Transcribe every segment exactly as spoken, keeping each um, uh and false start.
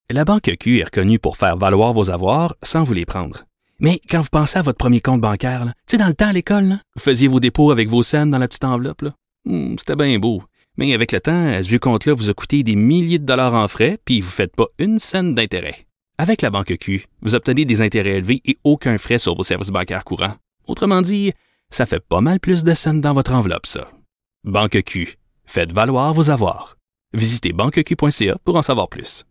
La Banque Q est reconnue pour faire valoir vos avoirs sans vous les prendre. Mais quand vous pensez à votre premier compte bancaire, tu sais, dans le temps à l'école, là, vous faisiez vos dépôts avec vos scènes dans la petite enveloppe. Là. Hum, c'était bien beau. Mais avec le temps, ce vieux compte-là vous a coûté des milliers de dollars en frais, puis vous ne faites pas une scène d'intérêt. Avec la Banque Q, vous obtenez des intérêts élevés et aucun frais sur vos services bancaires courants. Autrement dit, ça fait pas mal plus de scènes dans votre enveloppe, ça. Banque Q. Faites valoir vos avoirs. Visitez banque q point c a pour en savoir plus.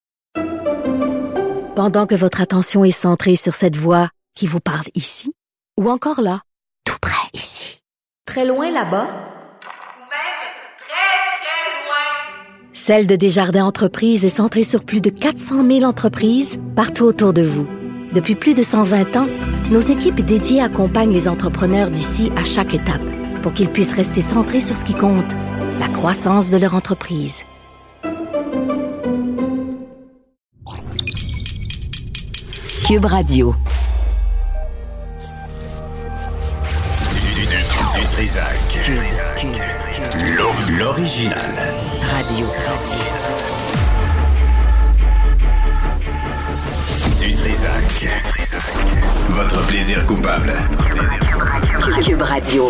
Pendant que votre attention est centrée sur cette voix qui vous parle ici, ou encore là, tout près ici, très loin là-bas, ou même très, très loin, Celle de Desjardins Entreprises est centrée sur plus de quatre cent mille entreprises partout autour de vous. Depuis plus de cent vingt ans, nos équipes dédiées accompagnent les entrepreneurs d'ici à chaque étape pour qu'ils puissent rester centrés sur ce qui compte, la croissance de leur entreprise. Cube Radio. Du, du, du Trisac. L'o- L'original. Radio. Du Trisac. Votre plaisir coupable. Cube Radio.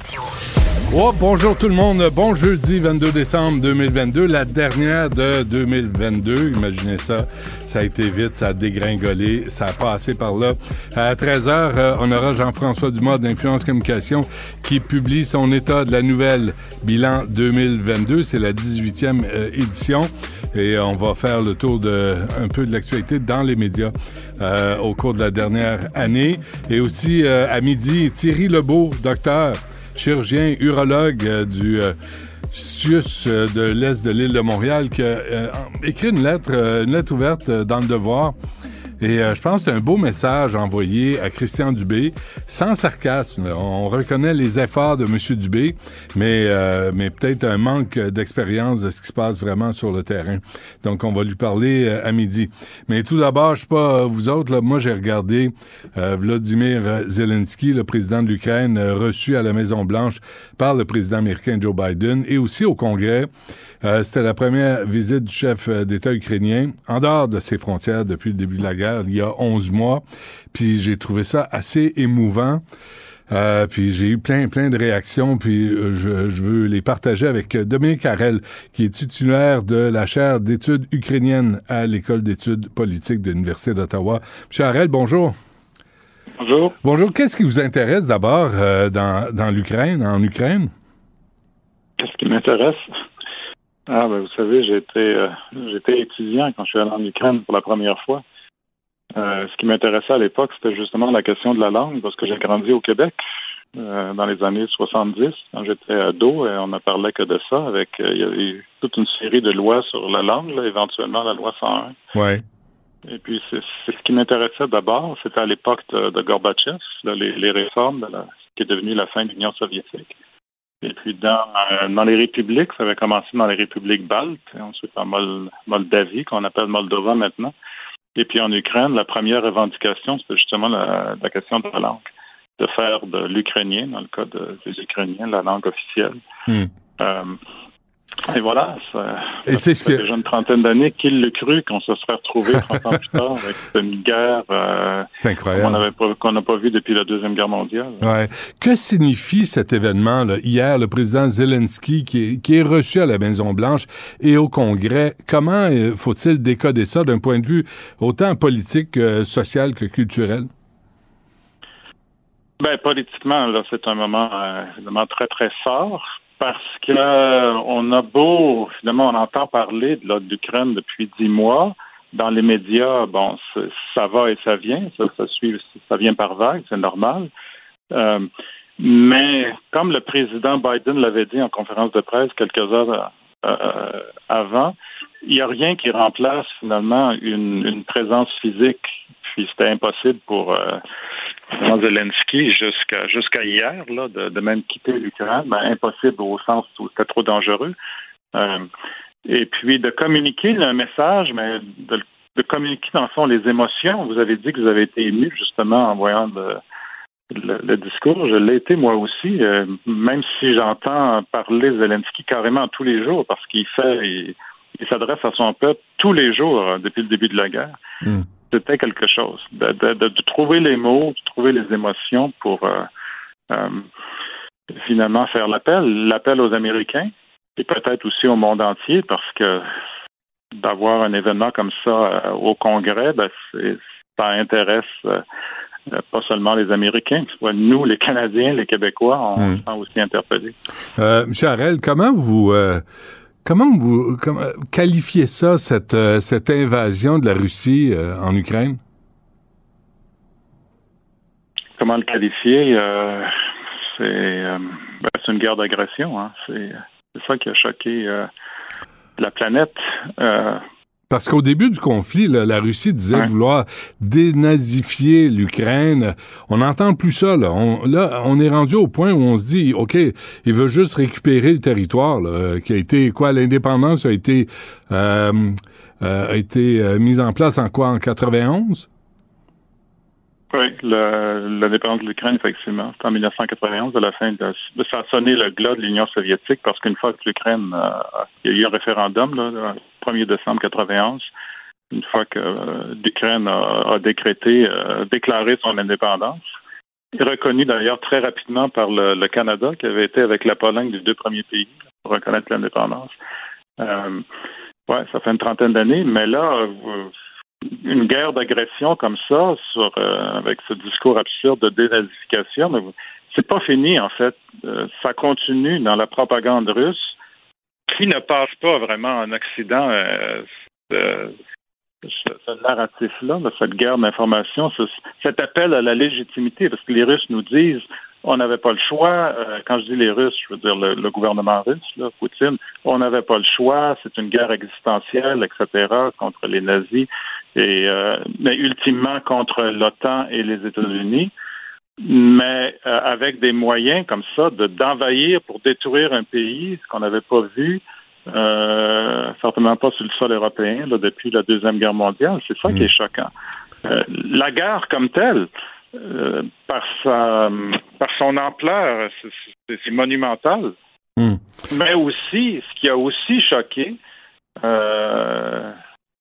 Oh, bonjour tout le monde. Bon jeudi vingt-deux décembre deux mille vingt-deux, la dernière de deux mille vingt-deux. Imaginez ça. Ça a été vite, ça a dégringolé, ça a passé par là. À treize heures, euh, on aura Jean-François Dumas d'Influence Communication qui publie son état de la nouvelle bilan deux mille vingt-deux. C'est la dix-huitième euh, édition et on va faire le tour de un peu de l'actualité dans les médias euh, au cours de la dernière année. Et aussi euh, à midi, Thierry Lebeau, docteur, chirurgien urologue euh, du euh, C I U S euh, de l'Est de l'île de Montréal, qui a euh, écrit une lettre, euh, une lettre ouverte euh, dans le Devoir. Et euh, je pense que c'est un beau message envoyé à Christian Dubé, sans sarcasme. Là. On reconnaît les efforts de M. Dubé, mais euh, mais peut-être un manque d'expérience de ce qui se passe vraiment sur le terrain. Donc, on va lui parler euh, à midi. Mais tout d'abord, je sais pas, vous autres, là, moi, j'ai regardé euh, Vladimir Zelensky, le président de l'Ukraine, euh, reçu à la Maison-Blanche par le président américain Joe Biden, et aussi au Congrès. Euh, c'était la première visite du chef d'État ukrainien en dehors de ses frontières depuis le début de la guerre, il y a onze mois. Puis j'ai trouvé ça assez émouvant. Euh, puis j'ai eu plein, plein de réactions, puis euh, je, je veux les partager avec Dominique Harel, qui est titulaire de la chaire d'études ukrainiennes à l'École d'études politiques de l'Université d'Ottawa. Monsieur Harel, bonjour. Bonjour. Bonjour. Qu'est-ce qui vous intéresse d'abord euh, dans, dans l'Ukraine, en Ukraine? Qu'est-ce qui m'intéresse? Ah, ben, vous savez, j'étais, euh, j'étais étudiant quand je suis allé en Ukraine pour la première fois. Euh, ce qui m'intéressait à l'époque, c'était justement la question de la langue, parce que j'ai grandi au Québec euh, dans les années soixante-dix, quand j'étais ado, et on ne parlait que de ça. Avec, euh, il y avait eu toute une série de lois sur la langue, là, éventuellement la loi cent un. Ouais. Et puis, c'est, c'est ce qui m'intéressait d'abord, c'était à l'époque de, de Gorbatchev, là, les, les réformes de la, ce qui est devenu la fin de l'Union soviétique. Et puis, dans, euh, dans les républiques, ça avait commencé dans les républiques baltes, et ensuite en Mol- Moldavie, qu'on appelle Moldova maintenant. Et puis, en Ukraine, la première revendication, c'était justement la, la question de la langue, de faire de l'ukrainien, dans le cas de, des Ukrainiens, la langue officielle. Mm. Euh, et voilà, ça, et ça c'est ce fait que... déjà une trentaine d'années qu'il le crut qu'on se serait retrouvé trente ans plus tard avec une guerre euh, c'est incroyable. Qu'on n'avait pas, qu'on n'a pas vu depuis la Deuxième Guerre mondiale. Ouais. Que signifie cet événement là, hier, le président Zelensky qui est, qui est reçu à la Maison-Blanche et au Congrès? Comment euh, faut-il décoder ça d'un point de vue autant politique, euh, social que culturel? Ben, politiquement, là, c'est un moment euh, évidemment très, très fort. Parce que euh, on a beau, finalement, on entend parler de, là, de l'Ukraine depuis dix mois. Dans les médias, bon, ça va et ça vient, ça, ça suit, ça vient par vagues, c'est normal. Euh, mais comme le président Biden l'avait dit en conférence de presse quelques heures euh, avant, il n'y a rien qui remplace finalement une, une présence physique. Puis c'était impossible pour euh, Zelensky jusqu'à jusqu'à hier, là, de, de même quitter l'Ukraine, ben, impossible au sens où c'était trop dangereux. Euh, et puis de communiquer un message, mais de, de communiquer dans le fond les émotions. Vous avez dit que vous avez été ému justement en voyant le, le, le discours. Je l'ai été moi aussi, euh, même si j'entends parler Zelensky carrément tous les jours parce qu'il fait, il, il s'adresse à son peuple tous les jours euh, depuis le début de la guerre. Mm. C'était quelque chose. De, de, de, de trouver les mots, de trouver les émotions pour euh, euh, finalement faire l'appel, l'appel aux Américains et peut-être aussi au monde entier, parce que d'avoir un événement comme ça euh, au Congrès, ben, c'est, ça intéresse euh, pas seulement les Américains. Nous, les Canadiens, les Québécois, on mmh. se sent aussi interpellés. Euh, M. Harel, comment vous... Euh... Comment vous comment, qualifiez ça, cette, euh, cette invasion de la Russie euh, en Ukraine? Comment le qualifier? Euh, c'est, euh, ben, c'est une guerre d'agression. Hein. C'est, c'est ça qui a choqué euh, la planète. Euh, Parce qu'au début du conflit, là, la Russie disait ouais. vouloir dénazifier l'Ukraine. On n'entend plus ça. Là. On, là, on est rendu au point où on se dit, OK, il veut juste récupérer le territoire là, qui a été, quoi, l'indépendance a été, euh, euh, a été euh, mise en place en quoi, en quatre-vingt-onze? Oui, le, l'indépendance de l'Ukraine, effectivement, c'est en dix-neuf cent quatre-vingt-onze, à la fin de, ça a sonné le glas de l'Union soviétique, parce qu'une fois que l'Ukraine, euh, il y a eu un référendum, là, le premier décembre quatre-vingt-onze, une fois que euh, l'Ukraine a, a décrété, euh, déclaré son indépendance, et reconnu d'ailleurs très rapidement par le, le Canada, qui avait été avec la Pologne les deux premiers pays pour reconnaître l'indépendance. Euh, ouais, ça fait une trentaine d'années, mais là, euh, une guerre d'agression comme ça, sur, euh, avec ce discours absurde de dénazification, mais c'est pas fini, en fait. Euh, ça continue dans la propagande russe, qui ne passe pas vraiment en Occident euh, ce, ce, ce narratif-là, de cette guerre d'information, ce, cet appel à la légitimité, parce que les Russes nous disent on n'avait pas le choix. Euh, quand je dis les Russes, je veux dire le, le gouvernement russe, là, Poutine, on n'avait pas le choix, c'est une guerre existentielle, et cetera, contre les nazis, et euh, mais ultimement contre l'OTAN et les États-Unis, mais euh, avec des moyens comme ça de d'envahir pour détruire un pays, ce qu'on n'avait pas vu, euh, certainement pas sur le sol européen là, depuis la Deuxième Guerre mondiale. C'est ça mmh. qui est choquant. Euh, la guerre comme telle, Euh, par sa par son ampleur, c'est, c'est, c'est monumental. Mm. Mais aussi, ce qui a aussi choqué euh,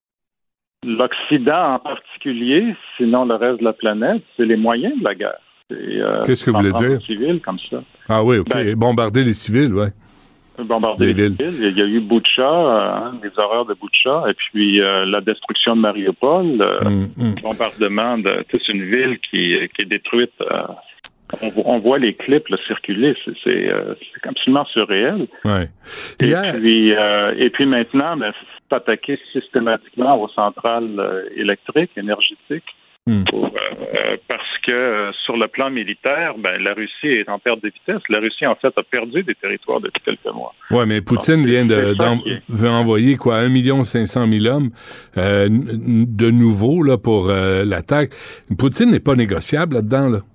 l'Occident en particulier, sinon le reste de la planète, c'est les moyens de la guerre. C'est, euh, Qu'est-ce que vous voulez dire? Civils comme ça. Ah oui, ok. Ben, bombarder les civils, oui. Bombarder les, les civils. Il y a eu Boutcha, hein, les horreurs de Boutcha, et puis euh, la destruction de Mariupol, euh, mm, mm. le bombardement de toute une ville qui, qui est détruite. Euh, on, on voit les clips là, circuler, c'est, c'est, euh, c'est absolument surréel. Ouais. Et, yeah. puis, euh, et puis maintenant, ben, c'est attaqué systématiquement aux centrales euh, électriques, énergétiques. Mm. Pour, euh, parce que euh, sur le plan militaire, ben, la Russie est en perte de vitesse. La Russie, en fait, a perdu des territoires depuis quelques mois. Oui, mais Poutine Donc, vient de, est... veut envoyer quoi, un million cinq cent mille hommes euh, de nouveau là, pour euh, l'attaque. Poutine n'est pas négociable là-dedans, là.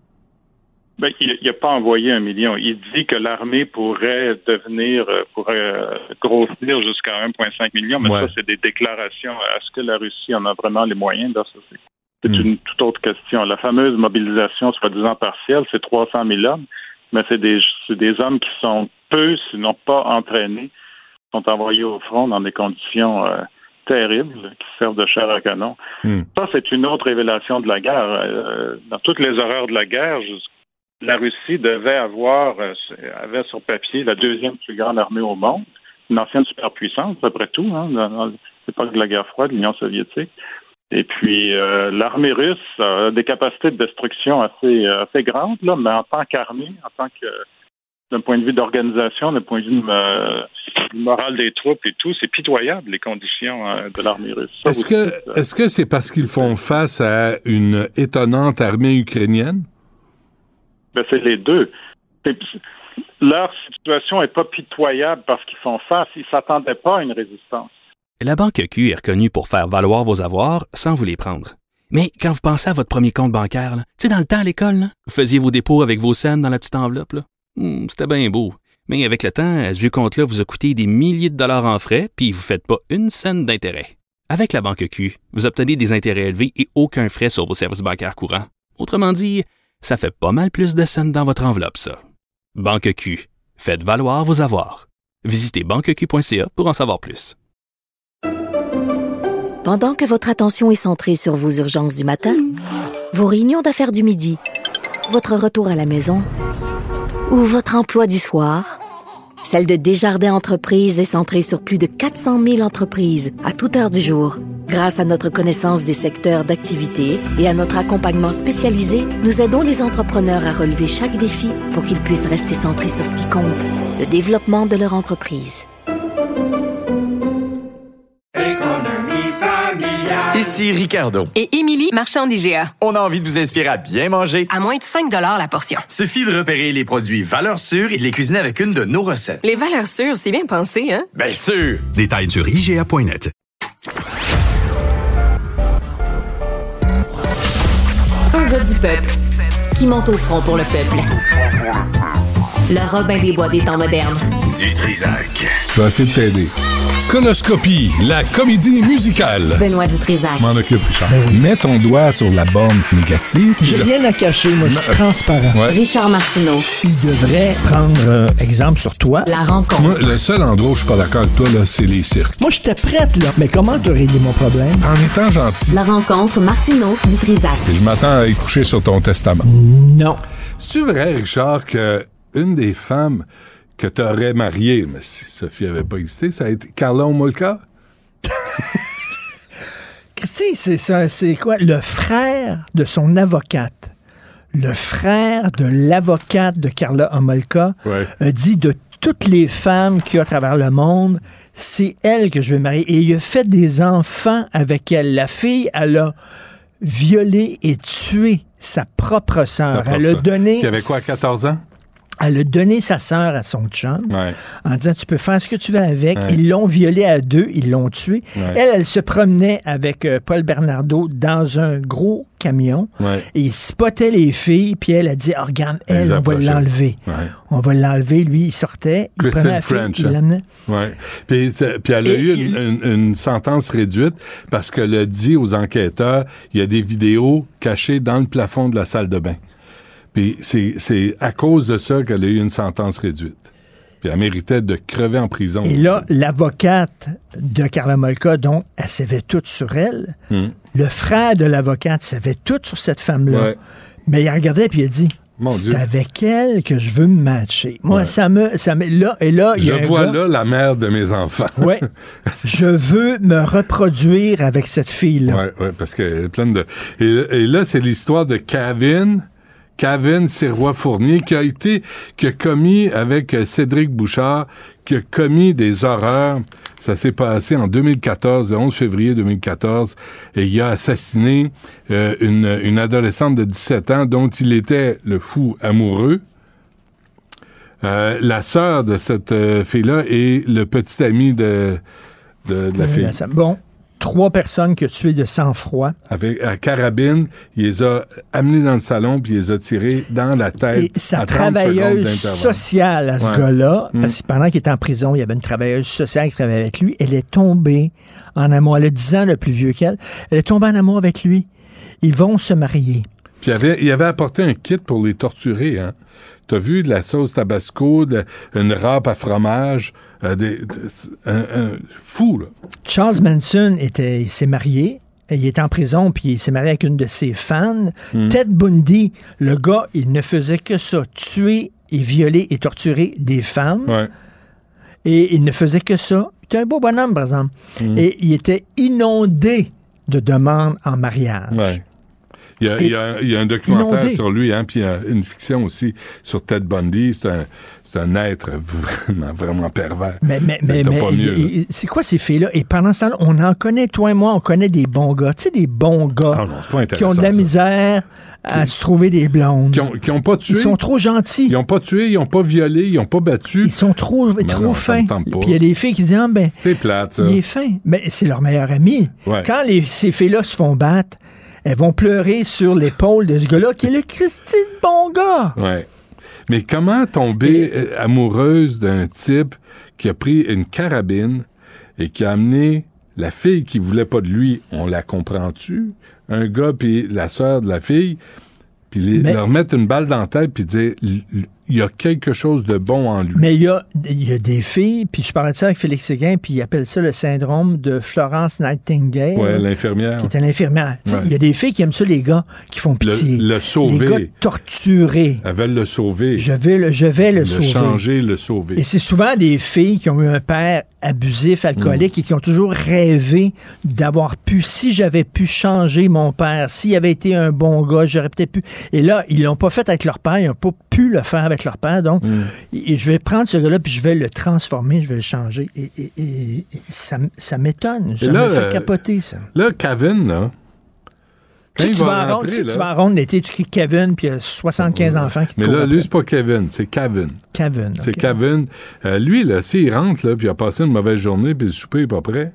Ben, il n'a pas envoyé un million. Il dit que l'armée pourrait devenir, pourrait grossir jusqu'à un virgule cinq million, mais ouais. ça, c'est des déclarations. Est-ce que la Russie en a vraiment les moyens? Là, ça, c'est C'est mmh. une toute autre question. La fameuse mobilisation soi-disant partielle, c'est trois cent mille hommes, mais c'est des, c'est des hommes qui sont peu, sinon pas entraînés, sont envoyés au front dans des conditions euh, terribles, qui servent de chair à canon. Mmh. Ça, c'est une autre révélation de la guerre. Euh, dans toutes les horreurs de la guerre, la Russie devait avoir, euh, avait sur papier la deuxième plus grande armée au monde, une ancienne superpuissance, après tout, hein, dans, dans l'époque de la guerre froide, l'Union soviétique. Et puis, euh, l'armée russe a des capacités de destruction assez, assez grandes, là, mais en tant qu'armée, en tant que, d'un point de vue d'organisation, d'un point de vue euh, moral des troupes et tout, c'est pitoyable, les conditions euh, de l'armée russe. Ça est-ce aussi, que, ça... est-ce que c'est parce qu'ils font face à une étonnante armée ukrainienne? Ben, c'est les deux. C'est, leur situation n'est pas pitoyable parce qu'ils font face. Ils ne s'attendaient pas à une résistance. La Banque Q est reconnue pour faire valoir vos avoirs sans vous les prendre. Mais quand vous pensez à votre premier compte bancaire, tu sais, dans le temps à l'école, là, vous faisiez vos dépôts avec vos scènes dans la petite enveloppe. Là. Hum, c'était bien beau. Mais avec le temps, ce vieux compte-là vous a coûté des milliers de dollars en frais, puis vous ne faites pas une scène d'intérêt. Avec la Banque Q, vous obtenez des intérêts élevés et aucun frais sur vos services bancaires courants. Autrement dit, ça fait pas mal plus de scènes dans votre enveloppe, ça. Banque Q. Faites valoir vos avoirs. Visitez banque q point c a pour en savoir plus. Pendant que votre attention est centrée sur vos urgences du matin, vos réunions d'affaires du midi, votre retour à la maison ou votre emploi du soir, celle de Desjardins Entreprises est centrée sur plus de quatre cent mille entreprises à toute heure du jour. Grâce à notre connaissance des secteurs d'activité et à notre accompagnement spécialisé, nous aidons les entrepreneurs à relever chaque défi pour qu'ils puissent rester centrés sur ce qui compte, le développement de leur entreprise. Ici Ricardo. Et Émilie, marchand d'I G A. On a envie de vous inspirer à bien manger. À moins de cinq dollars la portion. Suffit de repérer les produits valeurs sûres et de les cuisiner avec une de nos recettes. Les valeurs sûres, c'est bien pensé, hein? Bien sûr! Détails sur I G A point net. Un gars du peuple qui monte au front pour le peuple. Le Robin des Bois des temps modernes. Du Trisac. Je vais essayer de t'aider. Conoscopie, la comédie musicale. Benoît Dutrisac. M'en occupe, Richard. Ben oui. Mets ton doigt sur la borne négative. J'ai rien à cacher, moi, je suis transparent. Ouais. Richard Martineau. Il devrait prendre euh, exemple sur toi. La rencontre. Moi, le seul endroit où je suis pas d'accord avec toi, là, c'est les cirques. Moi, j'étais prête, là. Mais comment te régler mon problème? En étant gentil. La rencontre Martineau Dutrisac. Et je m'attends à y coucher sur ton testament. Non. C'est vrai, Richard, que une des femmes que tu aurais mariée, mais si Sophie avait pas existé, ça a été Karla Homolka? Christy, c'est ça, c'est quoi? Le frère de son avocate, le frère de l'avocate de Karla Homolka, Ouais. a dit de toutes les femmes qu'il y a à travers le monde, c'est elle que je vais marier. Et il a fait des enfants avec elle. La fille, elle a violé et tué sa propre sœur. Elle a donné... Qui avait quoi, quatorze ans? Elle a donné sa sœur à son chum Ouais. en disant, tu peux faire ce que tu veux avec. Ouais. Ils l'ont violée à deux, ils l'ont tuée. Ouais. Elle, elle se promenait avec euh, Paul Bernardo dans un gros camion Ouais. et il spottait les filles, puis elle a dit, oh, regarde, Elle elle, les on va approchait. l'enlever. Ouais. On va l'enlever. Lui, il sortait, il Kristen prenait la fille, French, il hein. l'amenait. Ouais. Puis, c'est- puis elle a Et eu il- une, une- une sentence réduite parce qu'elle a dit aux enquêteurs, il y a des vidéos cachées dans le plafond de la salle de bain. Puis c'est, c'est à cause de ça qu'elle a eu une sentence réduite. Puis elle méritait de crever en prison. Et là, l'avocate de Karla Homolka, donc, elle savait tout sur elle. Hum. Le frère de l'avocate savait tout sur cette femme-là. Ouais. Mais il regardait puis il a dit, Mon c'est Dieu. avec elle que je veux me matcher. Moi, Ouais. ça me... Ça me là, et là, il y Je a un vois gars- là la mère de mes enfants. Ouais. Je veux me reproduire avec cette fille-là. Ouais, ouais, parce qu'elle est pleine de... Et, et là, c'est l'histoire de Kevin, Kevin Sirois-Fournier, qui a été, qui a commis avec euh, Cédric Bouchard, qui a commis des horreurs. Ça s'est passé en deux mille quatorze, le onze février deux mille quatorze, et il a assassiné euh, une, une adolescente de dix-sept ans dont il était le fou amoureux. Euh, la sœur de cette euh, fille-là est le petit ami de, de, de la fille. Bon, trois personnes qui ont tué de sang-froid. Avec la carabine, il les a amenés dans le salon puis il les a tirés dans la tête. Et sa à trente secondes travailleuse d'intervalle. sociale à ce Ouais. gars-là, Mm. parce que pendant qu'il était en prison, il y avait une travailleuse sociale qui travaillait avec lui, elle est tombée en amour. Elle a dix ans de plus vieux qu'elle. Elle est tombée en amour avec lui. Ils vont se marier. Puis il avait, il avait apporté un kit pour les torturer. Hein. T'as vu de la sauce tabasco, de, une râpe à fromage, euh, des, de- un, un fou, là. Charles Manson était, il s'est marié. Il était en prison, puis il s'est marié avec une de ses fans. Mm. Ted Bundy, le gars, il ne faisait que ça, tuer et violer et torturer des femmes. Ouais. Et il ne faisait que ça. Il était un beau bonhomme, par exemple. Mm. Et il était inondé de demandes en mariage. Ouais. Il y, a, Et- il, y a, il y a un documentaire inondé. sur lui, hein, puis il y a une fiction aussi sur Ted Bundy. C'est un, c'est un être vraiment, vraiment pervers. Mais, mais, mais, T'as mais pas mieux, là. il- il- c'est quoi ces filles-là? Et pendant ce temps-là, on en connaît, toi et moi, on connaît des bons gars. Tu sais, des bons gars Ah non, c'est pas qui ont de la intéressant, ça. misère à se trouver des blondes. Qui ont, qui ont pas tué. Ils sont trop gentils. Ils ont pas tué, ils ont pas violé, ils ont pas battu. Ils sont trop, Mais trop non, ça fins. me tente pas. Puis il y a des filles qui disent, ah ben, C'est plate, ça. il est fin. Mais c'est leur meilleur ami. Ouais. Quand les, ces filles-là se font battre, elles vont pleurer sur l'épaule de ce gars-là qui est le Christy de bon gars. Ouais. Mais comment tomber euh, amoureuse d'un type qui a pris une carabine et qui a amené la fille qui voulait pas de lui, on la comprend-tu? Un gars puis la sœur de la fille, puis les- Mais- leur mettre une balle dans la tête puis dire l- l- il y a quelque chose de bon en lui. Mais il y a, il y a des filles, puis je parlais de ça avec Félix Séguin, puis il appelle ça le syndrome de Florence Nightingale. Oui, l'infirmière. Qui était l'infirmière. Ouais. Il y a des filles qui aiment ça, les gars, qui font pitié. Le, le sauver. Les gars torturés. Elles veulent le sauver. Je vais le, je vais le, le sauver. Le changer, le sauver. Et c'est souvent des filles qui ont eu un père abusif, alcoolique, mmh. et qui ont toujours rêvé d'avoir pu, si j'avais pu changer mon père, s'il avait été un bon gars, j'aurais peut-être pu. Et là, ils l'ont pas fait avec leur père, ils n'ont pas pu le faire avec leur père. Donc, mm. et je vais prendre ce gars-là puis je vais le transformer, je vais le changer. Et, et, et, et ça, ça m'étonne. Ça me fait capoter, ça. Là, Kevin, là. Tu, tu, vas rentrer, ronde, tu, tu vas en ronde l'été, tu cries Kevin, puis il y a soixante-quinze ouais. enfants qui te Mais là, après. lui, c'est pas Kevin, c'est Kevin. Kevin. C'est okay. Kevin. Euh, lui, là, s'il rentre, là, puis il a passé une mauvaise journée, puis le souper n'est pas prêt.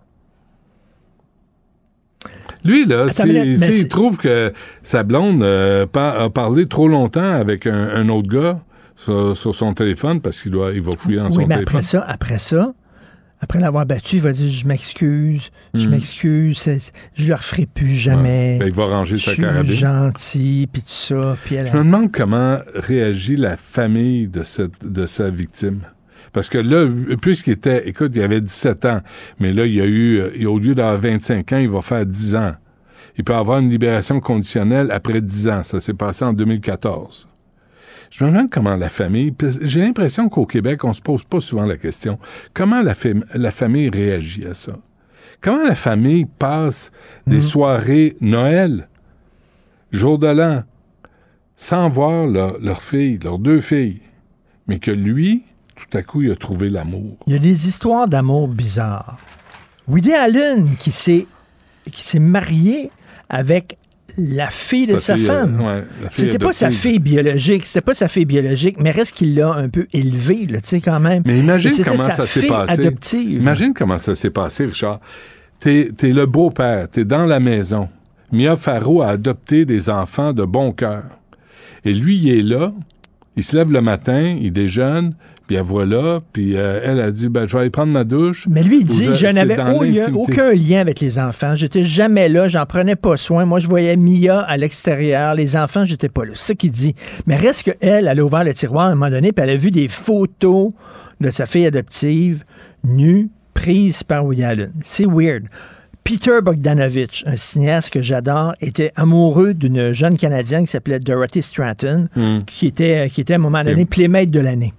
Lui, là, Attends, s'il, mais, s'il mais trouve que sa blonde euh, par, a parlé trop longtemps avec un, un autre gars sur, sur son téléphone parce qu'il doit, il va fouiller dans oui, son mais téléphone. Après ça, après ça, après l'avoir battu, il va dire « Je m'excuse, mm. je m'excuse, c'est, je le referai plus jamais. Ouais. Ben, il va ranger sa carabine. Je suis gentil, puis tout ça. » Puis elle, Je me demande comment réagit la famille de, cette, de sa victime. Parce que là, puisqu'il était, écoute, il avait dix-sept ans, mais là, il y a eu, au lieu d'avoir vingt-cinq ans, il va faire dix ans. Il peut avoir une libération conditionnelle après dix ans. Ça s'est passé en deux mille quatorze. Je me demande comment la famille... J'ai l'impression qu'au Québec, on se pose pas souvent la question. Comment la, fa- la famille réagit à ça? Comment la famille passe des mmh. soirées Noël, jour de l'an, sans voir leur, leur fille, leurs deux filles, mais que lui... tout à coup, il a trouvé l'amour. Il y a des histoires d'amour bizarres. Woody Allen, qui s'est, qui s'est marié avec la fille de sa, sa fille, femme. Euh, ouais, la fille c'était adoptive. Pas sa fille biologique, c'était pas sa fille biologique, mais reste qu'il l'a un peu élevée, tu sais, quand même. Mais imagine comment ça s'est passé. Adoptive. Imagine comment ça s'est passé, Richard. T'es, t'es le beau-père, t'es dans la maison. Mia Farrow a adopté des enfants de bon cœur. Et lui, il est là, il se lève le matin, il déjeune, puis elle voit là, puis euh, elle a dit, ben, je vais aller prendre ma douche. Mais lui, il dit, je, je n'avais au lien, aucun lien avec les enfants. J'étais jamais là, j'en prenais pas soin. Moi, je voyais Mia à l'extérieur. Les enfants, j'étais pas là. C'est ça qu'il dit. Mais reste qu'elle, elle a ouvert le tiroir à un moment donné, puis elle a vu des photos de sa fille adoptive, nue, prise par Woody Allen. C'est weird. Peter Bogdanovich, un cinéaste que j'adore, était amoureux d'une jeune Canadienne qui s'appelait Dorothy Stratton, mm. qui, était, qui était à un moment donné Playmate de l'année.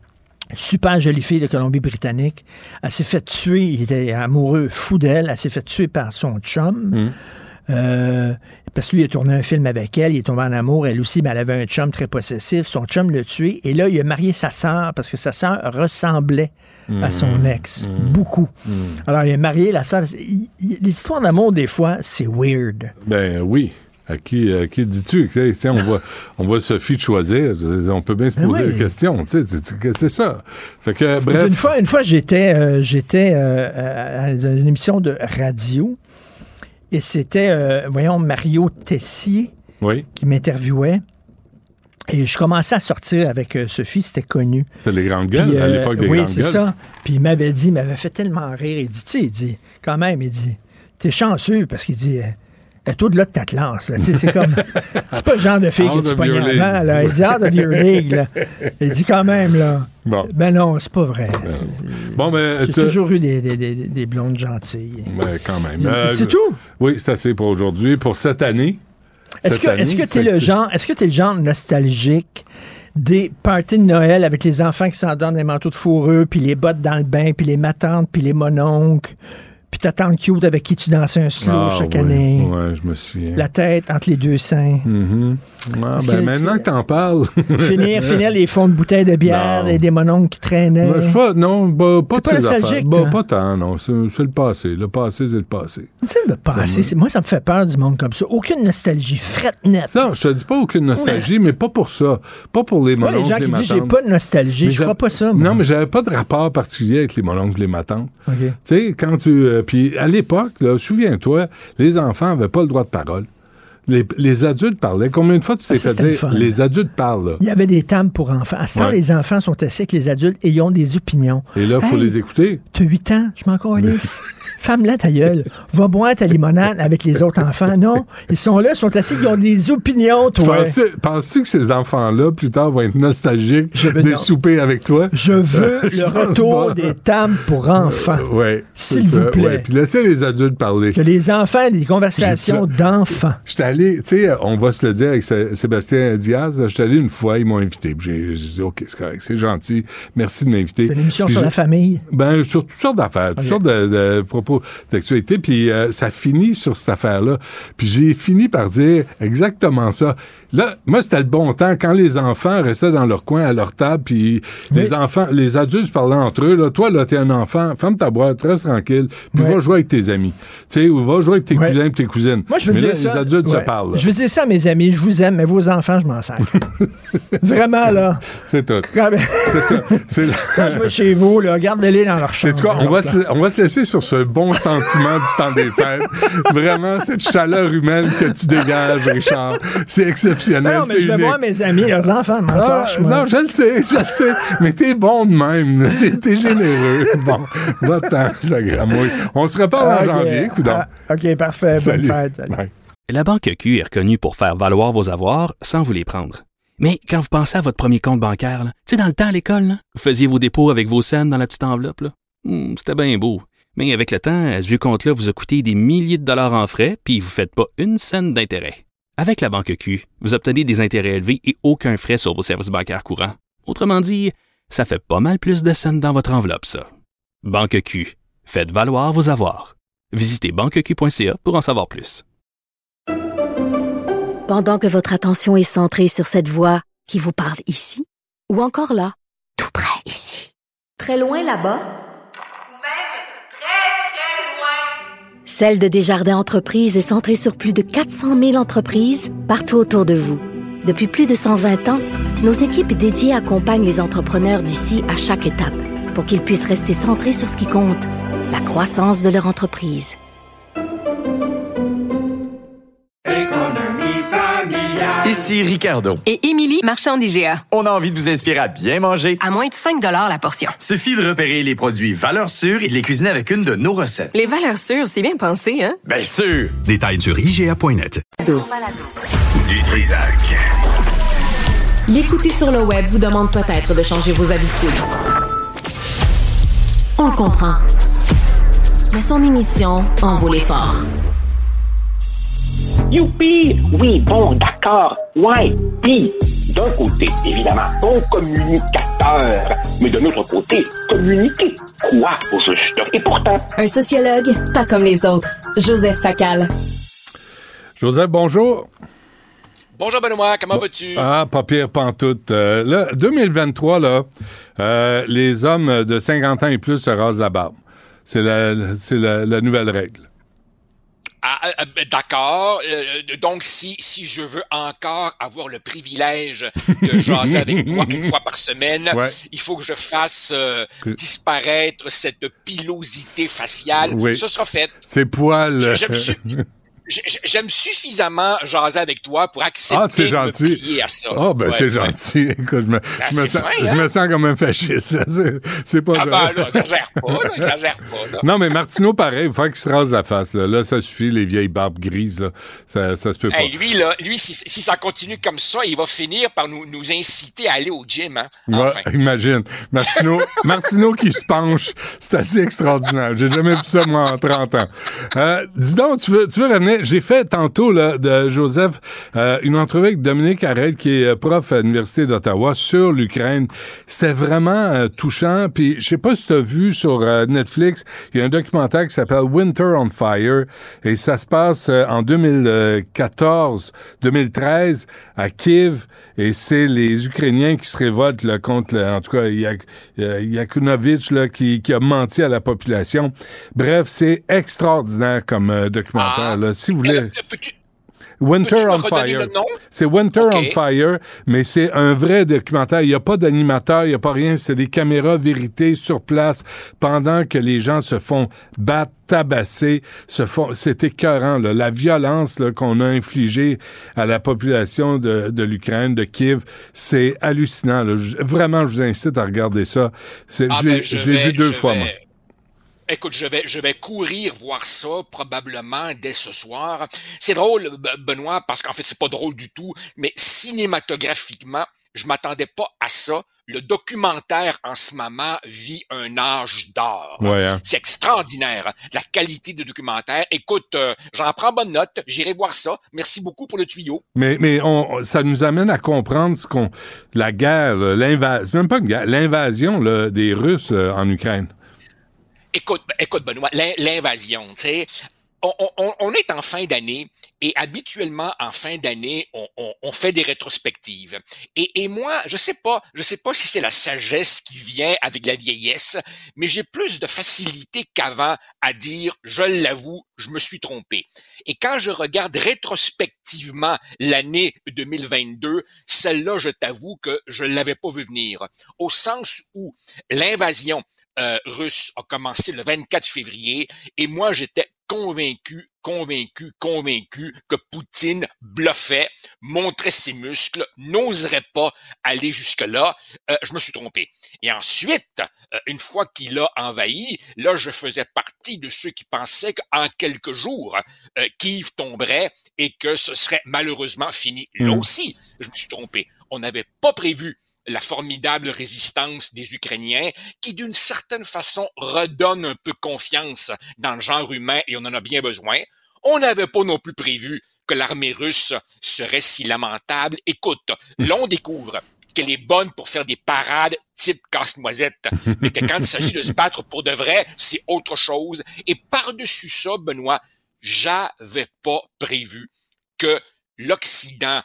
Super jolie fille de Colombie-Britannique. Elle s'est fait tuer, il était amoureux, fou d'elle, elle s'est fait tuer par son chum. Mm. Euh, parce que lui, il a tourné un film avec elle, il est tombé en amour, elle aussi, mais elle avait un chum très possessif, son chum l'a tué, et là, il a marié sa sœur, parce que sa sœur ressemblait mmh. à son ex, mmh. beaucoup. Mmh. Alors, il a marié la sœur. L'histoire d'amour, des fois, c'est weird. Ben oui. À qui, à qui dis-tu? On voit, on voit Sophie choisir. On peut bien se poser oui. la question. C'est, c'est ça. Fait que, bref. Une fois, une fois j'étais, euh, j'étais euh, à une émission de radio et c'était, euh, voyons, Mario Tessier oui. qui m'interviewait. Et je commençais à sortir avec euh, Sophie, c'était connu. C'est les grandes gueules, Puis, euh, à l'époque des oui, grandes gueules. Oui, c'est ça. Puis il m'avait dit, il m'avait fait tellement rire. Il dit, tu sais, il dit, quand même, il dit, t'es chanceux parce qu'il dit... C'est au-delà de ta classe. Là. C'est comme. C'est pas le genre de fille que tu pognes avant. Là. Il dit out of your league. Là. Il dit quand même, là. Bon. Ben non, c'est pas vrai. Ben, bon, mais. J'ai toujours eu des, des, des, des blondes gentilles. Ben, quand même. Euh, c'est tout? Oui, c'est assez pour aujourd'hui. Pour cette année. Est-ce cette que, année, est-ce que t'es le genre, est-ce que t'es le genre nostalgique des parties de Noël avec les enfants qui s'endorment dans les manteaux de fourreux, puis les bottes dans le bain, puis les matantes, puis les mononcles? Puis ta tante cute avec qui tu dansais un slow ah, chaque ouais, année. Oui, je me souviens. La tête entre les deux seins. Mm-hmm. Ah, ben, que, maintenant que t'en parles. finir, finir les fonds de bouteilles de bière non. et des mononcles qui traînaient. Ben, pas, non, bah, pas T'es pas nostalgique. Bah, pas tant, non. C'est, c'est le passé. Le passé, c'est le passé. C'est le passé. Ça me... Moi, ça me fait peur du monde comme ça. Aucune nostalgie. Frette nette. Non, je te dis pas aucune nostalgie, ouais. mais pas pour ça. Pas pour les mononcles. Les gens les qui matantes. disent j'ai pas de nostalgie. Mais je crois pas ça. Moi. Non, mais j'avais pas de rapport particulier avec les mononcles et les matantes. Okay. Tu sais, quand tu. Euh, puis à l'époque, là, souviens-toi, les enfants n'avaient pas le droit de parole. Les, les adultes parlaient. Combien de fois tu t'es ah, fait dire fun. Les adultes parlent, là. Il y avait des tables pour enfants. À ce temps, ouais. les enfants sont assis avec les adultes et ils ont des opinions. Et là, il faut hey, les écouter. Tu as huit ans, je m'en calisse. Femme-là, ta gueule. Va boire ta limonade avec les autres enfants. Non, ils sont là, ils sont assis, ils ont des opinions, toi. Penses-tu, penses-tu que ces enfants-là, plus tard, vont être nostalgiques veux, des non. soupers avec toi? Je veux je le retour pas. des tables pour enfants. Euh, oui. S'il vous plaît. Ouais. Puis laissez les adultes parler. Que les enfants aient des conversations d'enfants. J'étais allé, tu sais, on va se le dire avec Sébastien Diaz, j'étais allé une fois, ils m'ont invité. J'ai, j'ai dit, OK, c'est correct, c'est gentil, merci de m'inviter. C'est une émission puis sur la famille? Ben, sur toutes sortes d'affaires, toutes okay. sortes de, de propos d'actualité. Puis euh, ça finit sur cette affaire-là. Puis j'ai fini par dire exactement ça. Là, moi, c'était le bon temps quand les enfants restaient dans leur coin, à leur table, puis oui. les enfants, les adultes parlaient entre eux. Là, toi, là, t'es un enfant, ferme ta boîte, reste tranquille, puis oui. va jouer avec tes amis. Tu sais, ou va jouer avec tes oui. cousins et tes cousines. Moi, je veux mais dire là, ça. Les adultes ouais. se parlent. Là. Je veux dire ça à mes amis, je vous aime, mais vos enfants, je m'en sers. Vraiment, là. C'est tout. Quand, c'est ça. C'est là. Quand je vais chez vous, là, gardez-les dans leur chambre. C'est quoi? On va, se, on va se laisser sur ce bon sentiment du temps des fêtes. Vraiment, cette chaleur humaine que tu dégages, Richard. C'est exceptionnel. Non, mais c'est je vais voir mes amis, leurs enfants, ah, non, je le sais, je le sais. Mais t'es bon de même. T'es, t'es généreux. Bon, va-t'en, ça gramouille. On se reparle okay. en janvier, coudonc. Ah, OK, parfait. Salut. Bonne fête. Salut. La Banque Q est reconnue pour faire valoir vos avoirs sans vous les prendre. Mais quand vous pensez à votre premier compte bancaire, tu sais, dans le temps à l'école, là, vous faisiez vos dépôts avec vos scènes dans la petite enveloppe. Là. Hum, c'était bien beau. Mais avec le temps, ce vieux compte-là vous a coûté des milliers de dollars en frais, puis vous ne faites pas une scène d'intérêt. Avec la Banque Q, vous obtenez des intérêts élevés et aucun frais sur vos services bancaires courants. Autrement dit, ça fait pas mal plus de scènes dans votre enveloppe, ça. Banque Q. Faites valoir vos avoirs. Visitez banque q point c a pour en savoir plus. Pendant que votre attention est centrée sur cette voix qui vous parle ici, ou encore là, tout près ici, très loin là-bas, Celle de Desjardins Entreprises est centrée sur plus de quatre cent mille entreprises partout autour de vous. Depuis plus de cent vingt ans, nos équipes dédiées accompagnent les entrepreneurs d'ici à chaque étape pour qu'ils puissent rester centrés sur ce qui compte, la croissance de leur entreprise. Ici Ricardo. Et Émilie, marchand d'I G A. On a envie de vous inspirer à bien manger. À moins de cinq dollars la portion. Suffit de repérer les produits valeurs sûres et de les cuisiner avec une de nos recettes. Les valeurs sûres, c'est bien pensé, hein? Bien sûr! Détails sur I G A point net. Du Trisac. L'écouter sur le web vous demande peut-être de changer vos habitudes. On le comprend. Mais son émission en vaut l'effort. Youpi! Oui, bon, d'accord. Ouais, puis, d'un côté, évidemment, bon communicateur, mais de l'autre côté, communiquer quoi au juste? Et pourtant... Un sociologue, pas comme les autres. Joseph Facal. Joseph, bonjour. Bonjour Benoît, comment bon, vas-tu? Ah, pas pire pantoute. Euh, là, deux mille vingt-trois, là, euh, les hommes de cinquante ans et plus se rasent la barbe. C'est la, c'est la, la nouvelle règle. Ah, euh, d'accord. Euh, donc, si si je veux encore avoir le privilège de jaser avec toi une fois par semaine, ouais. il faut que je fasse euh, disparaître cette pilosité faciale. Oui. Ça sera fait. C'est poils. Je, je me suis... J'aime suffisamment jaser avec toi pour accepter ah, c'est de gentil. me plier à ça. Ah, oh, ben ouais, c'est ouais. gentil. Écoute, je me, ben, je me, sens, fin, je hein? me sens comme un fasciste. C'est, c'est pas ah, genre... ben là, exagère pas, là, exagère pas, là. Non, mais Martineau, pareil, il faut qu'il se rase la face, là. Là, ça suffit, les vieilles barbes grises, là. Ça, ça se peut pas. Hey, lui, là, lui, si, si ça continue comme ça, il va finir par nous, nous inciter à aller au gym, hein. Enfin. Ouais, imagine. Martineau, Martineau qui se penche, c'est assez extraordinaire. J'ai jamais vu ça, moi, en trente ans. Euh, dis donc, tu veux, tu veux revenir? J'ai fait tantôt, là, de Joseph, euh, une entrevue avec Dominique Arel, qui est prof à l'Université d'Ottawa, sur l'Ukraine. C'était vraiment euh, touchant. Puis, je sais pas si tu as vu sur euh, Netflix, il y a un documentaire qui s'appelle Winter on Fire, et ça se passe euh, en deux mille quatorze, deux mille treize, à Kiev, et c'est les Ukrainiens qui se révoltent là, contre, le, en tout cas, Yak, euh, Yakunovitch, là, qui, qui a menti à la population. Bref, c'est extraordinaire comme euh, documentaire. Ah, là. Si vous voulez... Winter on Fire. C'est Winter okay. on Fire, mais c'est un vrai documentaire. Il n'y a pas d'animateur, il n'y a pas rien. C'est des caméras vérité sur place pendant que les gens se font battre, tabasser, se font... C'est écœurant, là. La violence là, qu'on a infligée à la population de, de l'Ukraine, de Kiev, c'est hallucinant. Là. Je, vraiment, je vous incite à regarder ça. C'est, ah, je l'ai, ben, je je l'ai vais, vu deux fois, vais... moi. Écoute, je vais, je vais courir voir ça probablement dès ce soir. C'est drôle, Benoît, parce qu'en fait, c'est pas drôle du tout, mais cinématographiquement, je m'attendais pas à ça. Le documentaire, en ce moment, vit un âge d'or. Ouais, hein. C'est extraordinaire, la qualité du documentaire. Écoute, euh, j'en prends bonne note, j'irai voir ça. Merci beaucoup pour le tuyau. Mais, mais on, ça nous amène à comprendre ce qu'on, la guerre, l'invasion, même pas une guerre, l'invasion là, des Russes euh, en Ukraine. Écoute, écoute, Benoît, l'invasion, tu sais, on, on, on est en fin d'année et habituellement en fin d'année, on, on, on fait des rétrospectives. Et, et moi, je sais pas, je sais pas si c'est la sagesse qui vient avec la vieillesse, mais j'ai plus de facilité qu'avant à dire, je l'avoue, je me suis trompé. Et quand je regarde rétrospectivement l'année deux mille vingt-deux, celle-là, je t'avoue que je l'avais pas vu venir. Au sens où l'invasion Euh, russe a commencé le vingt-quatre février et moi j'étais convaincu, convaincu, convaincu que Poutine bluffait, montrait ses muscles, n'oserait pas aller jusque-là. Euh, je me suis trompé. Et ensuite, euh, une fois qu'il a envahi, là je faisais partie de ceux qui pensaient qu'en quelques jours, euh, Kiev tomberait et que ce serait malheureusement fini. Là aussi, je me suis trompé. On n'avait pas prévu la formidable résistance des Ukrainiens qui, d'une certaine façon, redonne un peu confiance dans le genre humain et on en a bien besoin. On n'avait pas non plus prévu que l'armée russe serait si lamentable. Écoute, là, on découvre qu'elle est bonne pour faire des parades type casse-noisette, mais que quand il s'agit de se battre pour de vrai, c'est autre chose. Et par-dessus ça, Benoît, j'avais pas prévu que l'Occident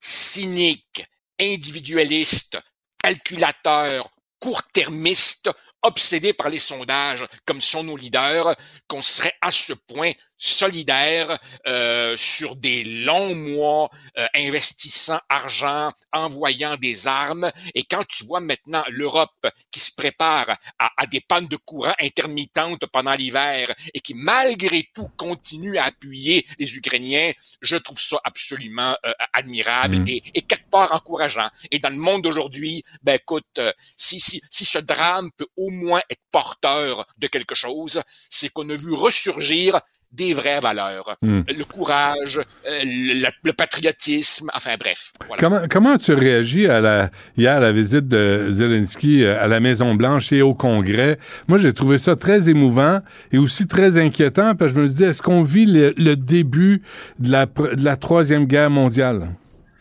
cynique, individualiste, calculateur, court-termiste, obsédé par les sondages comme sont nos leaders, qu'on serait à ce point solidaire euh, sur des longs mois, euh, investissant argent, envoyant des armes. Et quand tu vois maintenant l'Europe qui se prépare à, à des pannes de courant intermittentes pendant l'hiver et qui malgré tout continue à appuyer les Ukrainiens, je trouve ça absolument euh, admirable mmh. et, et quelque part encourageant. Et dans le monde d'aujourd'hui, ben écoute, euh, si, si, si ce drame peut au moins être porteur de quelque chose, c'est qu'on a vu ressurgir des vraies valeurs. Mm. Le courage, euh, le, le patriotisme, enfin bref. Voilà. Comment, comment tu réagis à la, hier à la visite de Zelensky à la Maison-Blanche et au Congrès? Moi, j'ai trouvé ça très émouvant et aussi très inquiétant parce que je me suis dit, est-ce qu'on vit le, le début de la, de la Troisième Guerre mondiale?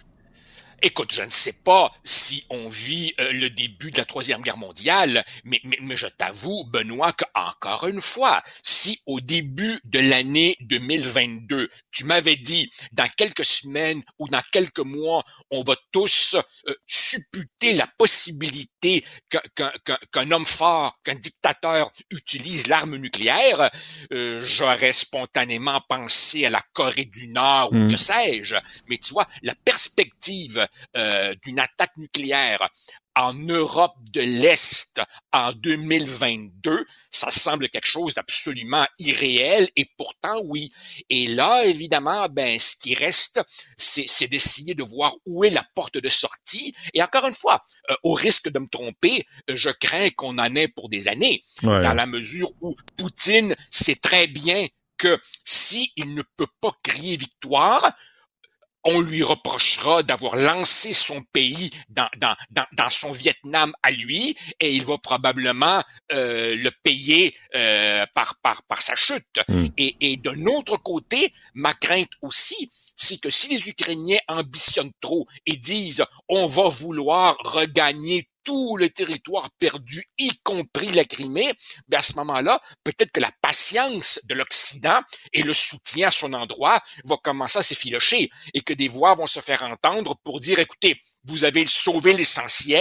Écoute, je ne sais pas si on vit euh, le début de la Troisième Guerre mondiale, mais, mais, mais je t'avoue, Benoît, qu'encore une fois, si au début de l'année deux mille vingt-deux, tu m'avais dit, dans quelques semaines ou dans quelques mois, on va tous euh, supputer la possibilité qu'un, qu'un, qu'un, qu'un homme fort, qu'un dictateur utilise l'arme nucléaire, euh, j'aurais spontanément pensé à la Corée du Nord mmh. ou que sais-je. Mais tu vois, la perspective Euh, d'une attaque nucléaire en Europe de l'Est en deux mille vingt-deux, ça semble quelque chose d'absolument irréel et pourtant oui. Et là, évidemment, ben ce qui reste, c'est, c'est d'essayer de voir où est la porte de sortie. Et encore une fois, euh, au risque de me tromper, je crains qu'on en ait pour des années, ouais. dans la mesure où Poutine sait très bien que s'il ne peut pas crier victoire, on lui reprochera d'avoir lancé son pays dans, dans, dans, dans son Vietnam à lui et il va probablement euh, le payer euh, par, par, par sa chute. Mm. Et, et d'un autre côté, ma crainte aussi, c'est que si les Ukrainiens ambitionnent trop et disent « on va vouloir regagner tout le territoire perdu, y compris la Crimée », ben à ce moment-là, peut-être que la patience de l'Occident et le soutien à son endroit va commencer à s'effilocher et que des voix vont se faire entendre pour dire « écoutez, vous avez sauvé l'essentiel,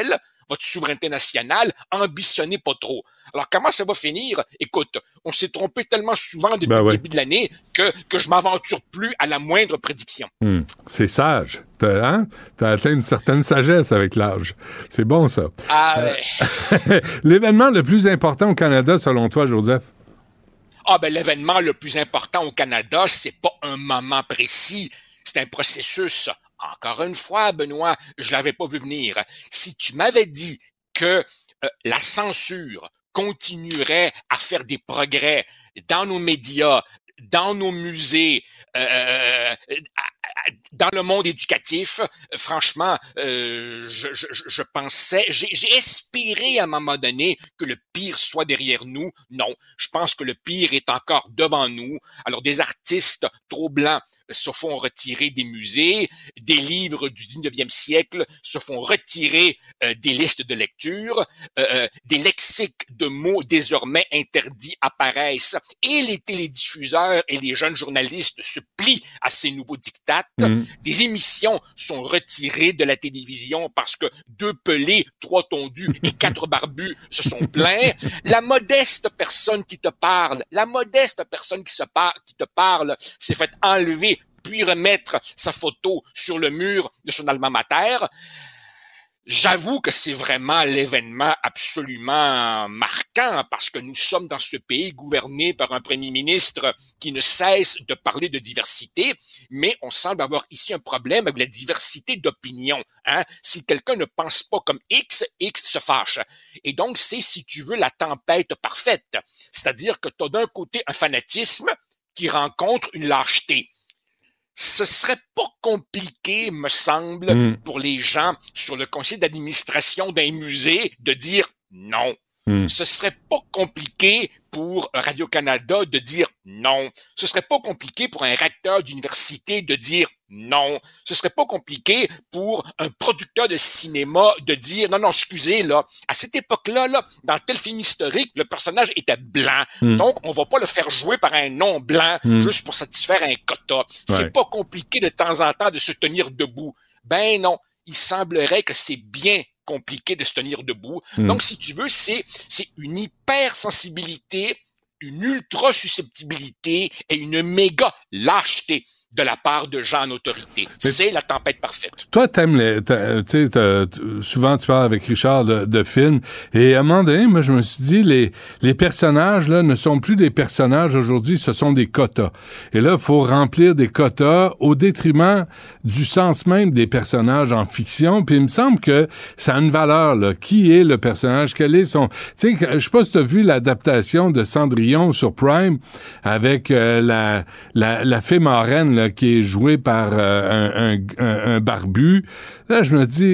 votre souveraineté nationale, ambitionnez pas trop. Alors, comment ça va finir? Écoute, on s'est trompé tellement souvent depuis ben ouais. le début de l'année que, que je m'aventure plus à la moindre prédiction. Hum, c'est sage. T'as, hein? T'as atteint une certaine sagesse avec l'âge. C'est bon, ça. Ah, euh... L'événement le plus important au Canada, selon toi, Joseph? Ah, ben, l'événement le plus important au Canada, c'est pas un moment précis. C'est un processus. Encore une fois, Benoît, je l'avais pas vu venir. Si tu m'avais dit que euh, la censure continuerait à faire des progrès dans nos médias, dans nos musées, euh, dans le monde éducatif, franchement, euh, je, je, je pensais, j'ai, j'ai espéré à un moment donné que le pire soit derrière nous. Non, je pense que le pire est encore devant nous. Alors, des artistes trop blancs se font retirer des musées, des livres du dix-neuvième siècle se font retirer euh, des listes de lecture, euh, des lexiques de mots désormais interdits apparaissent et les télédiffuseurs et les jeunes journalistes se plient à ces nouveaux dictats. Mmh. Des émissions sont retirées de la télévision parce que deux pelés, trois tondus et quatre barbus se sont plaints. La modeste personne qui te parle, la modeste personne qui, se par- qui te parle s'est fait enlever puis remettre sa photo sur le mur de son alma mater. J'avoue que c'est vraiment l'événement absolument marquant parce que nous sommes dans ce pays gouverné par un premier ministre qui ne cesse de parler de diversité, mais on semble avoir ici un problème avec la diversité d'opinion. Hein? Si quelqu'un ne pense pas comme X, X se fâche. Et donc, c'est, si tu veux, la tempête parfaite. C'est-à-dire que tu as d'un côté un fanatisme qui rencontre une lâcheté. Ce serait pas compliqué, me semble, mmh. pour les gens sur le conseil d'administration d'un musée de dire non. Mmh. Ce serait pas compliqué pour Radio-Canada de dire non. Ce serait pas compliqué pour un recteur d'université de dire non. Ce serait pas compliqué pour un producteur de cinéma de dire non, non, excusez, là, à cette époque-là, là, dans tel film historique, le personnage était blanc. Mm. Donc, on va pas le faire jouer par un non-blanc mm. juste pour satisfaire un quota. Ouais. C'est pas compliqué de temps en temps de se tenir debout. Ben non. Il semblerait que c'est bien compliqué de se tenir debout. Mm. Donc, si tu veux, c'est, c'est une hypersensibilité, une ultra-susceptibilité et une méga lâcheté de la part de gens en autorité. Mais c'est la tempête parfaite. Toi, t'aimes les... Tu sais, souvent, tu parles avec Richard de, de films, et à un moment donné, moi, je me suis dit, les, les personnages, là, ne sont plus des personnages aujourd'hui, ce sont des quotas. Et là, il faut remplir des quotas au détriment du sens même des personnages en fiction, puis il me semble que ça a une valeur, là. Qui est le personnage? Quel est son... Tu sais, je sais pas si t'as vu l'adaptation de Cendrillon sur Prime, avec euh, la, la, la fée marraine, là, qui est joué par euh, un, un, un barbu. Là, je me dis,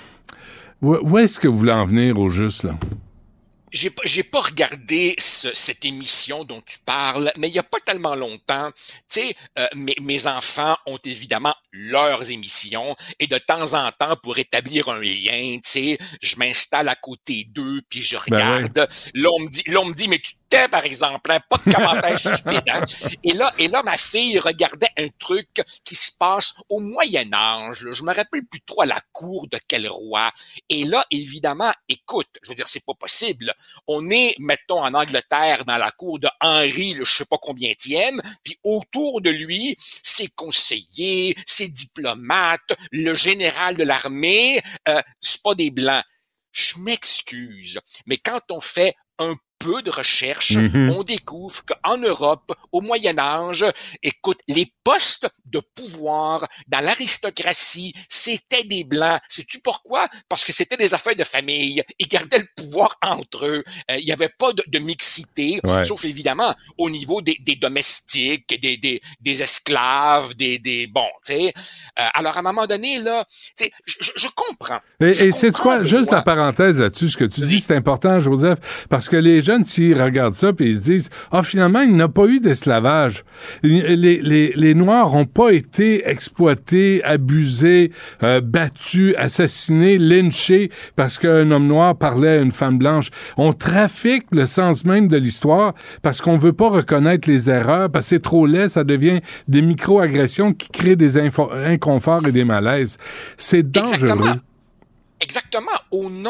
où, où est-ce que vous voulez en venir au juste, là? J'ai, j'ai pas regardé ce, cette émission dont tu parles, mais il y a pas tellement longtemps, tu sais, euh, mes, mes enfants ont évidemment leurs émissions et de temps en temps, pour établir un lien, tu sais, je m'installe à côté d'eux puis je regarde. Ben ouais. Là, on me dit, là, on me dit, mais tu te tais, par exemple, hein, pas de commentaires stupides, hein. Et là, et là, ma fille regardait un truc qui se passe au Moyen-Âge, là. Je me rappelle plus trop à la cour de quel roi. Et là, évidemment, écoute, je veux dire, c'est pas possible. On est, mettons, en Angleterre, dans la cour de Henri, le je sais pas combienième, puis autour de lui, ses conseillers, ses diplomates, le général de l'armée, euh, c'est pas des Blancs. Je m'excuse, mais quand on fait un peu de recherche, mm-hmm. on découvre qu'en Europe, au Moyen-Âge, écoute, les postes de pouvoir dans l'aristocratie, c'était des Blancs. Sais-tu pourquoi? Parce que c'était des affaires de famille. Ils gardaient le pouvoir entre eux. Euh, il n'y avait pas de, de mixité, ouais. sauf évidemment au niveau des, des domestiques, des, des, des esclaves, des, des bon, tu sais. Euh, alors, à un moment donné, là, tu sais, je, je comprends. Et, je et c'est quoi? Juste la parenthèse là-dessus, ce que tu dis, c'est important, Joseph, parce que les jeunes, s'ils regardent ça, puis ils se disent, ah, oh, finalement, il n'y a pas eu d'esclavage. Les, les, les, les Noirs n'ont pas été exploités, abusés, euh, battus, assassinés, lynchés parce qu'un homme noir parlait à une femme blanche. On trafique le sens même de l'histoire parce qu'on veut pas reconnaître les erreurs, parce que c'est trop laid, ça devient des micro-agressions qui créent des info- inconforts et des malaises. C'est dangereux. Exactement. Exactement. Au nom,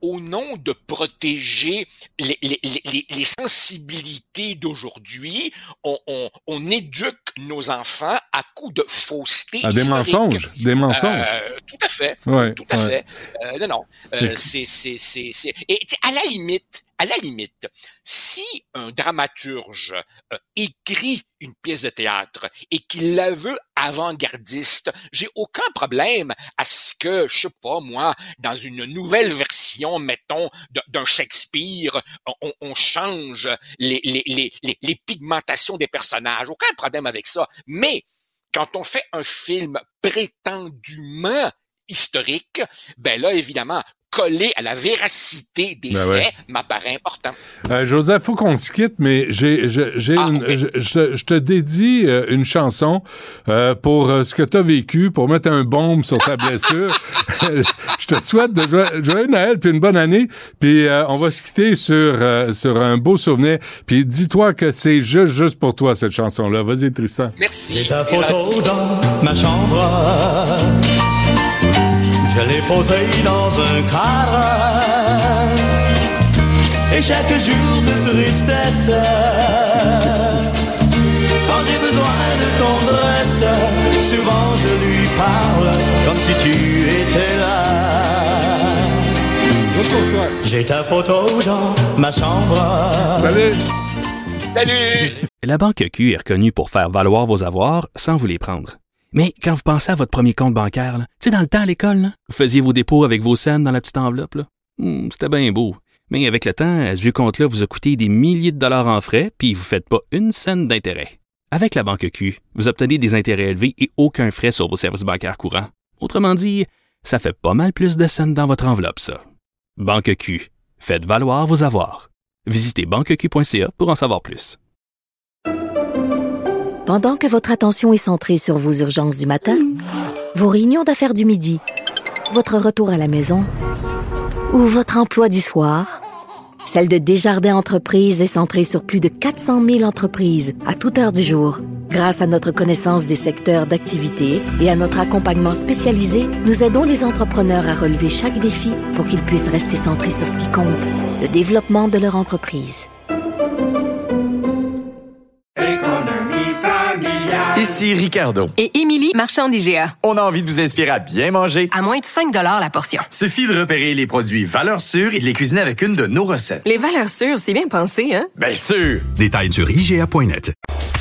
au nom de protéger les, les, les, les sensibilités d'aujourd'hui, on, on, on éduque nos enfants à coups de fausseté ah, des mensonges, des mensonges. Euh, tout à fait, ouais, tout à ouais. fait. Euh, non, non, euh, c'est, c'est, c'est, c'est... Et à la limite, à la limite, si un dramaturge euh, écrit une pièce de théâtre et qu'il la veut avant-gardiste, j'ai aucun problème à ce que, je sais pas moi, dans une nouvelle version, mettons, d'un Shakespeare, on, on change les, les, les, les, les pigmentations des personnages. Aucun problème avec ça. Mais quand on fait un film prétendument historique, ben là, évidemment, coller à la véracité des ben faits ouais. m'apparaît important. Euh, Joseph, il faut qu'on se quitte, mais j'ai, j'ai, j'ai ah, une, okay. je, je, je te dédie euh, une chanson euh, pour euh, ce que tu as vécu, pour mettre un baume sur ta blessure. Je te souhaite de joyeux, joyeux Noël puis une bonne année, puis euh, on va se quitter sur, euh, sur un beau souvenir, puis dis-toi que c'est juste, juste pour toi, cette chanson-là. Vas-y, Tristan. Merci. J'ai ta photo dans ma chambre. Je l'ai posée dans un cadre. Et chaque jour de tristesse, quand j'ai besoin de tendresse, souvent je lui parle comme si tu étais là. Juste pour toi. J'ai ta photo dans ma chambre. Salut! Salut! La Banque Q est reconnue pour faire valoir vos avoirs sans vous les prendre. Mais quand vous pensez à votre premier compte bancaire, tu sais, dans le temps à l'école, là, vous faisiez vos dépôts avec vos scènes dans la petite enveloppe. Là. Hum, c'était bien beau. Mais avec le temps, ce vieux compte-là vous a coûté des milliers de dollars en frais, puis vous ne faites pas une scène d'intérêt. Avec la Banque Q, vous obtenez des intérêts élevés et aucun frais sur vos services bancaires courants. Autrement dit, ça fait pas mal plus de scènes dans votre enveloppe, ça. Banque Q. Faites valoir vos avoirs. Visitez banque q point c a pour en savoir plus. Pendant que votre attention est centrée sur vos urgences du matin, vos réunions d'affaires du midi, votre retour à la maison ou votre emploi du soir, celle de Desjardins Entreprises est centrée sur plus de quatre cent mille entreprises à toute heure du jour. Grâce à notre connaissance des secteurs d'activité et à notre accompagnement spécialisé, nous aidons les entrepreneurs à relever chaque défi pour qu'ils puissent rester centrés sur ce qui compte, le développement de leur entreprise. Ici Ricardo. Et Émilie, marchand d'I G A. On a envie de vous inspirer à bien manger. À moins de cinq dollars la portion. Suffit de repérer les produits valeurs sûres et de les cuisiner avec une de nos recettes. Les valeurs sûres, c'est bien pensé, hein? Bien sûr! Détails sur I G A point net.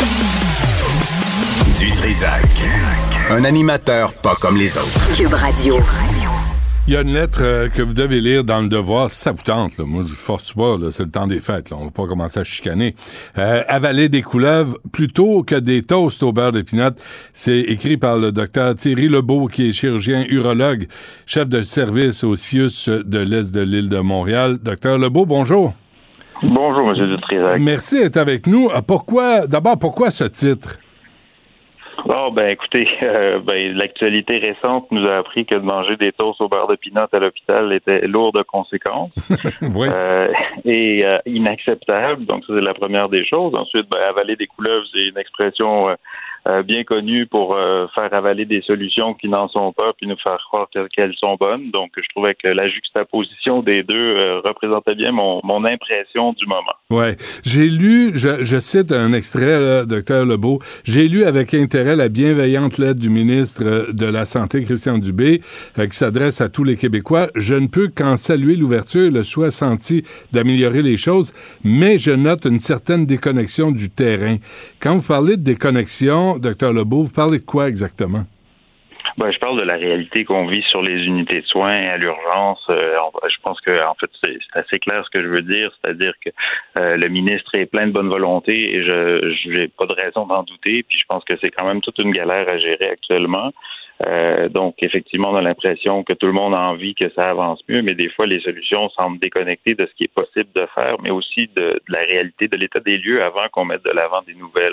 Du Trisac. Un animateur pas comme les autres. Cube Radio. Il y a une lettre euh, que vous devez lire dans Le Devoir, si ça vous tente. Là. Moi, je ne force pas, là, c'est le temps des fêtes. Là. On ne va pas commencer à chicaner. Euh, avaler des couleuvres plutôt que des toasts au beurre de pinot. C'est écrit par le docteur Thierry Lebeau, qui est chirurgien urologue, chef de service au C I U S de l'Est de l'île de Montréal. Docteur Lebeau, bonjour. Bonjour, M. Dutrisac. Merci d'être avec nous. Pourquoi, d'abord, pourquoi ce titre? Oh, ben écoutez, euh, ben, l'actualité récente nous a appris que de manger des toasts au beurre de pinot à l'hôpital était lourd de conséquences. Oui. euh, et euh, inacceptable. Donc, ça, c'est la première des choses. Ensuite, ben, avaler des couleuvres, c'est une expression euh, euh, bien connue pour euh, faire avaler des solutions qui n'en sont pas puis nous faire croire qu'elles sont bonnes. Donc, je trouvais que la juxtaposition des deux euh, représentait bien mon, mon impression du moment. Oui. J'ai lu, je, je cite un extrait, là, docteur Lebeau, j'ai lu avec intérêt la bienveillante lettre du ministre de la Santé, Christian Dubé, euh, qui s'adresse à tous les Québécois. Je ne peux qu'en saluer l'ouverture et le souhait senti d'améliorer les choses, mais je note une certaine déconnexion du terrain. Quand vous parlez de déconnexion, docteur Lebeau, vous parlez de quoi exactement? Ben, je parle de la réalité qu'on vit sur les unités de soins à l'urgence. Euh, on, je pense que en fait c'est, c'est assez clair ce que je veux dire, c'est-à-dire que euh, le ministre est plein de bonne volonté et je n'ai pas de raison d'en douter. Puis je pense que c'est quand même toute une galère à gérer actuellement. Euh, donc effectivement, on a l'impression que tout le monde a envie que ça avance mieux, mais des fois les solutions semblent déconnectées de ce qui est possible de faire, mais aussi de, de la réalité de l'état des lieux avant qu'on mette de l'avant des nouvelles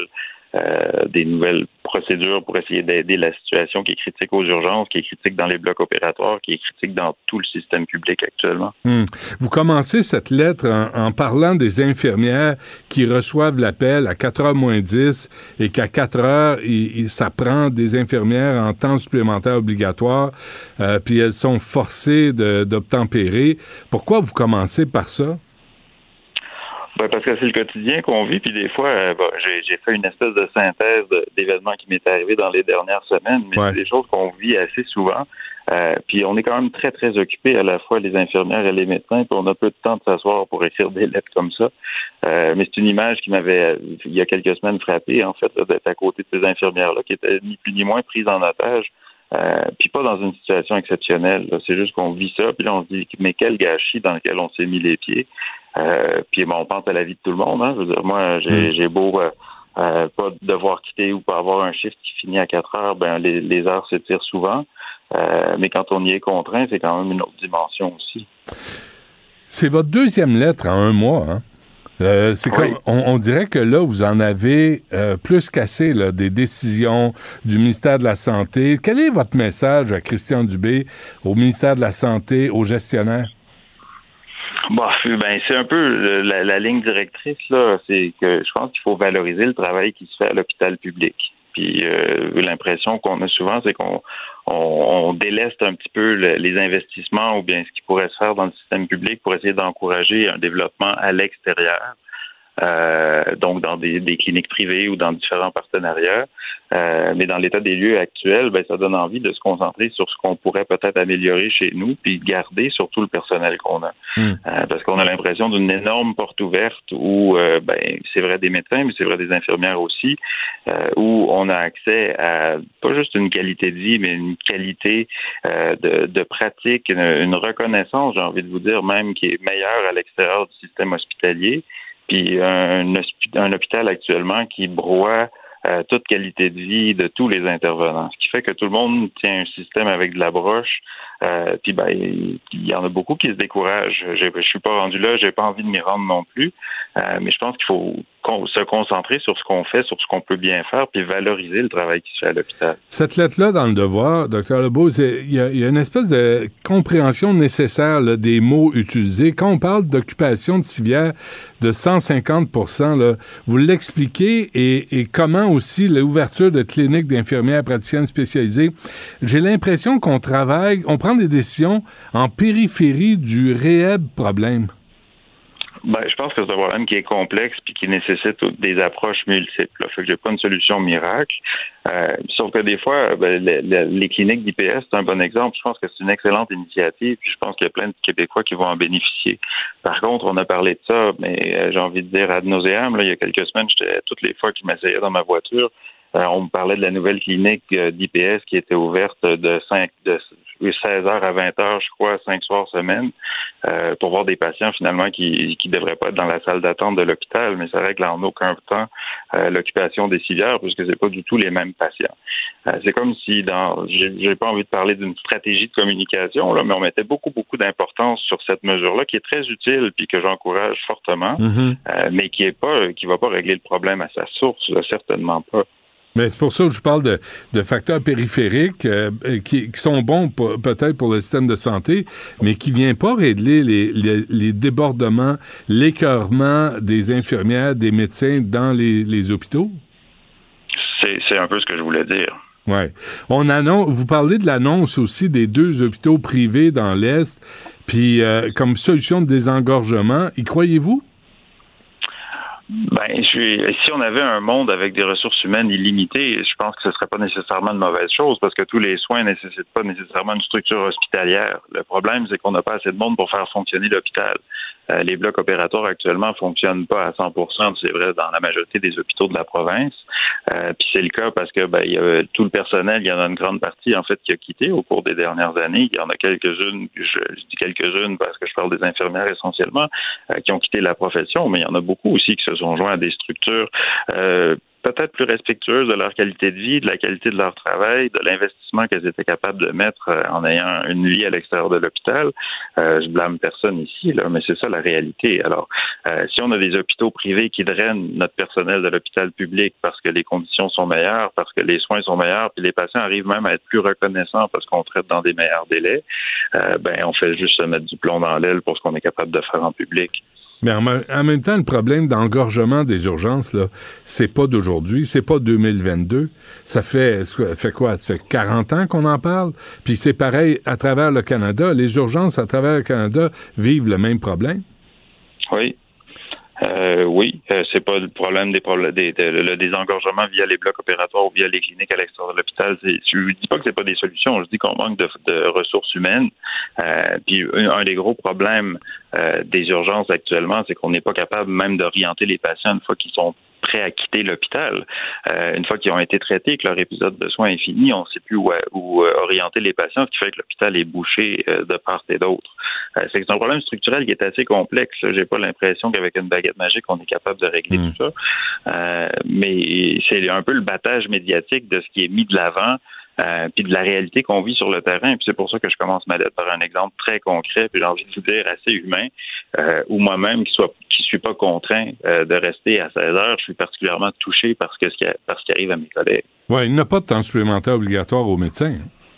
euh, des nouvelles procédures pour essayer d'aider la situation qui est critique aux urgences, qui est critique dans les blocs opératoires, qui est critique dans tout le système public actuellement. Hum. Vous commencez cette lettre en, en parlant des infirmières qui reçoivent l'appel à quatre heures moins dix et qu'à quatre heures, il, il, ça prend des infirmières en temps supplémentaire obligatoire, euh, puis elles sont forcées de, d'obtempérer. Pourquoi vous commencez par ça? Ben parce que c'est le quotidien qu'on vit, puis des fois, euh, ben, j'ai, j'ai fait une espèce de synthèse de, d'événements qui m'est arrivé dans les dernières semaines, mais ouais. c'est des choses qu'on vit assez souvent. Euh, puis on est quand même très, très occupés, à la fois les infirmières et les médecins, puis on a peu de temps de s'asseoir pour écrire des lettres comme ça. Euh, mais c'est une image qui m'avait, il y a quelques semaines, frappé, en fait, là, d'être à côté de ces infirmières-là, qui étaient ni plus ni moins prises en otage. Euh, puis pas dans une situation exceptionnelle, là. C'est juste qu'on vit ça, puis là on se dit mais quel gâchis dans lequel on s'est mis les pieds. Euh, puis bon, on pense à la vie de tout le monde, hein. Je veux dire, moi j'ai, j'ai beau euh, euh, pas devoir quitter ou pas avoir un shift qui finit à quatre heures, ben les, les heures s'étirent souvent. Euh, mais quand on y est contraint, c'est quand même une autre dimension aussi. C'est votre deuxième lettre en un mois, hein? Euh, c'est oui. comme, on, on dirait que là, vous en avez euh, plus qu'assez là, des décisions du ministère de la Santé. Quel est votre message à Christian Dubé, au ministère de la Santé, aux gestionnaires? Bon, ben c'est un peu la, la ligne directrice, là. C'est que je pense qu'il faut valoriser le travail qui se fait à l'hôpital public. Puis euh, l'impression qu'on a souvent, c'est qu'on on, on déleste un petit peu le, les investissements ou bien ce qui pourrait se faire dans le système public pour essayer d'encourager un développement à l'extérieur. Euh, donc dans des, des cliniques privées ou dans différents partenariats. Euh, mais dans l'état des lieux actuel, ben, ça donne envie de se concentrer sur ce qu'on pourrait peut-être améliorer chez nous, puis garder surtout le personnel qu'on a. Mm. Euh, parce qu'on a l'impression d'une énorme porte ouverte où, euh, ben, c'est vrai des médecins, mais c'est vrai des infirmières aussi, euh, où on a accès à pas juste une qualité de vie, mais une qualité euh, de, de pratique, une, une reconnaissance, j'ai envie de vous dire, même qui est meilleure à l'extérieur du système hospitalier. Puis un, un hôpital actuellement qui broie euh, toute qualité de vie de tous les intervenants. Ce qui fait que tout le monde tient un système avec de la broche. Euh, puis ben, il y en a beaucoup qui se découragent. Je je suis pas rendu là, j'ai pas envie de m'y rendre non plus. Euh, mais je pense qu'il faut con- se concentrer sur ce qu'on fait, sur ce qu'on peut bien faire, puis valoriser le travail qui se fait à l'hôpital. Cette lettre-là, dans le Devoir, docteur Lebeau, il y, y a une espèce de compréhension nécessaire là, des mots utilisés. Quand on parle d'occupation de civière de cent cinquante pour cent, là, vous l'expliquez et, et comment aussi l'ouverture de cliniques d'infirmières praticiennes spécialisées. J'ai l'impression qu'on travaille, on prend des décisions en périphérie du réel problème. Ben, je pense que c'est un problème qui est complexe puis qui nécessite des approches multiples. Là. Fait que j'ai pas une solution miracle. Euh, sauf que des fois, ben, les, les cliniques d'I P S, c'est un bon exemple. Je pense que c'est une excellente initiative. Puis je pense qu'il y a plein de Québécois qui vont en bénéficier. Par contre, on a parlé de ça, mais euh, j'ai envie de dire ad nauseam. Là, il y a quelques semaines, j'étais toutes les fois qu'ils m'essayaient dans ma voiture. Euh, on me parlait de la nouvelle clinique euh, d'I P S qui était ouverte de cinq de seize heures à vingt heures, je crois, cinq soirs semaine, euh, pour voir des patients finalement qui qui devraient pas être dans la salle d'attente de l'hôpital, mais ça règle en aucun temps euh, l'occupation des civières puisque c'est pas du tout les mêmes patients. Euh, c'est comme si dans j'ai, j'ai pas envie de parler d'une stratégie de communication là, mais on mettait beaucoup beaucoup d'importance sur cette mesure-là qui est très utile puis que j'encourage fortement, mm-hmm. euh, mais qui est pas qui va pas régler le problème à sa source, là, certainement pas. Mais c'est pour ça que je parle de, de facteurs périphériques euh, qui, qui sont bons pour, peut-être pour le système de santé, mais qui ne viennent pas régler les, les, les débordements, l'écœurement des infirmières, des médecins dans les, les hôpitaux? C'est, c'est un peu ce que je voulais dire. Oui. On annonce, vous parlez de l'annonce aussi des deux hôpitaux privés dans l'Est, puis euh, comme solution de désengorgement, y croyez-vous? Ben, je suis, si on avait un monde avec des ressources humaines illimitées, je pense que ce serait pas nécessairement une mauvaise chose parce que tous les soins ne nécessitent pas nécessairement une structure hospitalière. Le problème, c'est qu'on n'a pas assez de monde pour faire fonctionner l'hôpital. Euh, les blocs opératoires actuellement fonctionnent pas à cent pour cent, c'est vrai, dans la majorité des hôpitaux de la province. Euh, puis c'est le cas parce que ben, il y a tout le personnel, il y en a une grande partie en fait qui a quitté au cours des dernières années. Il y en a quelques-unes, je, je dis quelques-unes parce que je parle des infirmières essentiellement, euh, qui ont quitté la profession, mais il y en a beaucoup aussi qui se sont joints à des structures euh, peut-être plus respectueuses de leur qualité de vie, de la qualité de leur travail, de l'investissement qu'elles étaient capables de mettre euh, en ayant une vie à l'extérieur de l'hôpital. Euh, je blâme personne ici, là, mais c'est ça la réalité. Alors, euh, si on a des hôpitaux privés qui drainent notre personnel de l'hôpital public parce que les conditions sont meilleures, parce que les soins sont meilleurs, puis les patients arrivent même à être plus reconnaissants parce qu'on traite dans des meilleurs délais, euh, ben on fait juste se mettre du plomb dans l'aile pour ce qu'on est capable de faire en public. Mais en, en même temps, le problème d'engorgement des urgences, là, c'est pas d'aujourd'hui, c'est pas deux mille vingt-deux. Ça fait, ça fait quoi? Ça fait quarante ans qu'on en parle. Puis c'est pareil à travers le Canada. Les urgences à travers le Canada vivent le même problème. Oui. Euh, oui, euh, c'est pas le problème des problèmes des, des, le désengorgement via les blocs opératoires ou via les cliniques à l'extérieur de l'hôpital. C'est, je dis pas que c'est pas des solutions, je dis qu'on manque de, de ressources humaines. Euh, puis un, un des gros problèmes euh, des urgences actuellement, c'est qu'on n'est pas capable même d'orienter les patients une fois qu'ils sont prêts à quitter l'hôpital. Euh, une fois qu'ils ont été traités et que leur épisode de soins est fini, on ne sait plus où, où euh, orienter les patients, ce qui fait que l'hôpital est bouché euh, de part et d'autre. Euh, c'est, c'est un problème structurel qui est assez complexe. Là. J'ai pas l'impression qu'avec une baguette magique, on est capable de régler mmh. tout ça. Euh, mais c'est un peu le battage médiatique de ce qui est mis de l'avant, euh, puis de la réalité qu'on vit sur le terrain. Puis c'est pour ça que je commence ma lettre par un exemple très concret, puis j'ai envie de vous dire assez humain, euh, où moi-même, qui soit qui suis pas contraint euh, de rester à seize heures, je suis particulièrement touché par ce, qui, par ce qui arrive à mes collègues. Oui, il n'y a pas de temps supplémentaire obligatoire aux médecins.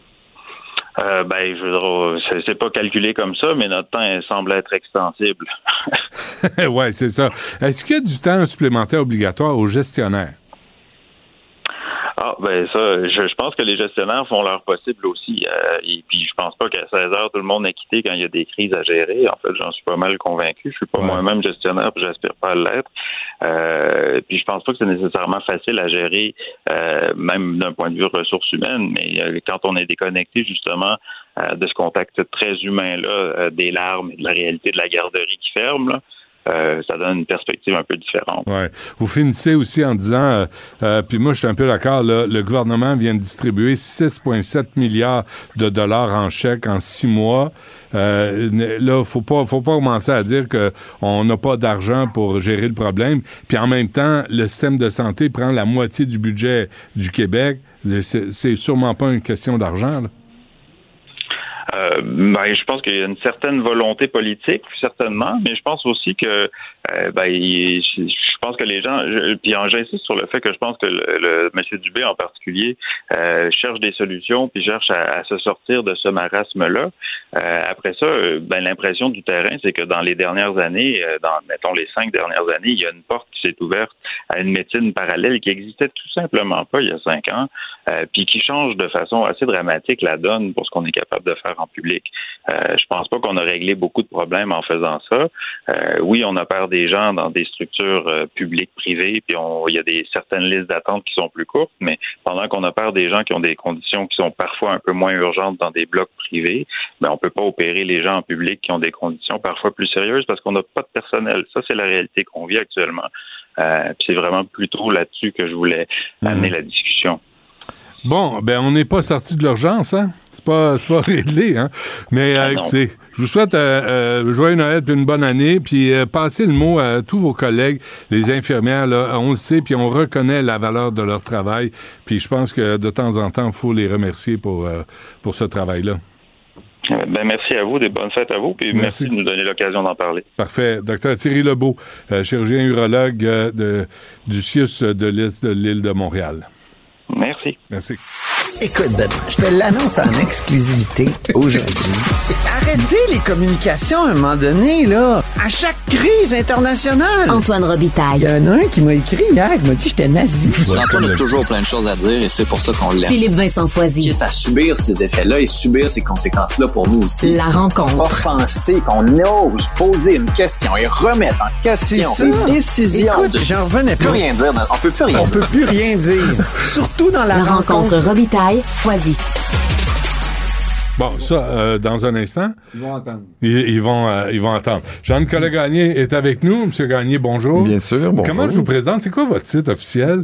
Euh, ben, je veux dire, c'est, c'est pas calculé comme ça, mais notre temps semble être extensible. Oui, c'est ça. Est-ce qu'il y a du temps supplémentaire obligatoire aux gestionnaires? Ah, ben ça, je, je pense que les gestionnaires font leur possible aussi. Euh, et puis, je pense pas qu'à seize heures, tout le monde est quitté quand il y a des crises à gérer. En fait, j'en suis pas mal convaincu. Je suis pas ouais. moi-même gestionnaire, puis j'aspire pas à l'être. Euh, puis, je pense pas que c'est nécessairement facile à gérer, euh, même d'un point de vue ressources humaines. Mais euh, quand on est déconnecté, justement, euh, de ce contact très humain-là, euh, des larmes et de la réalité de la garderie qui ferme, là, Euh, ça donne une perspective un peu différente. Ouais. Vous finissez aussi en disant, euh, euh, puis moi je suis un peu d'accord, là, le gouvernement vient de distribuer six virgule sept milliards de dollars en chèques en six mois. Euh, là, faut pas, faut pas commencer à dire que on n'a pas d'argent pour gérer le problème. Puis en même temps, le système de santé prend la moitié du budget du Québec. C'est, c'est sûrement pas une question d'argent, là. Euh, ben, je pense qu'il y a une certaine volonté politique, certainement, mais je pense aussi que euh, ben, il, je pense que les gens, je, puis j'insiste sur le fait que je pense que le, le M. Dubé en particulier euh, cherche des solutions, puis cherche à, à se sortir de ce marasme-là. Euh, après ça, ben, l'impression du terrain, c'est que dans les dernières années, dans mettons les cinq dernières années, il y a une porte qui s'est ouverte à une médecine parallèle qui existait tout simplement pas il y a cinq ans, euh, puis qui change de façon assez dramatique la donne pour ce qu'on est capable de faire en public. Euh, je pense pas qu'on a réglé beaucoup de problèmes en faisant ça. Euh, oui, on opère des gens dans des structures euh, publiques, privées, puis il y a des certaines listes d'attente qui sont plus courtes, mais pendant qu'on opère des gens qui ont des conditions qui sont parfois un peu moins urgentes dans des blocs privés, ben on peut pas opérer les gens en public qui ont des conditions parfois plus sérieuses parce qu'on n'a pas de personnel. Ça, c'est la réalité qu'on vit actuellement. Euh, puis c'est vraiment plutôt là-dessus que je voulais mmh. amener la discussion. Bon, ben on n'est pas sorti de l'urgence, hein? C'est pas, c'est pas réglé, hein? Mais euh, écoutez, je vous souhaite euh, euh, joyeux Noël puis une bonne année, puis euh, passez le mot à tous vos collègues, les infirmières, là, on le sait, puis on reconnaît la valeur de leur travail, puis je pense que de temps en temps, il faut les remercier pour, euh, pour ce travail-là. Ben, merci à vous, des bonnes fêtes à vous, puis merci, merci de nous donner l'occasion d'en parler. Parfait. Docteur Thierry Lebeau, euh, chirurgien urologue euh, de, du C I U S de l'Est de l'île de Montréal. Merci. Merci. Écoute, Ben, je te l'annonce en exclusivité aujourd'hui. Arrêtez les communications à un moment donné, là. À chaque crise internationale. Antoine Robitaille. Il y en a un qui m'a écrit hier, qui m'a dit que j'étais nazi. Antoine a toujours plein de choses à dire et c'est pour ça qu'on l'aime. Philippe Vincent Foisy. Quitte à subir ces effets-là et subir ces conséquences-là pour nous aussi. La rencontre. Offenser, qu'on ose poser une question et remettre en question des décisions. Écoute, de... j'en revenais pas. On peut rien dire. On peut plus rien On peut plus rien dire. Surtout dans la, la rencontre. rencontre Robitaille, Foisy. Bon, ça, euh, dans un instant. Ils vont entendre. Ils, ils vont, euh, ils vont entendre. Jean-Nicolas Gagné est avec nous. Monsieur Gagné, bonjour. Bien sûr, bonjour. Comment je vous présente? C'est quoi votre titre officiel?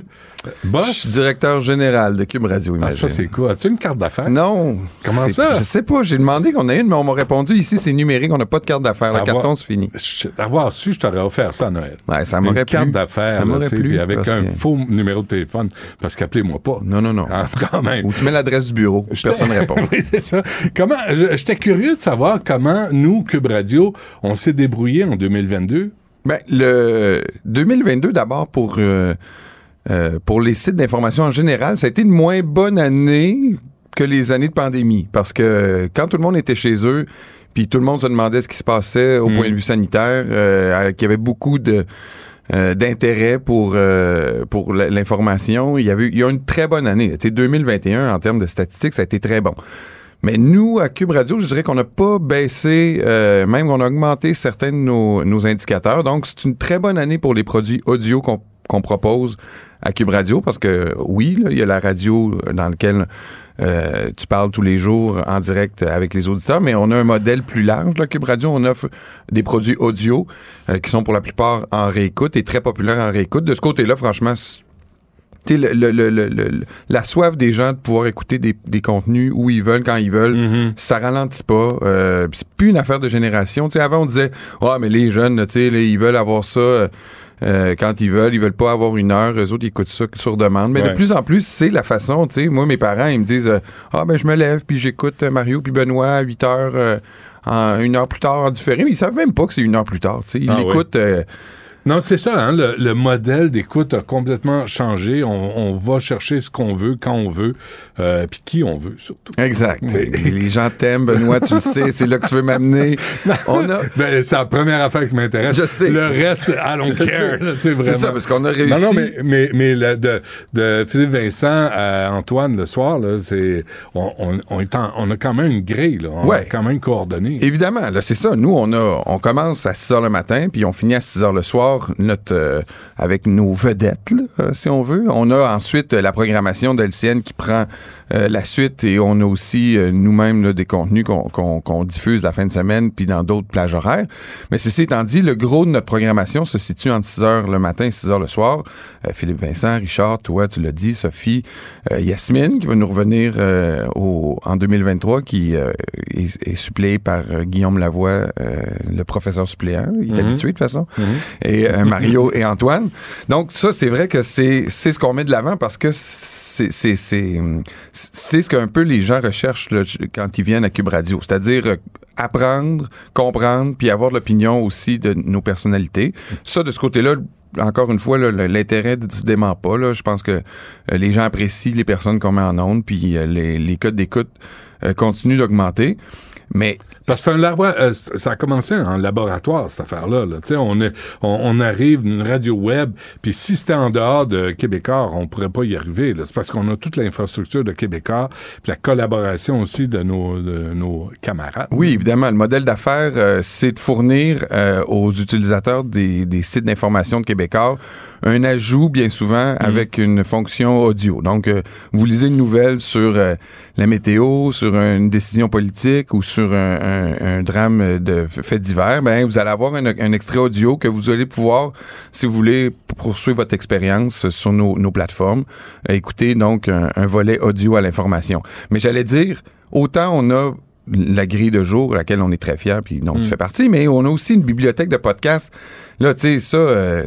Boss? Je suis directeur général de Cube Radio, imagine. Ah, ça, c'est quoi? As-tu une carte d'affaires? Non. Comment ça? Je sais pas. J'ai demandé qu'on ait une, mais on m'a répondu, ici, c'est numérique, on n'a pas de carte d'affaires. Le avoir, carton, c'est fini. Avoir su, je t'aurais offert ça à Noël. Ouais, ça m'aurait une plu. carte d'affaires, ça m'aurait plu. Puis avec un que... faux numéro de téléphone, parce qu'appelez-moi pas. Non, non, non. Ah, quand même. Ou tu mets l'adresse du bureau, personne ne répond. Oui, c'est ça. Comment, j'étais curieux de savoir comment, nous, Cube Radio, on s'est débrouillé en deux mille vingt-deux. Ben, le deux mille vingt-deux, d'abord, pour... Euh, Euh, pour les sites d'information en général, ça a été une moins bonne année que les années de pandémie. Parce que quand tout le monde était chez eux, puis tout le monde se demandait ce qui se passait au mmh. point de vue sanitaire, euh, qu'il y avait beaucoup de euh, d'intérêt pour euh, pour l'information, il y avait il y a une très bonne année. Tu sais, deux mille vingt et un, en termes de statistiques, ça a été très bon. Mais nous, à Cube Radio, je dirais qu'on n'a pas baissé, euh, même qu'on a augmenté certains de nos, nos indicateurs. Donc, c'est une très bonne année pour les produits audio qu'on qu'on propose à Cube Radio, parce que oui, là, il y a la radio dans laquelle euh, tu parles tous les jours en direct avec les auditeurs, mais on a un modèle plus large, là, Cube Radio. On offre des produits audio euh, qui sont pour la plupart en réécoute et très populaires en réécoute. De ce côté-là, franchement, tu sais, le, le, le, le, le, la soif des gens de pouvoir écouter des, des contenus où ils veulent, quand ils veulent, mm-hmm. ça ralentit pas. Euh, c'est plus une affaire de génération. Tu sais, avant, on disait, ah, oh, mais les jeunes, tu sais, ils veulent avoir ça... Euh, Euh, quand ils veulent, ils veulent pas avoir une heure, eux autres ils écoutent ça sur demande, mais ouais. de plus en plus c'est la façon, tu sais, moi mes parents ils me disent euh, ah ben je me lève puis j'écoute Mario puis Benoît à huit heures euh, en une heure plus tard en différé, mais ils savent même pas que c'est une heure plus tard, tu sais, ils ah, l'écoutent oui. euh, Non, c'est ça, hein, le, le modèle d'écoute a complètement changé. On, on va chercher ce qu'on veut, quand on veut, euh, puis qui on veut, surtout. Exact. Les gens t'aiment, Benoît, tu le sais, c'est là que tu veux m'amener. On a... ben, c'est la première affaire qui m'intéresse. Je sais. Le reste, I don't care. Là, vraiment. C'est ça, parce qu'on a réussi. Non, non, mais, mais, mais le, de, de Philippe Vincent à Antoine le soir, là, c'est, on, on, on, est en, on a quand même une grille, là. On ouais. a quand même coordonné. Évidemment, là, c'est ça. Nous, on, a, on commence à six heures le matin, puis on finit à six heures le soir. Notre, euh, avec nos vedettes, là, euh, si on veut. On a ensuite euh, la programmation de L C N qui prend euh, la suite et on a aussi euh, nous-mêmes là, des contenus qu'on, qu'on, qu'on diffuse la fin de semaine puis dans d'autres plages horaires. Mais ceci étant dit, le gros de notre programmation se situe entre six heures le matin et six heures le soir. Euh, Philippe Vincent, Richard, toi, tu l'as dit, Sophie, euh, Yasmine qui va nous revenir euh, au, en deux mille vingt-trois qui euh, est, est suppléé par euh, Guillaume Lavoie, euh, le professeur suppléant. Il est mm-hmm. habitué de toute façon. Mm-hmm. Et euh, Marie et Antoine. Donc ça, c'est vrai que c'est, c'est ce qu'on met de l'avant parce que c'est, c'est, c'est, c'est ce qu'un peu les gens recherchent là, quand ils viennent à Cube Radio. C'est-à-dire euh, apprendre, comprendre, puis avoir l'opinion aussi de nos personnalités. Ça, de ce côté-là, encore une fois, là, l'intérêt ne se dément pas. Là. Je pense que euh, les gens apprécient les personnes qu'on met en ondes, puis euh, les, les codes d'écoute euh, continuent d'augmenter. Mais parce que c'est un labo- euh, ça a commencé en laboratoire, cette affaire-là. Là. On, est, on, on arrive d'une radio web, puis si c'était en dehors de Québécois, on pourrait pas y arriver. Là. C'est parce qu'on a toute l'infrastructure de Québécois, puis la collaboration aussi de nos, de nos camarades. Oui, évidemment. Le modèle d'affaires, euh, c'est de fournir euh, aux utilisateurs des, des sites d'information de Québécois un ajout, bien souvent, mmh. avec une fonction audio. Donc, euh, vous lisez une nouvelle sur euh, la météo, sur une décision politique ou sur un, un, un drame de fait divers, ben vous allez avoir un, un extrait audio que vous allez pouvoir, si vous voulez, poursuivre votre expérience sur nos, nos plateformes, écouter donc un, un volet audio à l'information. Mais j'allais dire, autant on a la grille de jour, à laquelle on est très fiers, puis dont mm. tu fais partie, mais on a aussi une bibliothèque de podcasts. Là, tu sais, ça, euh,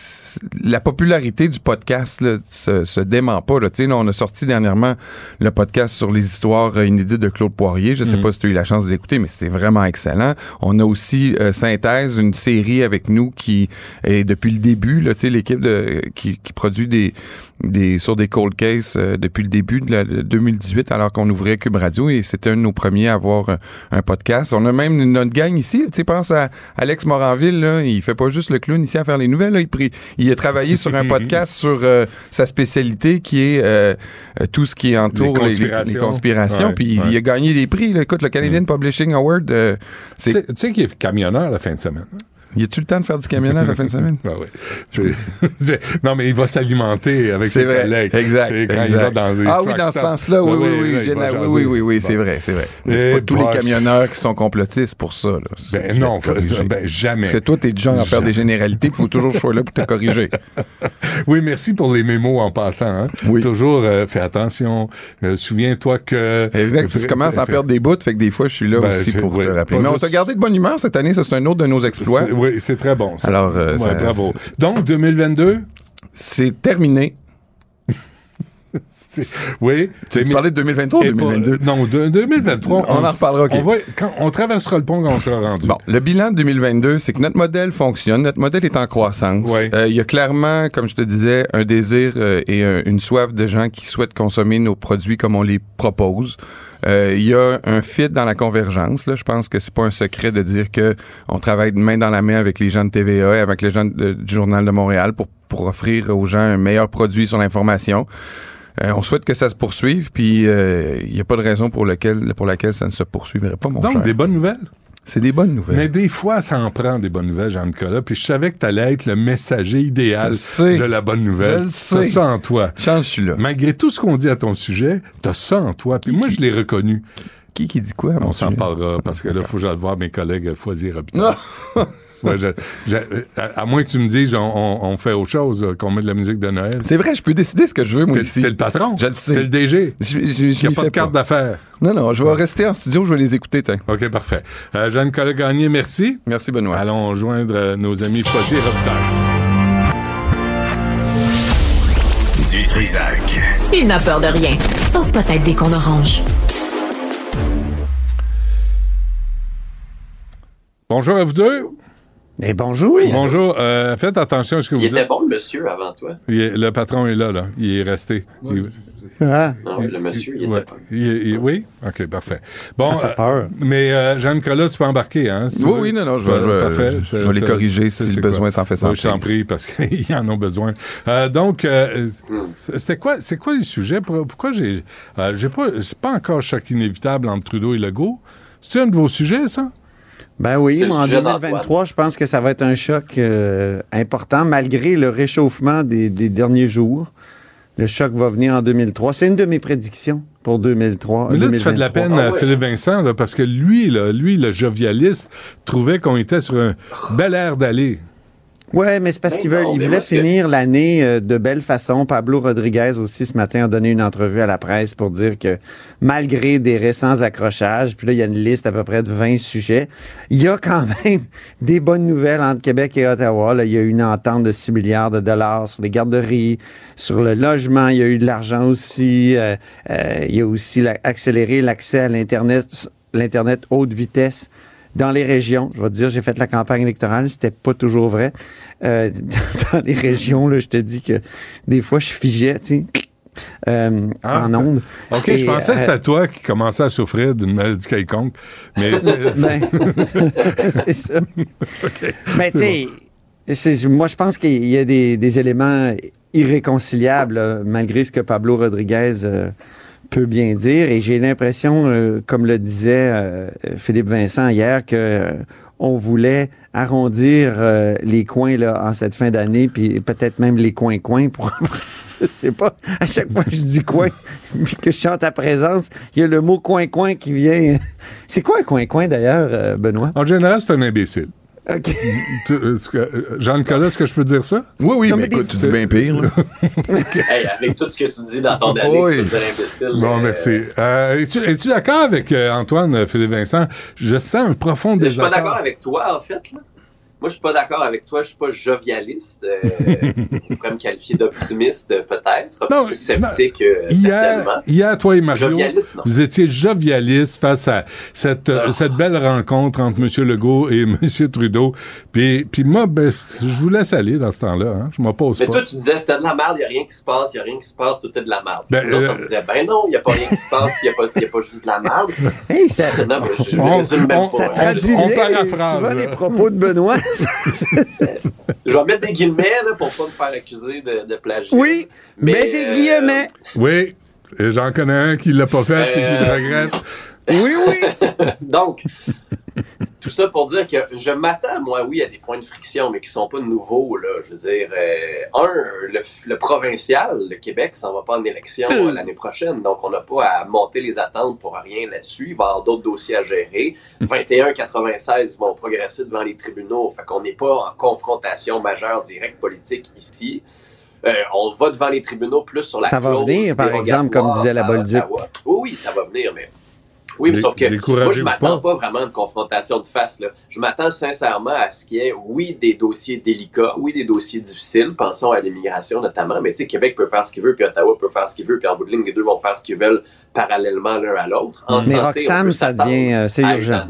la popularité du podcast là, se, se dément pas. Là. Tu sais, là, on a sorti dernièrement le podcast sur les histoires inédites de Claude Poirier. Je sais mm. pas si tu as eu la chance de l'écouter, mais c'était vraiment excellent. On a aussi euh, Synthèse, une série avec nous qui est depuis le début, là, tu sais, l'équipe de, qui, qui produit des, des sur des cold cases euh, depuis le début de, la, de deux mille dix-huit, alors qu'on ouvrait Cube Radio, et c'était un de nos premiers à avoir un, un podcast. On a même notre gang ici. Tu sais, pense à Alex Moranville, là, il fait pas juste le clown ici à faire les nouvelles. Là, il, prie, il a travaillé sur un podcast sur euh, sa spécialité qui est euh, tout ce qui entoure les conspirations. Les, les conspirations. Ouais, puis ouais. il a gagné des prix. Là. Écoute, le Canadian mm. Publishing Award, euh, c'est... Tu sais qu'il est camionneur la fin de semaine. Y a-tu le temps de faire du camionnage à la fin de semaine? Ah oui. Non, mais il va s'alimenter avec c'est ses vrai. collègues. Exact. Quand exact. il va dans les ah oui, dans ce sens-là, oui, oui, oui. Oui, oui, oui, oui, oui, c'est vrai, c'est vrai. Mais c'est pas tous les camionneurs qui sont complotistes pour ça. Là. Ben non, ben jamais. Parce que toi, t'es du genre à faire des généralités, il faut toujours que je sois là pour te corriger. Oui, merci pour les mémos en passant. Hein. Oui. Toujours, euh, fais attention. Euh, souviens-toi que... Exact. Tu commences à en perdre des bouts, fait que des fois, je suis là ben, aussi pour oui, te rappeler. Mais juste... on t'a gardé de bonne humeur cette année, ça, c'est un autre de nos exploits. C'est, oui, c'est très bon. Ça. Alors, euh, ouais, ça, bravo. Donc, deux mille vingt-deux? C'est terminé. Oui. Tu veux parler de deux mille vingt-trois ou deux mille vingt-deux? Pas, non, de, deux mille vingt-trois. On, on en reparlera. Okay. On, va, quand on traversera le pont quand on sera rendu. Bon, le bilan de deux mille vingt-deux, c'est que notre modèle fonctionne. Notre modèle est en croissance. Oui. Euh, il y a clairement, comme je te disais, un désir euh, et un, une soif de gens qui souhaitent consommer nos produits comme on les propose. Euh, il y a un fit dans la convergence. Là. Je pense que c'est pas un secret de dire que on travaille main dans la main avec les gens de T V A et avec les gens de, du Journal de Montréal pour, pour offrir aux gens un meilleur produit sur l'information. Euh, on souhaite que ça se poursuive, puis il euh, n'y a pas de raison pour, lequel, pour laquelle ça ne se poursuivrait pas, mon Donc, cher. des bonnes nouvelles? C'est des bonnes nouvelles. Mais des fois, ça en prend des bonnes nouvelles, Jean-Nicolas, puis je savais que tu allais être le messager idéal de la bonne nouvelle. Je le sais. T'as ça en toi. Chance, je suis là. Malgré tout ce qu'on dit à ton sujet, t'as ça en toi, puis moi, je l'ai reconnu. Qui qui dit quoi à mon On sujet? s'en parlera, parce que là, il faut que j'aille voir mes collègues à Foisier-Hôpital. Ouais, je, je, à, à moins que tu me dises, on, on, on fait autre chose, qu'on met de la musique de Noël. C'est vrai, je peux décider ce que je veux, moi, t'es, ici. T'es le patron. Je le sais. T'es le D G. Je, je, je, Il n'y a pas de carte pas. d'affaires. Non, non, je vais rester en studio, je vais les écouter, tiens. OK, parfait. Euh, Jean-Nicolas Gagné, merci. Merci, Benoît. Allons joindre euh, nos amis Foisier-Hôpital. Du Trisac. Il n'a peur de rien, sauf peut-être des cons oranges. Bonjour à vous deux. Et bonjour. Oui, bonjour. Euh, faites attention à ce que il vous dites. Il était êtes... bon, le monsieur, avant toi. Il est... Le patron est là, là. Il est resté. Oui, il... ah. non, le monsieur, il ouais. était bon. Il... Il... Oui? OK, parfait. Bon, ça fait peur. Euh, mais euh, Jean-Nicolas, tu peux embarquer, hein? Si oui, tu oui, non, non, je vais, euh, parfait. je, je, je vais les corriger si le besoin s'en fait sentir. Oui, je t'en prie, parce qu'ils en ont besoin. Euh, donc, euh, mm. c'était quoi, c'est quoi les sujets? Pourquoi j'ai... Euh, j'ai pas... C'est pas encore choc inévitable entre Trudeau et Legault. C'est un de vos sujets, ça? Ben oui, mais en deux mille vingt-trois, je pense que ça va être un choc euh, important, malgré le réchauffement des, des derniers jours. Le choc va venir en deux mille trois. C'est une de mes prédictions pour deux mille trois. Mais là, deux mille vingt-trois. tu fais de la peine à ah, ouais. Philippe Vincent, là, parce que lui, là, lui, le jovialiste, trouvait qu'on était sur un bel air d'aller. Oui, mais c'est parce qu'il veut, il voulait finir que... l'année euh, de belle façon. Pablo Rodriguez aussi, ce matin, a donné une entrevue à la presse pour dire que malgré des récents accrochages, puis là, il y a une liste à peu près de vingt sujets, il y a quand même des bonnes nouvelles entre Québec et Ottawa. Là, il y a eu une entente de six milliards de dollars sur les garderies, sur le logement, il y a eu de l'argent aussi. Euh, euh, il y a aussi la, accéléré l'accès à l'Internet, l'Internet haute vitesse dans les régions. Je vais te dire, j'ai fait la campagne électorale, c'était pas toujours vrai. Euh, dans les régions, là, je te dis que des fois, je figeais, tu sais, euh, ah, en ondes. OK, et, je pensais que c'était euh, toi qui commençais à souffrir d'une maladie quelconque. Mais ben, c'est ça. Okay. Mais tu sais, c'est, moi, je pense qu'il y a des, des éléments irréconciliables, là, malgré ce que Pablo Rodriguez euh, peut bien dire. Et j'ai l'impression, euh, comme le disait euh, Philippe Vincent hier, que euh, on voulait arrondir euh, les coins là en cette fin d'année, puis peut-être même les coins-coins pour... Je sais pas, à chaque fois que je dis coin, puis que je chante à présence, il y a le mot coin-coin qui vient. C'est quoi un coin-coin d'ailleurs, euh, Benoît? En général, c'est un imbécile. OK. Jean-Nicolas, est-ce que je peux dire ça? Oui, oui, non, mais, mais écoute, des... tu dis bien pire. Là. Hey, avec tout ce que tu dis dans ton année, oui. Tu peux dire imbécile. Bon, mais... merci. Euh, es-tu, es-tu d'accord avec euh, Antoine, Philippe Vincent? Je sens un profond désaccord. Je suis pas d'accord avec toi, en fait, là. Moi, je suis pas d'accord avec toi. Je suis pas jovialiste. Euh, on pourrait me qualifier d'optimiste, peut-être. Optimiste non, sceptique, non. Euh, hier, certainement. Hier, toi et Mario, jovialiste, non. vous étiez jovialiste face à cette, euh, cette belle rencontre entre M. Legault et M. Trudeau. Puis, puis moi, ben, je vous laisse aller dans ce temps-là. Hein. Je m'oppose pas. Mais toi, tu disais, c'était de la merde, il n'y a rien qui se passe, il n'y a rien qui se passe, tout est de la merde. Ben, nous euh... autres, on disait, ben non, il n'y a pas rien qui se passe, il n'y a, a pas juste de la merde. Hey, ça... Non, mais je, je on, résume même on, pas. Ça traduit on les, paraphrase, souvent les propos de Benoît. Je vais mettre des guillemets là, pour pas me faire accuser de, de plagiat. Oui, mais, mais des euh... guillemets. Oui, et j'en connais un qui l'a pas fait et euh... qui le regrette. Oui, oui. Donc, tout ça pour dire que je m'attends, moi, oui, à des points de friction, mais qui sont pas nouveaux, là. Je veux dire, euh, un, le, le provincial, le Québec, s'en va pas en élection euh, l'année prochaine, donc on n'a pas à monter les attentes pour rien là-dessus. Il va y avoir d'autres dossiers à gérer. vingt et un quatre-vingt-seize vont progresser devant les tribunaux, fait qu'on n'est pas en confrontation majeure directe politique ici. Euh, on va devant les tribunaux plus sur la ça clause. Ça va venir, par exemple, comme disait la Bolduc. Oui, oui, ça va venir, mais... Oui, mais sauf que moi, je m'attends pas. pas vraiment à une confrontation de face, là. Je m'attends sincèrement à ce qu'il y ait, oui, des dossiers délicats, oui, des dossiers difficiles. Pensons à l'immigration, notamment. Mais tu sais, Québec peut faire ce qu'il veut, puis Ottawa peut faire ce qu'il veut, puis en bout de ligne, les deux vont faire ce qu'ils veulent parallèlement l'un à l'autre. En mais santé, Roxham, ça devient... Euh, c'est urgent.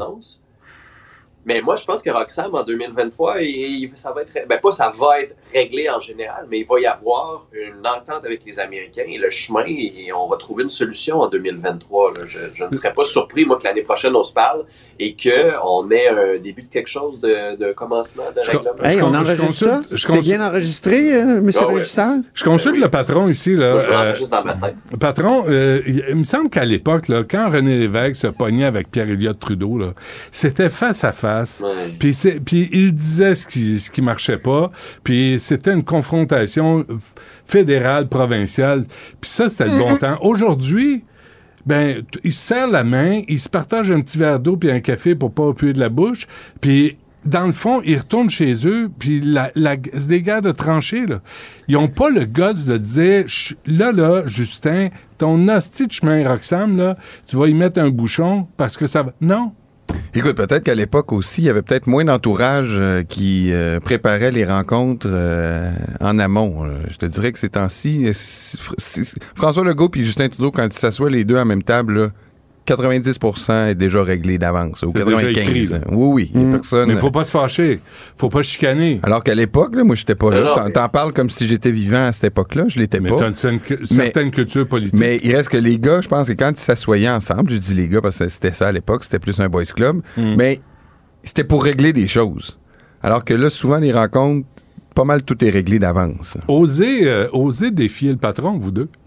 Mais moi, je pense que Roxham, en deux mille vingt-trois, il, il, ça va être... Ben, pas ça va être réglé en général, mais il va y avoir une entente avec les Américains et le chemin, et on va trouver une solution en deux mille vingt-trois. Là. Je, je ne serais pas surpris, moi, que l'année prochaine, on se parle et qu'on ait un début de quelque chose de, de commencement de je règlement. Hey, on enregistre ça? C'est bien enregistré, euh, M. Ah, le régisseur? Oui. Je consulte oui, le patron ici. Là, moi, je l'enregistre euh, dans ma tête. Le patron, euh, il, il me semble qu'à l'époque, là, quand René Lévesque se pognait avec Pierre-Éliott Trudeau, là, c'était face à face. Ouais. Puis Puis il disait ce qui ce qui marchait pas, puis c'était une confrontation fédérale, provinciale. Puis ça, c'était le bon temps. Aujourd'hui, ben, ils se serrent la main, ils se partagent un petit verre d'eau puis un café pour pas puer de la bouche, puis dans le fond, ils retournent chez eux, puis la, la, c'est des gars de tranchées, là. Ils ont pas le guts de dire, là, là, Justin, ton hostie de chemin Roxham, là, tu vas y mettre un bouchon parce que ça va... Non. Écoute, peut-être qu'à l'époque aussi, il y avait peut-être moins d'entourage euh, qui euh, préparait les rencontres euh, en amont. Euh, je te dirais que ces temps-ci, si, si, François Legault et Justin Trudeau, quand ils s'assoient les deux à la même table, là, quatre-vingt-dix pour cent est déjà réglé d'avance, ou quatre-vingt-quinze pour cent. Oui, oui, il n'y a personne. Mais il ne faut pas se fâcher. faut pas chicaner. Alors qu'à l'époque, là, moi, je n'étais pas là. T'en, t'en parles comme si j'étais vivant à cette époque-là. Je l'étais mais pas. Mais tu as une, une certaine culture politique. Mais il reste que les gars, je pense que quand ils s'assoyaient ensemble, je dis les gars parce que c'était ça à l'époque, c'était plus un boys club, mm. mais c'était pour régler des choses. Alors que là, souvent, les rencontres, pas mal tout est réglé d'avance. Osez, euh, osez défier le patron, vous deux.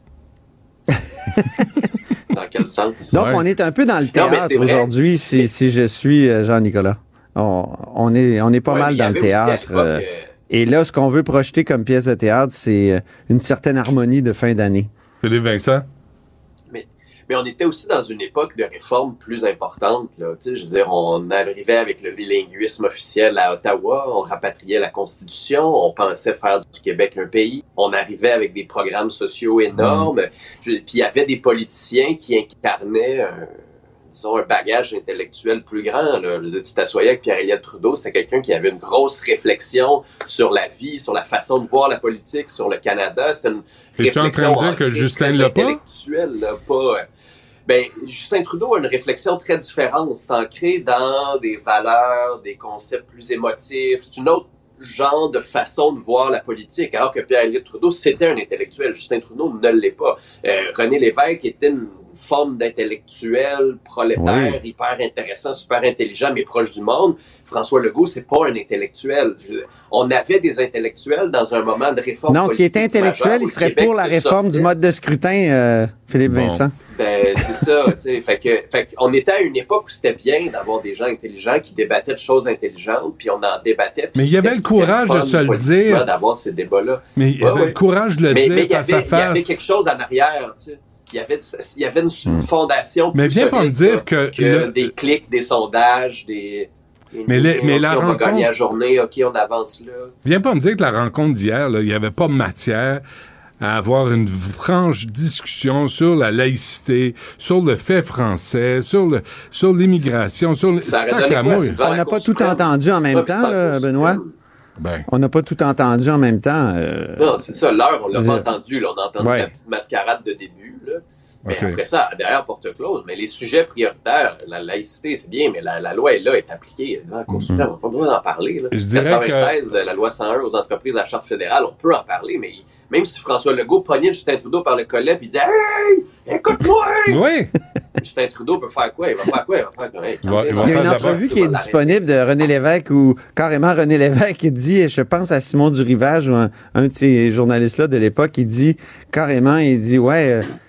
Dans quel sens? Donc, ouais. on est un peu dans le théâtre non, aujourd'hui, si, si je suis Jean-Nicolas. On, on, est, on est pas ouais, mal dans le théâtre. Euh, et là, ce qu'on veut projeter comme pièce de théâtre, c'est une certaine harmonie de fin d'année. Philippe Vincent? Mais, mais on était aussi dans une époque de réforme plus importante. Là. Tu sais, je veux dire, on arrivait avec le bilinguisme officiel à Ottawa, on rapatriait la Constitution, on pensait faire du Québec un pays, on arrivait avec des programmes sociaux énormes, mmh. puis il y avait des politiciens qui incarnaient un, disons, un bagage intellectuel plus grand. Là. Je veux dire, tu t'assoyais avec Pierre-Éliott Trudeau, c'était quelqu'un qui avait une grosse réflexion sur la vie, sur la façon de voir la politique, sur le Canada. C'était une réflexion en train de dire que Justin l'a pas? Intellectuelle, là, pas... Ben, Justin Trudeau a une réflexion très différente. C'est ancré dans des valeurs, des concepts plus émotifs. C'est une autre genre de façon de voir la politique. Alors que Pierre-Éliott Trudeau, c'était un intellectuel. Justin Trudeau ne l'est pas. Euh, René Lévesque était une forme d'intellectuel prolétaire, oui. hyper intéressant, super intelligent, mais proche du monde. François Legault, c'est pas un intellectuel. On avait des intellectuels dans un moment de réforme non, s'il était intellectuel, il serait Québec, pour la réforme du mode de scrutin, euh, Philippe bon. Vincent. Ben, c'est ça, tu sais. Fait que, fait qu'on était à une époque où c'était bien d'avoir des gens intelligents qui débattaient de choses intelligentes, puis on en débattait. Mais il y avait le courage de se le dire. D'avoir ces débats-là. Mais il y avait ouais, le courage de le mais, dire mais face à face. Mais il y avait quelque chose en arrière, tu sais. Il y avait, il y avait une, une fondation. Mais viens pas me dire que, que le... des clics, des sondages, des. des mais les, mais okay, la on rencontre. Va gagner la journée, ok, on avance là. Viens pas me dire que la rencontre d'hier, il n'y avait pas matière à avoir une franche discussion sur la laïcité, sur le fait français, sur le sur l'immigration, sur le sacramouille. On n'a pas tout entendu en même temps, là, Benoît. Ben. On n'a pas tout entendu en même temps. Euh... Non, c'est ça. L'heure, on l'a pas entendu. Là. On a entendu ouais. la petite mascarade de début. Là. Mais okay. après ça, derrière porte close. Mais les sujets prioritaires, la laïcité, c'est bien, mais la, la loi est là, est appliquée. La Cour suprême, on n'a pas besoin d'en parler. Là. Je dirais quatre-vingt-seize, que... la loi cent un aux entreprises à la Charte fédérale, on peut en parler, mais même si François Legault pognait Justin Trudeau par le collet et disait « Hey, écoute-moi! » Oui! Justin Trudeau peut faire quoi? Il va faire quoi? Il va faire quoi? Hey, il, va, il, va il y a une entrevue qui est disponible de René Lévesque où carrément René Lévesque dit, je pense à Simon Durivage ou un, un de ces journalistes-là de l'époque, il dit carrément, il dit « Ouais, euh,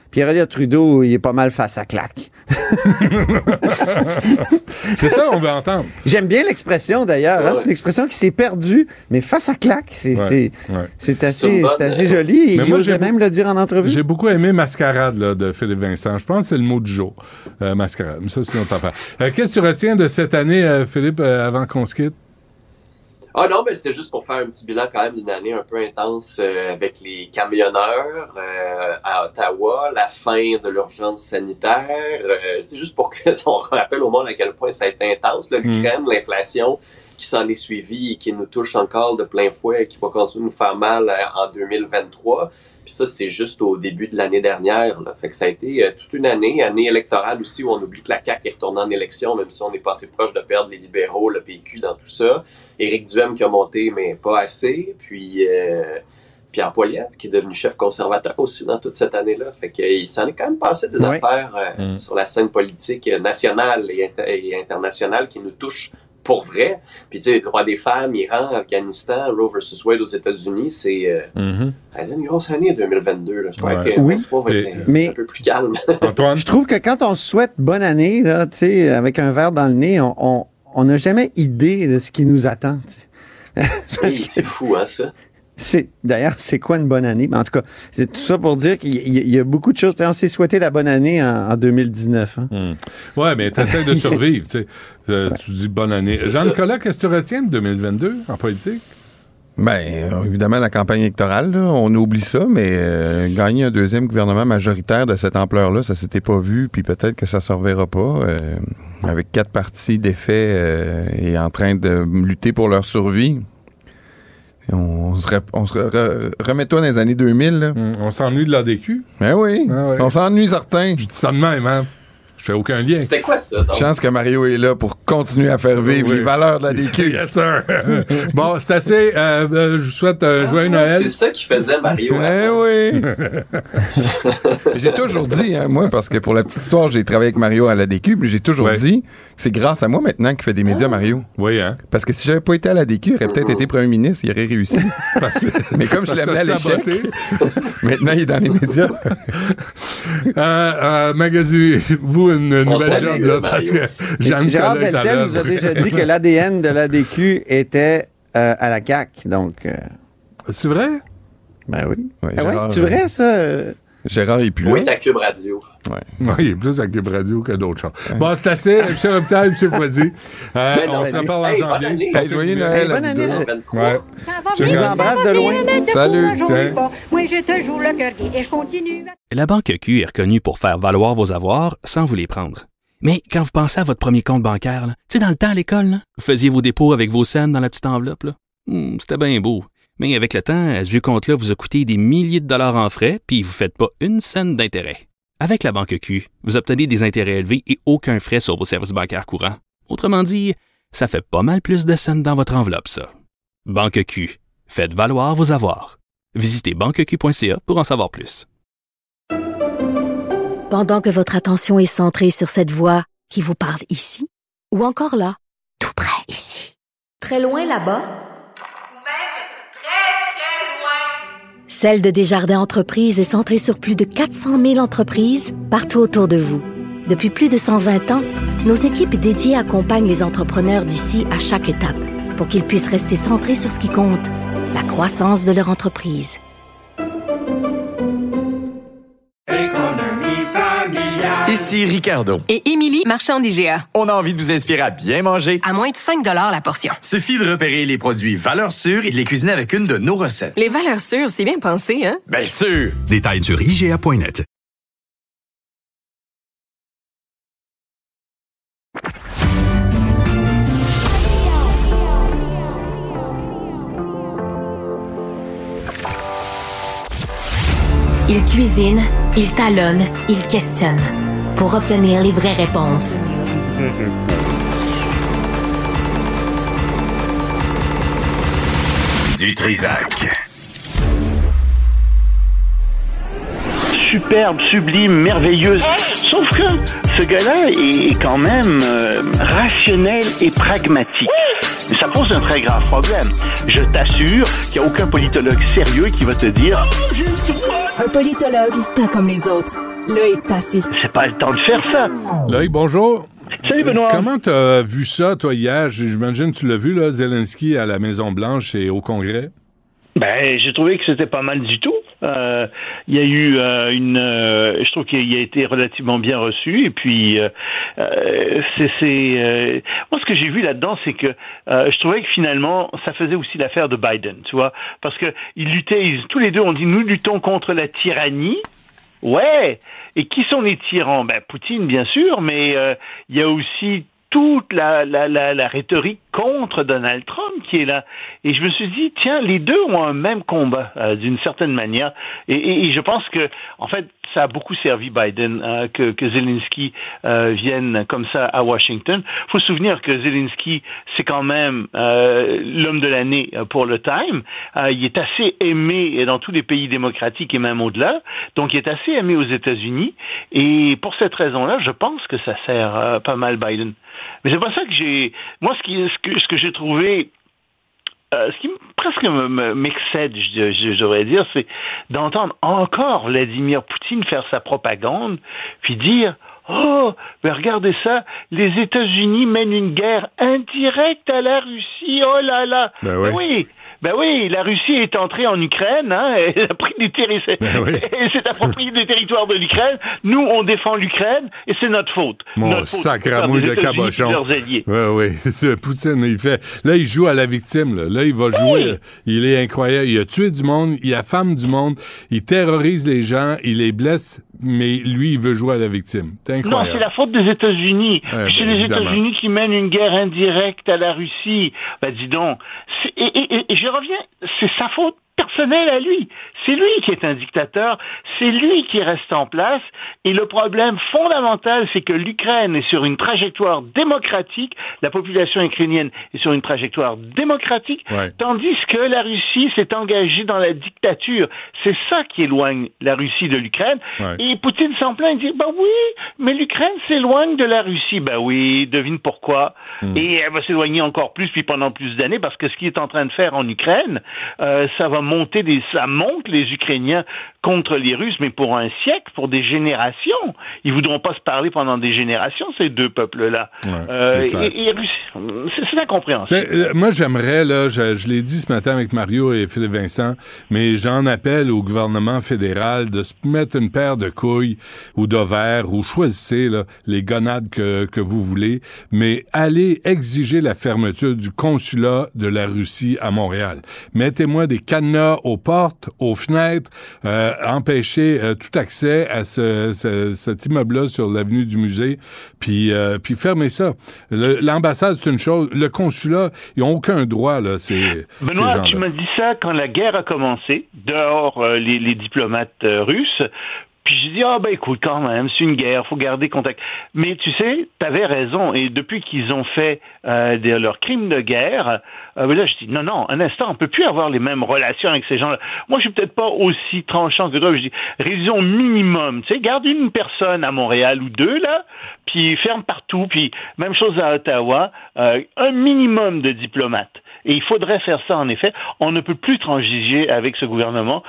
Pierre-Éliott Trudeau, il est pas mal face à claque. C'est ça on veut entendre. J'aime bien l'expression d'ailleurs. Ouais, hein, ouais. c'est une expression qui s'est perdue, mais face à claque, c'est, Ouais, c'est, ouais. c'est assez, C'est une bonne, c'est assez euh, joli. Et Mais il moi, ose j'ai même beau- le dire en entrevue. J'ai beaucoup aimé Mascarade là, de Philippe Vincent. Je pense que c'est le mot du jour. Euh, mascarade. Mais ça, c'est notre affaire. Euh, qu'est-ce que tu retiens de cette année, euh, Philippe, euh, avant qu'on se quitte? Ah non, mais c'était juste pour faire un petit bilan quand même d'une année un peu intense euh, avec les camionneurs euh, à Ottawa, la fin de l'urgence sanitaire, euh, juste pour qu'on rappelle au monde à quel point ça a été intense, là, l'Ukraine, mm. l'inflation qui s'en est suivie et qui nous touche encore de plein fouet et qui va continuer de nous faire mal euh, en deux mille vingt-trois. Puis ça, c'est juste au début de l'année dernière. Là. Fait que ça a été euh, toute une année, année électorale aussi, où on oublie que la C A Q est retournée en élection, même si on est passé proche de perdre les libéraux, le P Q dans tout ça. Éric Duhem qui a monté, mais pas assez. Puis euh, Pierre Poilievre qui est devenu chef conservateur aussi dans toute cette année-là. Fait qu'il s'en est quand même passé des ouais. affaires euh, mm. sur la scène politique nationale et, inter- et internationale qui nous touchent pour vrai. Puis tu sais, les droits des femmes, Iran, Afghanistan, Roe versus Wade aux États-Unis, c'est euh, mm-hmm. une grosse année deux mille vingt-deux. Là. Je crois ouais. que oui. va être un, mais un peu plus calme. Antoine? Je trouve que quand on souhaite bonne année, là, tu sais, avec un verre dans le nez, on on, on n'a jamais idée de ce qui nous attend. Oui, c'est fou, hein, ça. C'est, d'ailleurs, c'est quoi une bonne année? Mais en tout cas, c'est tout ça pour dire qu'il y, il y a beaucoup de choses. On s'est souhaité la bonne année en, en deux mille dix-neuf. Hein? Mm. Ouais, mais tu essaies de survivre. Tu sais. Euh, tu dis bonne année. Jean-Nicolas, qu'est-ce que tu retiens de deux mille vingt-deux en politique? Ben, euh, évidemment, la campagne électorale, là, on oublie ça, mais euh, gagner un deuxième gouvernement majoritaire de cette ampleur-là, ça s'était pas vu, puis peut-être que ça ne se reverra pas. Euh, avec quatre partis défaits euh, et en train de lutter pour leur survie. On se, re, on se re, remet-toi dans les années deux mille. Là. Mmh, on s'ennuie de l'A D Q? Ben oui, ah ouais. On s'ennuie certains. Je dis ça de même, hein? Je fais aucun lien. C'était quoi ça? Donc? Chance que Mario est là pour continuer à faire vivre oui. les valeurs de l'A D Q. Yes, sir. Bon, c'est assez. Euh, euh, je vous souhaite un ah, joyeux Noël. C'est ça qui faisait Mario. Ben oui. J'ai toujours dit, hein, moi, parce que pour la petite histoire, j'ai travaillé avec Mario à l'A D Q, puis j'ai toujours ouais. dit que c'est grâce à moi maintenant qu'il fait des médias, Mario. Oui, hein? Parce que si j'avais pas été à l'A D Q, il aurait peut-être été premier ministre, il aurait réussi. Que... Mais comme je l'ai amené à l'échec, maintenant il est dans les médias. euh, euh, Magazine, vous, une nouvelle job, là, parce que Gérard Deltel nous a déjà dit que l'A D N de l'A D Q était euh, à la C A Q, donc... Euh... C'est vrai? Ben oui. Ouais, ah Gérard, ouais, c'est-tu vrai, ça? Euh... Gérard est plus là. Oui, t'as Cube Radio. Ouais. Ouais, il est plus à Cube Radio que d'autres choses. Ouais. Bon, c'est assez. M. Robitaille, M. Foisy. Euh, on se reparle en hey, janvier. Hey, joyeux Noël. Hey, bonne année. Ouais. Je vous embrasse de loin. Salut. Moi, je te joue le cœur gai et je continue. La Banque Q est reconnue pour faire valoir vos avoirs sans vous les prendre. Mais quand vous pensez à votre premier compte bancaire, tu sais, dans le temps à l'école, là, vous faisiez vos dépôts avec vos scènes dans la petite enveloppe. Là. Hum, c'était bien beau. Mais avec le temps, ce vieux compte-là vous a coûté des milliers de dollars en frais, puis vous ne faites pas une scène d'intérêt. Avec la Banque Q, vous obtenez des intérêts élevés et aucun frais sur vos services bancaires courants. Autrement dit, ça fait pas mal plus de scènes dans votre enveloppe, ça. Banque Q. Faites valoir vos avoirs. Visitez banque q point c a pour en savoir plus. Pendant que votre attention est centrée sur cette voix qui vous parle ici, ou encore là, tout près ici, très loin là-bas, Celle de Desjardins Entreprises est centrée sur plus de quatre cent mille entreprises partout autour de vous. Depuis plus de cent vingt ans, nos équipes dédiées accompagnent les entrepreneurs d'ici à chaque étape pour qu'ils puissent rester centrés sur ce qui compte, la croissance de leur entreprise. Ici Ricardo. Et Émilie, marchand d'I G A. On a envie de vous inspirer à bien manger. À moins de cinq dollars la portion. Suffit de repérer les produits valeurs sûres et de les cuisiner avec une de nos recettes. Les valeurs sûres, c'est bien pensé, hein? Bien sûr! Détails sur I G A point net. Il cuisine, il talonne, il questionne pour obtenir les vraies réponses. Du Trizac. Superbe, sublime, merveilleuse. Sauf que ce gars-là est quand même euh, rationnel et pragmatique. Mais ça pose un très grave problème. Je t'assure qu'il n'y a aucun politologue sérieux qui va te dire un politologue pas comme les autres. Loïc Tassi. C'est pas le temps de faire ça. Loïc, bonjour. Salut Benoît. Comment t'as vu ça, toi, hier? J'imagine que tu l'as vu, là, Zelensky à la Maison-Blanche et au Congrès. Ben, j'ai trouvé que c'était pas mal du tout. Euh, il y a eu euh, une, euh, je trouve qu'il a été relativement bien reçu. Et puis, euh, euh, c'est, c'est euh, moi ce que j'ai vu là-dedans, c'est que euh, je trouvais que finalement, ça faisait aussi l'affaire de Biden, tu vois, parce que ils luttaient, ils, tous les deux, on dit nous luttons contre la tyrannie. Ouais. Et qui sont les tyrans? Ben, Poutine, bien sûr, mais euh, il y a aussi toute la, la, la, la rhétorique contre Donald Trump qui est là. Et je me suis dit, tiens, les deux ont un même combat, euh, d'une certaine manière. Et, et, et je pense que, en fait, ça a beaucoup servi Biden euh, que, que Zelensky euh, vienne comme ça à Washington. Il faut se souvenir que Zelensky, c'est quand même euh, l'homme de l'année pour le Time. Euh, il est assez aimé dans tous les pays démocratiques et même au-delà. Donc, il est assez aimé aux États-Unis. Et pour cette raison-là, je pense que ça sert euh, pas mal Biden. Mais c'est pas ça que j'ai... Moi, ce, qui, ce, que, ce que j'ai trouvé... Euh, ce qui presque me, me, m'excède, je, je, je devrais dire, c'est d'entendre encore Vladimir Poutine faire sa propagande, puis dire « Oh, ben regardez ça, les États-Unis mènent une guerre indirecte à la Russie, oh là là! » Ben oui. oui. Ben oui, la Russie est entrée en Ukraine, hein, elle a pris du territoire, ben oui. Elle s'est appropriée des territoires de l'Ukraine. Nous, on défend l'Ukraine et c'est notre faute. Mon sacramouille de cabochon. Oui, oui. Poutine, il fait. Là, il joue à la victime. Là, là il va jouer. Oui. Il est incroyable. Il a tué du monde. Il affame du monde. Il terrorise les gens. Il les blesse. Mais lui, il veut jouer à la victime. C'est incroyable. Non, c'est la faute des États-Unis. Ouais, c'est ben, les évidemment. États-Unis qui mènent une guerre indirecte à la Russie. Ben, dis donc. C'est, et, et, et je reviens, c'est sa faute personnelle à lui. C'est lui qui est un dictateur, c'est lui qui reste en place, et le problème fondamental, c'est que l'Ukraine est sur une trajectoire démocratique, la population ukrainienne est sur une trajectoire démocratique, ouais. Tandis que la Russie s'est engagée dans la dictature. C'est ça qui éloigne la Russie de l'Ukraine, ouais. Et Poutine s'en plaint, il dit, bah oui, mais l'Ukraine s'éloigne de la Russie. Bah oui, devine pourquoi. Mmh. Et elle va s'éloigner encore plus, puis pendant plus d'années, parce que ce qu'il est en train de faire en Ukraine, euh, ça va monter des, ça monte les Ukrainiens contre les Russes, mais pour un siècle, pour des générations. Ils voudront pas se parler pendant des générations, ces deux peuples-là. Ouais, euh, c'est et, et c'est, c'est incompréhensible. C'est, euh, moi, j'aimerais, là, je, je l'ai dit ce matin avec Mario et Philippe Vincent, mais j'en appelle au gouvernement fédéral de se mettre une paire de couilles ou d'ovaires, ou choisissez là, les gonades que, que vous voulez, mais allez exiger la fermeture du consulat de la Russie à Montréal. Mettez-moi des cadenas aux portes, aux fenêtres, euh, empêcher euh, tout accès à ce, ce, cet immeuble-là sur l'avenue du Musée, puis euh, puis fermez ça. Le, l'ambassade, c'est une chose. Le consulat, ils n'ont aucun droit, là, ces, Benoît, ces gens-là. Tu m'as dit ça quand la guerre a commencé, dehors euh, les, les diplomates euh, russes. Puis je dis, ah oh, ben écoute, quand même, c'est une guerre, faut garder contact. Mais tu sais, t'avais raison, et depuis qu'ils ont fait euh, des, leurs crimes de guerre, euh, ben là je dis, non, non, un instant, on peut plus avoir les mêmes relations avec ces gens-là. Moi, je suis peut-être pas aussi tranchant que toi, je dis, réduisons minimum, tu sais, garde une personne à Montréal ou deux, là, puis ferme partout, puis même chose à Ottawa, euh, un minimum de diplomates. Et il faudrait faire ça, en effet. On ne peut plus transiger avec ce gouvernement.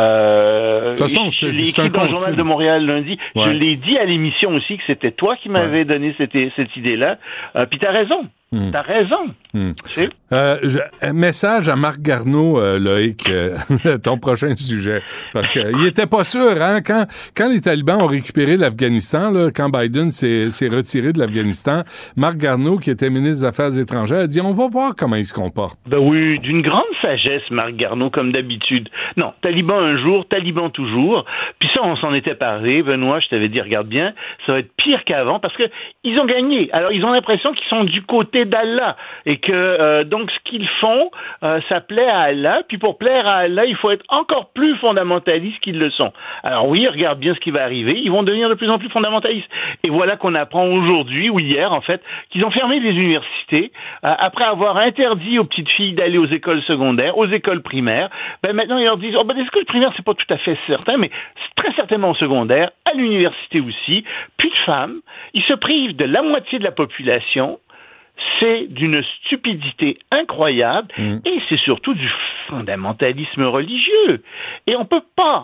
Euh, de toute façon, c'est, je l'ai c'est écrit dans le Journal de Montréal lundi. Ouais. Je l'ai dit à l'émission aussi que c'était toi qui m'avais ouais. donné cette, cette idée-là. Euh, puis t'as raison. Mmh. T'as raison. Mmh. Euh, je, un message à Marc Garneau, euh, Loïc, euh, ton prochain sujet. Parce qu'il était pas sûr, hein, quand, quand les talibans ont récupéré l'Afghanistan, là, quand Biden s'est, s'est retiré de l'Afghanistan, Marc Garneau, qui était ministre des Affaires étrangères, a dit, on va voir comment il se comporte. Ben oui, d'une grande sagesse, Marc Garneau, comme d'habitude. Non, taliban un jour, taliban toujours. Puis ça, on s'en était parlé, Benoît, je t'avais dit, regarde bien, ça va être pire qu'avant, parce que ils ont gagné. Alors, ils ont l'impression qu'ils sont du côté d'Allah, et que euh, donc ce qu'ils font, euh, ça plaît à Allah, puis pour plaire à Allah, il faut être encore plus fondamentaliste qu'ils le sont. Alors oui, regarde bien ce qui va arriver, ils vont devenir de plus en plus fondamentalistes. Et voilà qu'on apprend aujourd'hui, ou hier en fait, qu'ils ont fermé les universités, euh, après avoir interdit aux petites filles d'aller aux écoles secondaires, aux écoles primaires. Ben maintenant ils leur disent, oh ben les écoles primaires c'est pas tout à fait certain, mais c'est très certainement au secondaire, à l'université aussi, plus de femmes, ils se privent de la moitié de la population. C'est d'une stupidité incroyable mmh. et c'est surtout du fondamentalisme religieux. Et on peut pas,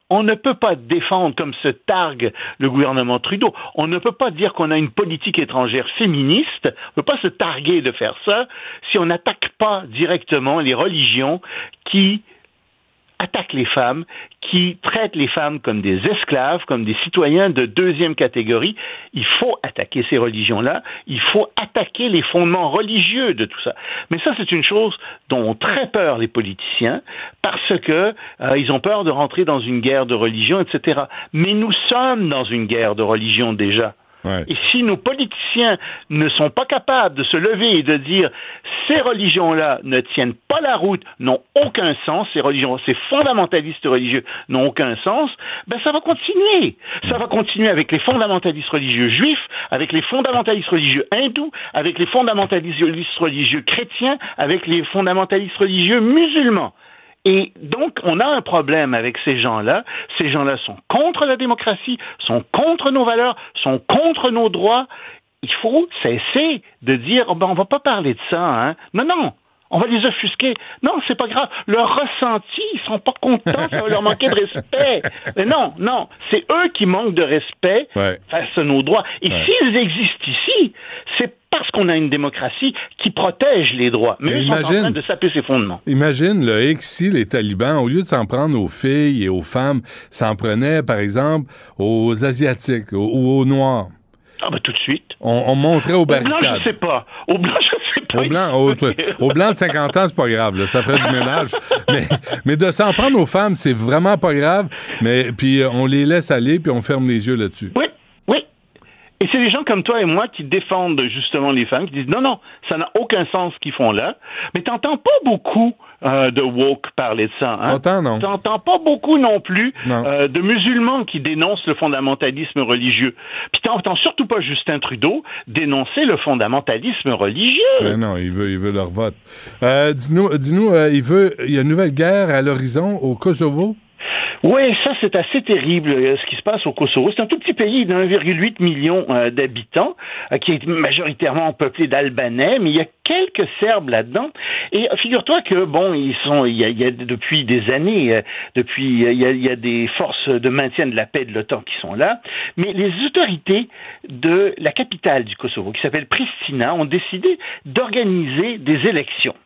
on ne peut pas défendre comme se targue le gouvernement Trudeau. On ne peut pas dire qu'on a une politique étrangère féministe. On ne peut pas se targuer de faire ça si on n'attaque pas directement les religions qui attaquent les femmes, qui traitent les femmes comme des esclaves, comme des citoyens de deuxième catégorie. Il faut attaquer ces religions-là. Il faut attaquer les fondements religieux de tout ça. Mais ça, c'est une chose dont ont très peur les politiciens parce que euh, ils ont peur de rentrer dans une guerre de religion, et cetera. Mais nous sommes dans une guerre de religion déjà. Ouais. Et si nos politiciens ne sont pas capables de se lever et de dire ces religions-là ne tiennent pas la route, n'ont aucun sens, ces religions, ces fondamentalistes religieux n'ont aucun sens, ben ça va continuer. Ça va continuer avec les fondamentalistes religieux juifs, avec les fondamentalistes religieux hindous, avec les fondamentalistes religieux chrétiens, avec les fondamentalistes religieux musulmans. Et donc, on a un problème avec ces gens-là. Ces gens-là sont contre la démocratie, sont contre nos valeurs, sont contre nos droits. Il faut cesser de dire, oh ben, on va pas parler de ça, hein. Non, non. On va les offusquer. Non, c'est pas grave. Leur ressenti, ils sont pas contents, ça va leur manquer de respect. Mais non, non. C'est eux qui manquent de respect ouais. face à nos droits. Et ouais. s'ils existent ici, c'est parce qu'on a une démocratie qui protège les droits. Mais, Mais ils imagine, sont en train de saper ses fondements. Imagine, Loïc, si les talibans, au lieu de s'en prendre aux filles et aux femmes, s'en prenaient, par exemple, aux Asiatiques ou aux, aux Noirs. Ah ben tout de suite. On, on monterait aux barricades. Au blanc, je sais pas. Au blanc, je sais pas. Au blanc, au, au blanc de cinquante ans, c'est pas grave, là, ça ferait du ménage. mais, mais de s'en prendre aux femmes, c'est vraiment pas grave. Mais puis on les laisse aller, puis on ferme les yeux là-dessus. Oui, oui. Et c'est des gens comme toi et moi qui défendent justement les femmes, qui disent non, non, ça n'a aucun sens ce qu'ils font là. Mais t'entends pas beaucoup euh, de woke parler de ça. Hein? Autant non. T'entends pas beaucoup non plus non. Euh, de musulmans qui dénoncent le fondamentalisme religieux. Puis t'entends surtout pas Justin Trudeau dénoncer le fondamentalisme religieux. Ben non, il veut, il veut leur vote. Euh, dis-nous, dis-nous euh, il veut, il y a une nouvelle guerre à l'horizon au Kosovo? Oui, ça, c'est assez terrible, euh, ce qui se passe au Kosovo. C'est un tout petit pays d'un virgule huit million euh, d'habitants, euh, qui est majoritairement peuplé d'Albanais, mais il y a quelques Serbes là-dedans. Et euh, figure-toi que, bon, ils sont, il y a, il y a depuis des années, euh, depuis, euh, il, y a, il y a des forces de maintien de la paix de l'OTAN qui sont là, mais les autorités de la capitale du Kosovo, qui s'appelle Pristina, ont décidé d'organiser des élections.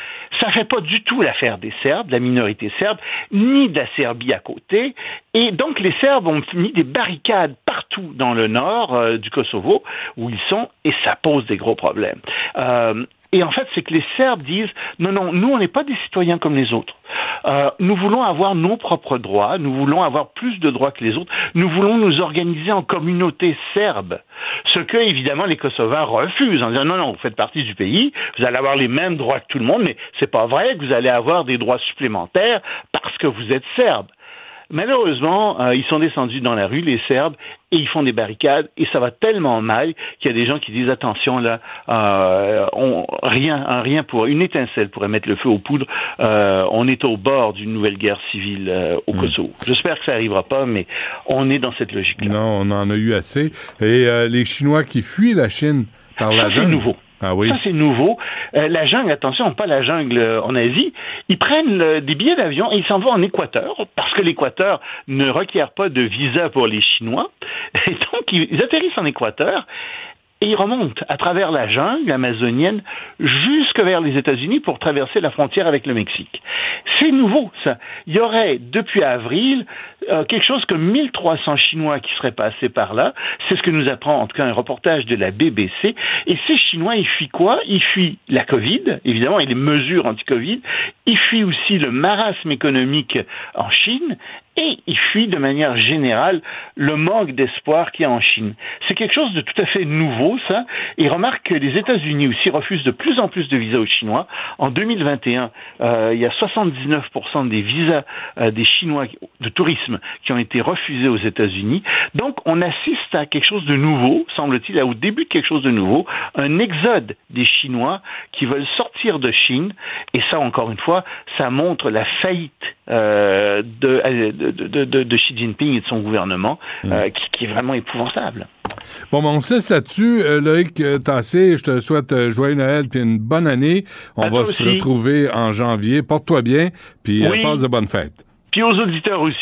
Ça fait pas du tout l'affaire des Serbes, de la minorité serbe, ni de la Serbie à côté. Et donc, les Serbes ont mis des barricades partout dans le nord euh, du Kosovo, où ils sont, et ça pose des gros problèmes. Euh, et en fait, c'est que les Serbes disent, non, non, nous, on n'est pas des citoyens comme les autres. Euh, nous voulons avoir nos propres droits, nous voulons avoir plus de droits que les autres, nous voulons nous organiser en communauté serbe. Ce que, évidemment, les Kosovars refusent en disant non, non, vous faites partie du pays, vous allez avoir les mêmes droits que tout le monde, mais c'est pas vrai que vous allez avoir des droits supplémentaires parce que vous êtes serbe. Malheureusement, euh, ils sont descendus dans la rue, les Serbes, et ils font des barricades, et ça va tellement mal qu'il y a des gens qui disent attention là, euh, on, rien, un, rien pour une étincelle pourrait mettre le feu aux poudres. Euh, on est au bord d'une nouvelle guerre civile euh, au mmh. Kosovo. J'espère que ça n'arrivera pas, mais on est dans cette logique-là. Non, on en a eu assez. Et euh, les Chinois qui fuient la Chine par la jungle. C'est nouveau. Ah oui. Ça, c'est nouveau. Euh, la jungle, attention, pas la jungle euh, en Asie. Ils prennent le, des billets d'avion et ils s'en vont en Équateur, parce que l'Équateur ne requiert pas de visa pour les Chinois. Et donc, ils, ils atterrissent en Équateur et ils remontent à travers la jungle amazonienne jusque vers les États-Unis pour traverser la frontière avec le Mexique. C'est nouveau, ça. Il y aurait, depuis avril, euh, quelque chose comme mille trois cents Chinois qui seraient passés par là. C'est ce que nous apprend, en tout cas, un reportage de la B B C. Et ces Chinois, ils fuient quoi? Ils fuient la COVID, évidemment, et les mesures anti-COVID. Ils fuient aussi le marasme économique en Chine. Et ils fuient de manière générale le manque d'espoir qu'il y a en Chine. C'est quelque chose de tout à fait nouveau, ça. Et remarque que les États-Unis aussi refusent de plus en plus de visas aux Chinois. En deux mille vingt et un, euh, il y a soixante-dix-neuf pour cent des visas euh, des Chinois de tourisme qui ont été refusés aux États-Unis. Donc, on assiste à quelque chose de nouveau, semble-t-il, au début de quelque chose de nouveau, un exode des Chinois qui veulent sortir de Chine. Et ça, encore une fois, ça montre la faillite euh, de, de De, de, de Xi Jinping et de son gouvernement, mmh. euh, qui, qui est vraiment épouvantable. Bon, ben on cesse là-dessus. Euh, Loïc Tassé, je te souhaite euh, joyeux Noël puis une bonne année. On à va se retrouver en janvier. Porte-toi bien, puis oui. euh, passe de bonnes fêtes. Puis aux auditeurs aussi.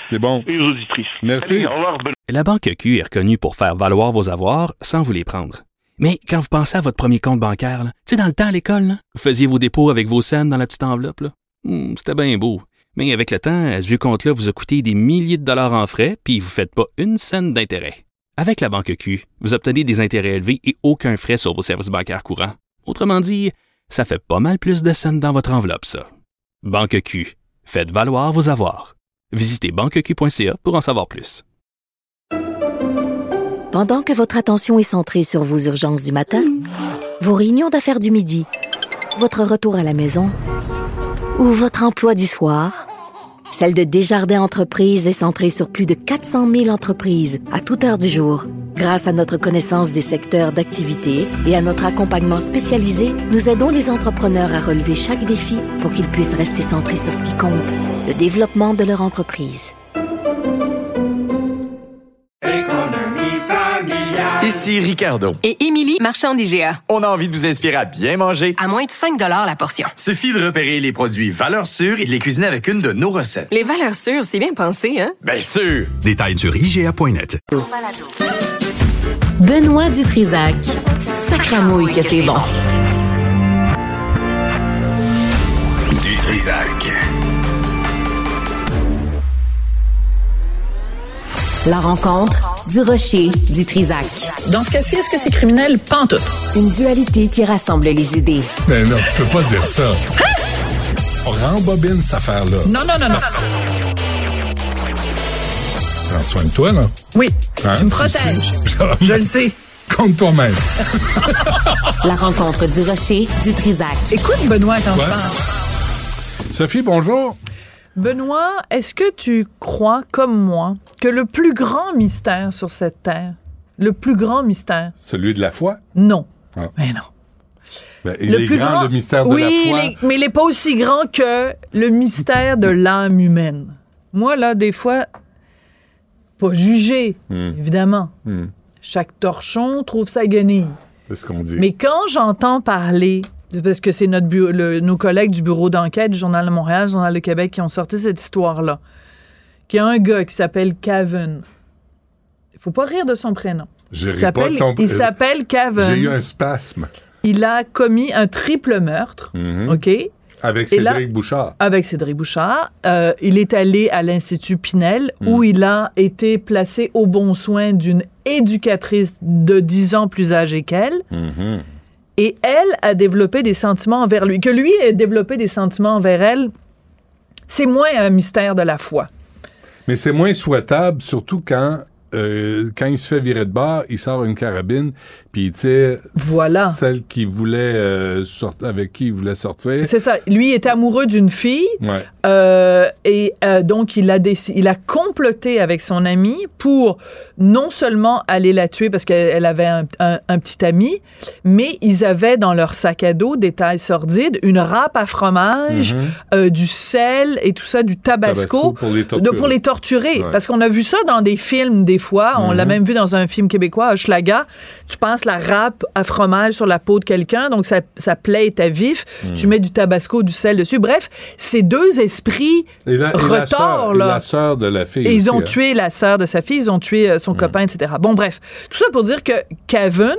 C'est bon. Et aux auditrices. Merci. Allez, au revoir, Benoît. La Banque Q est reconnue pour faire valoir vos avoirs sans vous les prendre. Mais quand vous pensez à votre premier compte bancaire, tu sais, dans le temps à l'école, là, vous faisiez vos dépôts avec vos scènes dans la petite enveloppe. Là. Hum, c'était bien beau. Mais avec le temps, à ce vieux compte-là vous a coûté des milliers de dollars en frais, puis vous ne faites pas une scène d'intérêt. Avec la Banque Q, vous obtenez des intérêts élevés et aucun frais sur vos services bancaires courants. Autrement dit, ça fait pas mal plus de scènes dans votre enveloppe, ça. Banque Q. Faites valoir vos avoirs. Visitez banque q point c a pour en savoir plus. Pendant que votre attention est centrée sur vos urgences du matin, vos réunions d'affaires du midi, votre retour à la maison ou votre emploi du soir, celle de Desjardins Entreprises est centrée sur plus de quatre cent mille entreprises à toute heure du jour. Grâce à notre connaissance des secteurs d'activité et à notre accompagnement spécialisé, nous aidons les entrepreneurs à relever chaque défi pour qu'ils puissent rester centrés sur ce qui compte, le développement de leur entreprise. Ici Ricardo. Et Émilie, marchand d'I G A. On a envie de vous inspirer à bien manger. À moins de cinq dollars la portion. Suffit de repérer les produits valeurs sûres et de les cuisiner avec une de nos recettes. Les valeurs sûres, c'est bien pensé, hein? Bien sûr! Détails sur I G A point net. Benoît Dutrisac. Sacramouille que c'est bon. Dutrisac. La rencontre du Rocher du Trisac. Dans ce cas-ci, est-ce que c'est criminel? Pantoute. Une dualité qui rassemble les idées. Mais non, tu peux pas dire ça. Hein? On rembobine cette affaire-là. Non, non, non, non. Prends soin de toi, là. Oui, hein? Tu me protèges. Je, Je le sais. Contre toi-même. La rencontre du Rocher du Trisac. Écoute, Benoît, quand ouais. je parle. Sophie, bonjour. Benoît, est-ce que tu crois, comme moi, que le plus grand mystère sur cette terre, le plus grand mystère... Celui de la foi? Non. Ah. Mais non. Ben, il le est plus grand, grand, le mystère oui, de la foi. Oui, mais il n'est pas aussi grand que le mystère de l'âme humaine. Moi, là, des fois, pas juger, mm. évidemment. Mm. Chaque torchon trouve sa guenille. C'est ce qu'on dit. Mais quand j'entends parler... Parce que c'est notre bu- le, nos collègues du bureau d'enquête du Journal de Montréal, du Journal de Québec qui ont sorti cette histoire-là. Qu'il y a un gars qui s'appelle Cavan. Il faut pas rire de son prénom. Je ris pas de son... Il s'appelle Cavan. J'ai eu un spasme. Il a commis un triple meurtre, mm-hmm. OK? Avec Cédric là, Bouchard. Avec Cédric Bouchard. Euh, il est allé à l'Institut Pinel, mm. où il a été placé au bon soin d'une éducatrice de dix ans plus âgée qu'elle. Mm-hmm. Et elle a développé des sentiments envers lui. Que lui ait développé des sentiments envers elle, c'est moins un mystère de la foi. Mais c'est moins souhaitable, surtout quand, euh, quand il se fait virer de bord, il sort une carabine, puis il tire voilà. celle qui voulait euh, sortir, avec qui il voulait sortir. C'est ça. Lui était amoureux d'une fille, ouais. euh, et euh, donc il a, déc- il a comploté avec son ami pour non seulement aller la tuer parce qu'elle avait un, un, un petit ami, mais ils avaient dans leur sac à dos, détail sordide, une râpe à fromage, mm-hmm. euh, du sel et tout ça, du tabasco, tabasco pour les torturer. De, pour les torturer. Ouais. Parce qu'on a vu ça dans des films des fois, on mm-hmm. l'a même vu dans un film québécois, Hochelaga, tu passes la râpe à fromage sur la peau de quelqu'un, donc ça, ça plaît est à vif, mm. tu mets du tabasco, du sel dessus, bref, ces deux esprits et la, retors, et là. Et la sœur de la fille Et aussi, ils ont hein. tué la sœur de sa fille, ils ont tué euh, son mm. copain, et cetera. Bon, bref, tout ça pour dire que Cavan,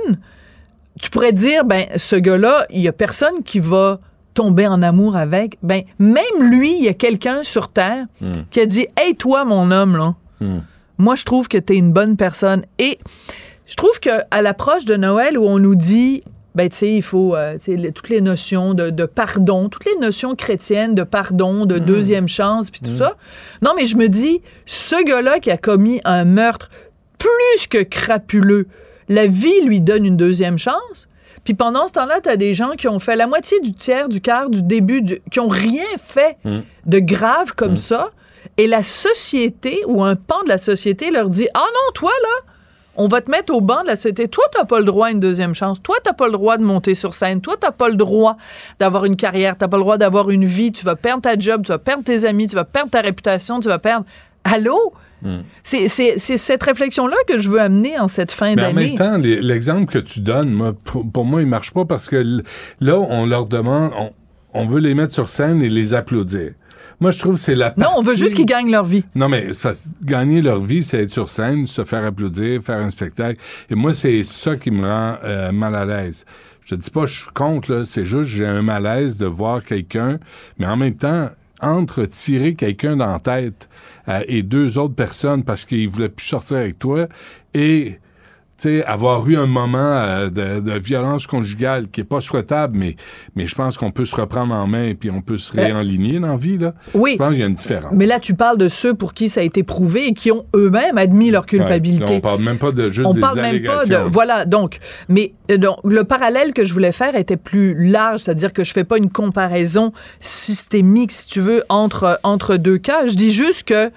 tu pourrais dire, ben, ce gars-là, il y a personne qui va tomber en amour avec. Ben, même lui, il y a quelqu'un sur Terre mm. qui a dit, hey, toi, mon homme, là, mm. moi, je trouve que t'es une bonne personne. Et je trouve qu'à l'approche de Noël, où on nous dit, ben, tu sais, il faut, euh, tu sais, les, toutes les notions de, de pardon, toutes les notions chrétiennes de pardon, de mmh. deuxième chance, puis tout mmh. ça. Non, mais je me dis, ce gars-là qui a commis un meurtre plus que crapuleux, la vie lui donne une deuxième chance. Puis pendant ce temps-là, t'as des gens qui ont fait la moitié du tiers, du quart, du début, du, qui ont rien fait mmh. de grave comme mmh. ça. Et la société, ou un pan de la société, leur dit, ah non, toi, là, on va te mettre au banc de la société. Toi, t'as pas le droit à une deuxième chance. Toi, t'as pas le droit de monter sur scène. Toi, t'as pas le droit d'avoir une carrière. T'as pas le droit d'avoir une vie. Tu vas perdre ta job. Tu vas perdre tes amis. Tu vas perdre ta réputation. Tu vas perdre... Allô? Mm. C'est, c'est, c'est cette réflexion-là que je veux amener en cette fin Mais d'année. En même temps, les, l'exemple que tu donnes, moi, pour, pour moi, il marche pas parce que là, on leur demande... On, on veut les mettre sur scène et les applaudir. Moi, je trouve que c'est la partie... Non, on veut juste qu'ils gagnent leur vie. Non, mais c'est parce, gagner leur vie, c'est être sur scène, se faire applaudir, faire un spectacle. Et moi, c'est ça qui me rend euh, mal à l'aise. Je te dis pas, je suis contre, là. C'est juste, j'ai un malaise de voir quelqu'un, mais en même temps, entre tirer quelqu'un dans la tête euh, et deux autres personnes parce qu'ils voulaient plus sortir avec toi et... tu sais, avoir eu un moment euh, de, de violence conjugale qui est pas souhaitable, mais, mais je pense qu'on peut se reprendre en main et puis on peut se réaligner dans la vie, là. Oui. Je pense qu'il y a une différence. Mais là, tu parles de ceux pour qui ça a été prouvé et qui ont eux-mêmes admis leur culpabilité. Ouais, là, on parle même pas de juste on des parle allégations. Même pas de, voilà, donc, mais donc, le parallèle que je voulais faire était plus large, c'est-à-dire que je fais pas une comparaison systémique, si tu veux, entre, entre deux cas. Je dis juste que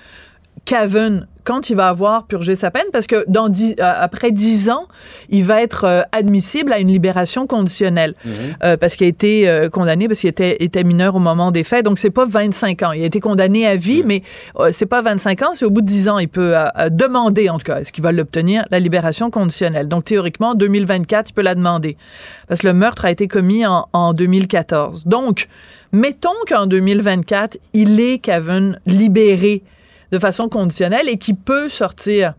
Cavan, quand il va avoir purgé sa peine, parce que dans dix, euh, après dix ans, il va être euh, admissible à une libération conditionnelle, mmh. euh, parce qu'il a été euh, condamné, parce qu'il était, était mineur au moment des faits, donc c'est pas vingt-cinq ans. Il a été condamné à vie, mmh. mais euh, c'est pas vingt-cinq ans, c'est au bout de dix ans. Il peut euh, euh, demander, en tout cas, est-ce qu'il va l'obtenir, la libération conditionnelle. Donc théoriquement, en deux mille vingt-quatre, il peut la demander, parce que le meurtre a été commis en, en deux mille quatorze. Donc, mettons qu'en deux mille vingt-quatre, il est, Cavan, libéré de façon conditionnelle et qui peut sortir.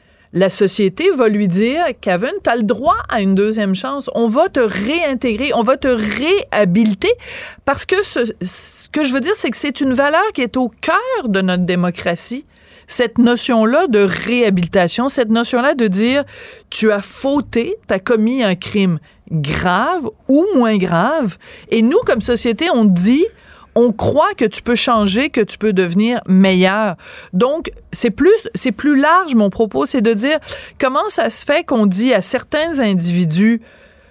La société va lui dire, Cavan, t'as le droit à une deuxième chance. On va te réintégrer, on va te réhabiliter parce que ce, ce que je veux dire, c'est que c'est une valeur qui est au cœur de notre démocratie. Cette notion-là de réhabilitation, cette notion-là de dire, tu as fauté, t'as commis un crime grave ou moins grave. Et nous, comme société, on dit, on croit que tu peux changer, que tu peux devenir meilleur. Donc, c'est plus, c'est plus large, mon propos, c'est de dire comment ça se fait qu'on dit à certains individus,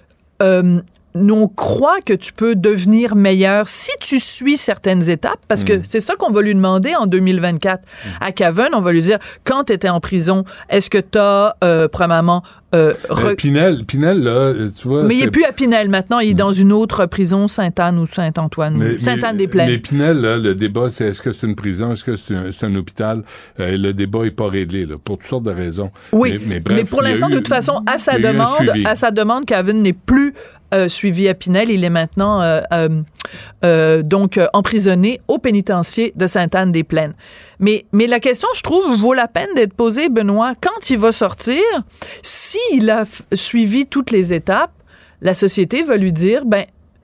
euh, on croit que tu peux devenir meilleur si tu suis certaines étapes, parce que mmh. c'est ça qu'on va lui demander en deux mille vingt-quatre. Mmh. À Cavan, on va lui dire, quand tu étais en prison, est-ce que tu as, euh, premièrement... Euh, re... euh, Pinel, Pinel, là, tu vois... Mais il n'est plus à Pinel, maintenant, il est mmh. dans une autre prison, Sainte-Anne ou Saint-Antoine, mais, ou Sainte-Anne-des-Plaines. Mais Pinel, là, le débat, c'est est-ce que c'est une prison, est-ce que c'est un, c'est un hôpital? Euh, le débat n'est pas réglé, là, pour toutes sortes de raisons. Oui, mais, mais, bref, mais pour l'instant, eu, de toute façon, à sa demande, à sa demande, Cavan n'est plus... Euh, suivi à Pinel, il est maintenant euh, euh, euh, donc euh, emprisonné au pénitencier de Sainte-Anne-des-Plaines. Mais, mais la question, je trouve, vaut la peine d'être posée, Benoît. Quand il va sortir, s'il a f- suivi toutes les étapes, la société va lui dire, ben,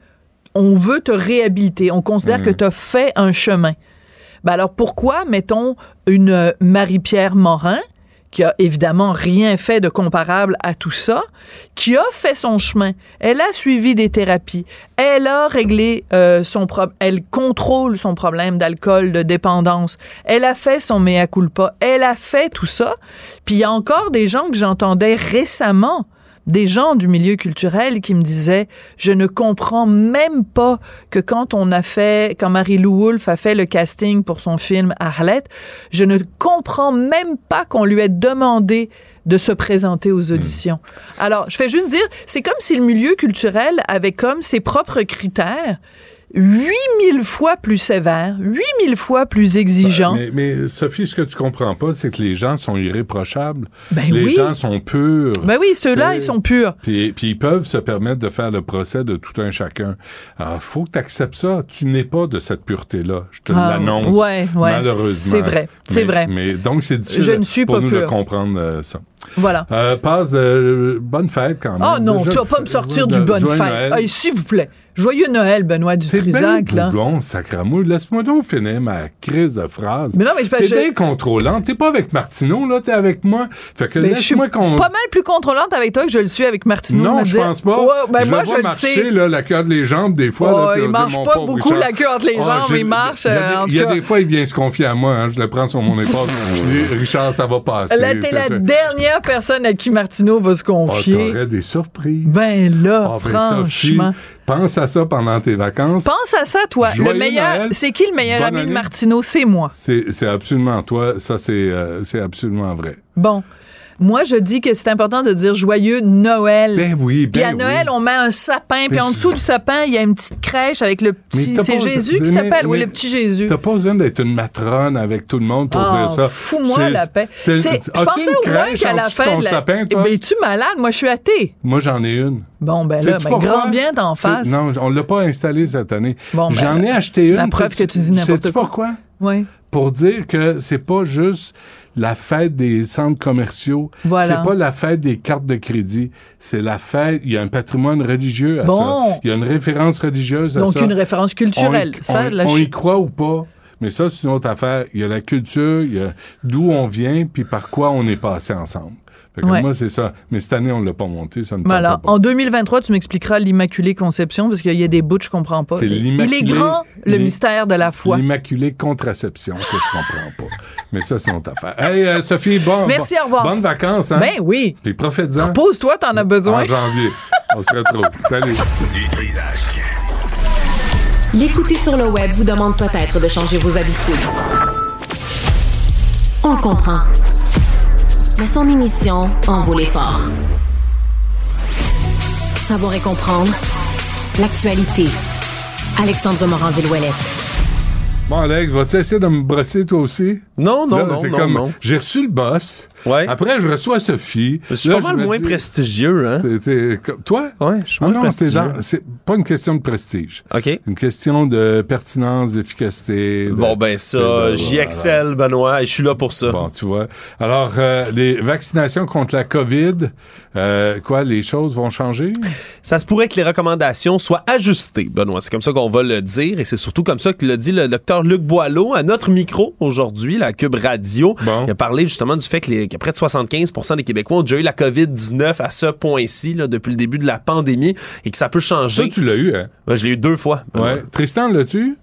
on veut te réhabiliter, on considère mmh. que tu as fait un chemin. Ben alors pourquoi, mettons, une euh, Marie-Pierre Morin, qui a évidemment rien fait de comparable à tout ça, qui a fait son chemin. Elle a suivi des thérapies. Elle a réglé euh, son problème. Elle contrôle son problème d'alcool, de dépendance. Elle a fait son mea culpa. Elle a fait tout ça. Puis il y a encore des gens que j'entendais récemment, des gens du milieu culturel qui me disaient « Je ne comprends même pas que quand on a fait, quand Marie-Lou Wolfe a fait le casting pour son film Arlette, je ne comprends même pas qu'on lui ait demandé de se présenter aux auditions. Mmh. » Alors, je fais juste dire, c'est comme si le milieu culturel avait comme ses propres critères huit mille fois plus sévère, huit mille fois plus exigeant. Mais, mais Sophie, ce que tu comprends pas, c'est que les gens sont irréprochables. Ben les oui. gens sont purs. Ben oui, ceux-là, ils sont purs. Puis, puis ils peuvent se permettre de faire le procès de tout un chacun. Alors, faut que tu acceptes ça. Tu n'es pas de cette pureté-là. Je te ah, l'annonce. Ouais, ouais. Malheureusement. C'est vrai, c'est mais, vrai. Mais donc, c'est difficile Je ne suis pour pas nous pure. de comprendre euh, ça. Voilà. Euh, passe de bonne fête quand même. Oh non, Déjà, tu vas pas me sortir de, du bonne fête. Hey, s'il vous plaît. Joyeux Noël, Benoît Dutrisac, là. C'est bien sacramouille. Laisse-moi donc finir ma crise de phrase. Mais non, mais je T'es je... bien contrôlante. T'es pas avec Martineau, là. T'es avec moi. Fait que mais laisse-moi qu'on... Je suis pas mal plus contrôlante avec toi que je le suis avec Martineau. Non, je pense pas. Ouais, ben je moi, le vois je marcher, le sais. là, la queue entre les jambes, des fois. Oh, là, il marche pas beaucoup Richard. La queue entre les jambes, oh, il marche, euh, en tout cas. Il y a des fois, il vient se confier à moi. Hein, je le prends sur mon épaule. Je dis, Richard, ça va passer. Là, t'es la dernière personne à qui Martineau va se confier. Oh, t'aurais des surprises. Ben là, oh, ben, franchement. Sophie, pense à ça pendant tes vacances. Pense à ça, toi. Joyeux le meilleur, Noël. C'est qui le meilleur Bonne ami année. de Martineau? C'est moi. C'est, c'est absolument toi. Ça, c'est, euh, c'est absolument vrai. Bon. Moi, je dis que c'est important de dire joyeux Noël. Ben oui, ben Puis à Noël, oui. on met un sapin, puis en dessous du sapin, il y a une petite crèche avec le petit... C'est pas, Jésus qui s'appelle, oui, le petit Jésus. T'as pas besoin d'être une matrone avec tout le monde pour oh, dire ça. Fous-moi c'est, la paix. C'est, je pensais au moins qu'à la fin de la... sapin, toi? Ben, es-tu malade? Moi, je suis athée. Moi, j'en ai une. Bon, ben là, ben, grand bien d'en face. Non, on l'a pas installée cette année. Bon, ben, j'en ai acheté une. La preuve que tu dis n'importe quoi. Sais-tu pourquoi? Oui. Pour dire que c'est pas juste la fête des centres commerciaux. Voilà. C'est pas la fête des cartes de crédit. C'est la fête... Il y a un patrimoine religieux à bon. ça. Il y a une référence religieuse à Donc, ça. Donc, une référence culturelle. On y, ça, on, la on ch... y croit ou pas, mais ça, c'est une autre affaire. Il y a la culture, il y a d'où on vient, puis par quoi on est passé ensemble. Fait que ouais. Moi, c'est ça. Mais cette année, on ne l'a pas monté. Ça ne voilà. pas. En deux mille vingt-trois, tu m'expliqueras l'Immaculée Conception, parce qu'il y a des bouts que je comprends pas. C'est Il est grand, le mystère de la foi. L'Immaculée Contraception que je comprends pas. Mais ça, c'est notre affaire. Hey, euh, Sophie, bon. Merci, bon, au revoir. Bonnes vacances, hein? Ben oui. Puis profite-en. Repose-toi, t'en as besoin. En janvier. On se retrouve. Salut. Du Trisac. L'écouter sur le web vous demande peut-être de changer vos habitudes. On le comprend. Mais son émission en vaut l'effort. Savoir et comprendre l'actualité. Alexandre Morin-Villouellette. Bon, Alex, vas-tu essayer de me brosser toi aussi? Non, non, là, non, c'est non, comme, non. J'ai reçu le boss. Ouais. Après, je reçois Sophie. Je suis là, pas mal moins dis, prestigieux, hein? T'es, t'es, toi? Ouais, je suis ah moins non, prestigieux. Dans, c'est pas une question de prestige. OK. Une question de pertinence, d'efficacité. De, bon, ben ça, de, de, j'y excelle, Benoît, et je suis là pour ça. Bon, tu vois. Alors, euh, les vaccinations contre la COVID, euh, quoi, les choses vont changer? Ça se pourrait que les recommandations soient ajustées, Benoît. C'est comme ça qu'on va le dire, et c'est surtout comme ça que l'a dit le docteur Luc Boileau à notre micro aujourd'hui, la Cube Radio. Bon. Il a parlé justement du fait que les, qu'à près de soixante-quinze pour cent des Québécois ont déjà eu la covid dix-neuf à ce point-ci, là, depuis le début de la pandémie, et que ça peut changer. Ça, tu l'as eu, hein? Ouais, je l'ai eu deux fois. Ouais. Tristan, l'as-tu?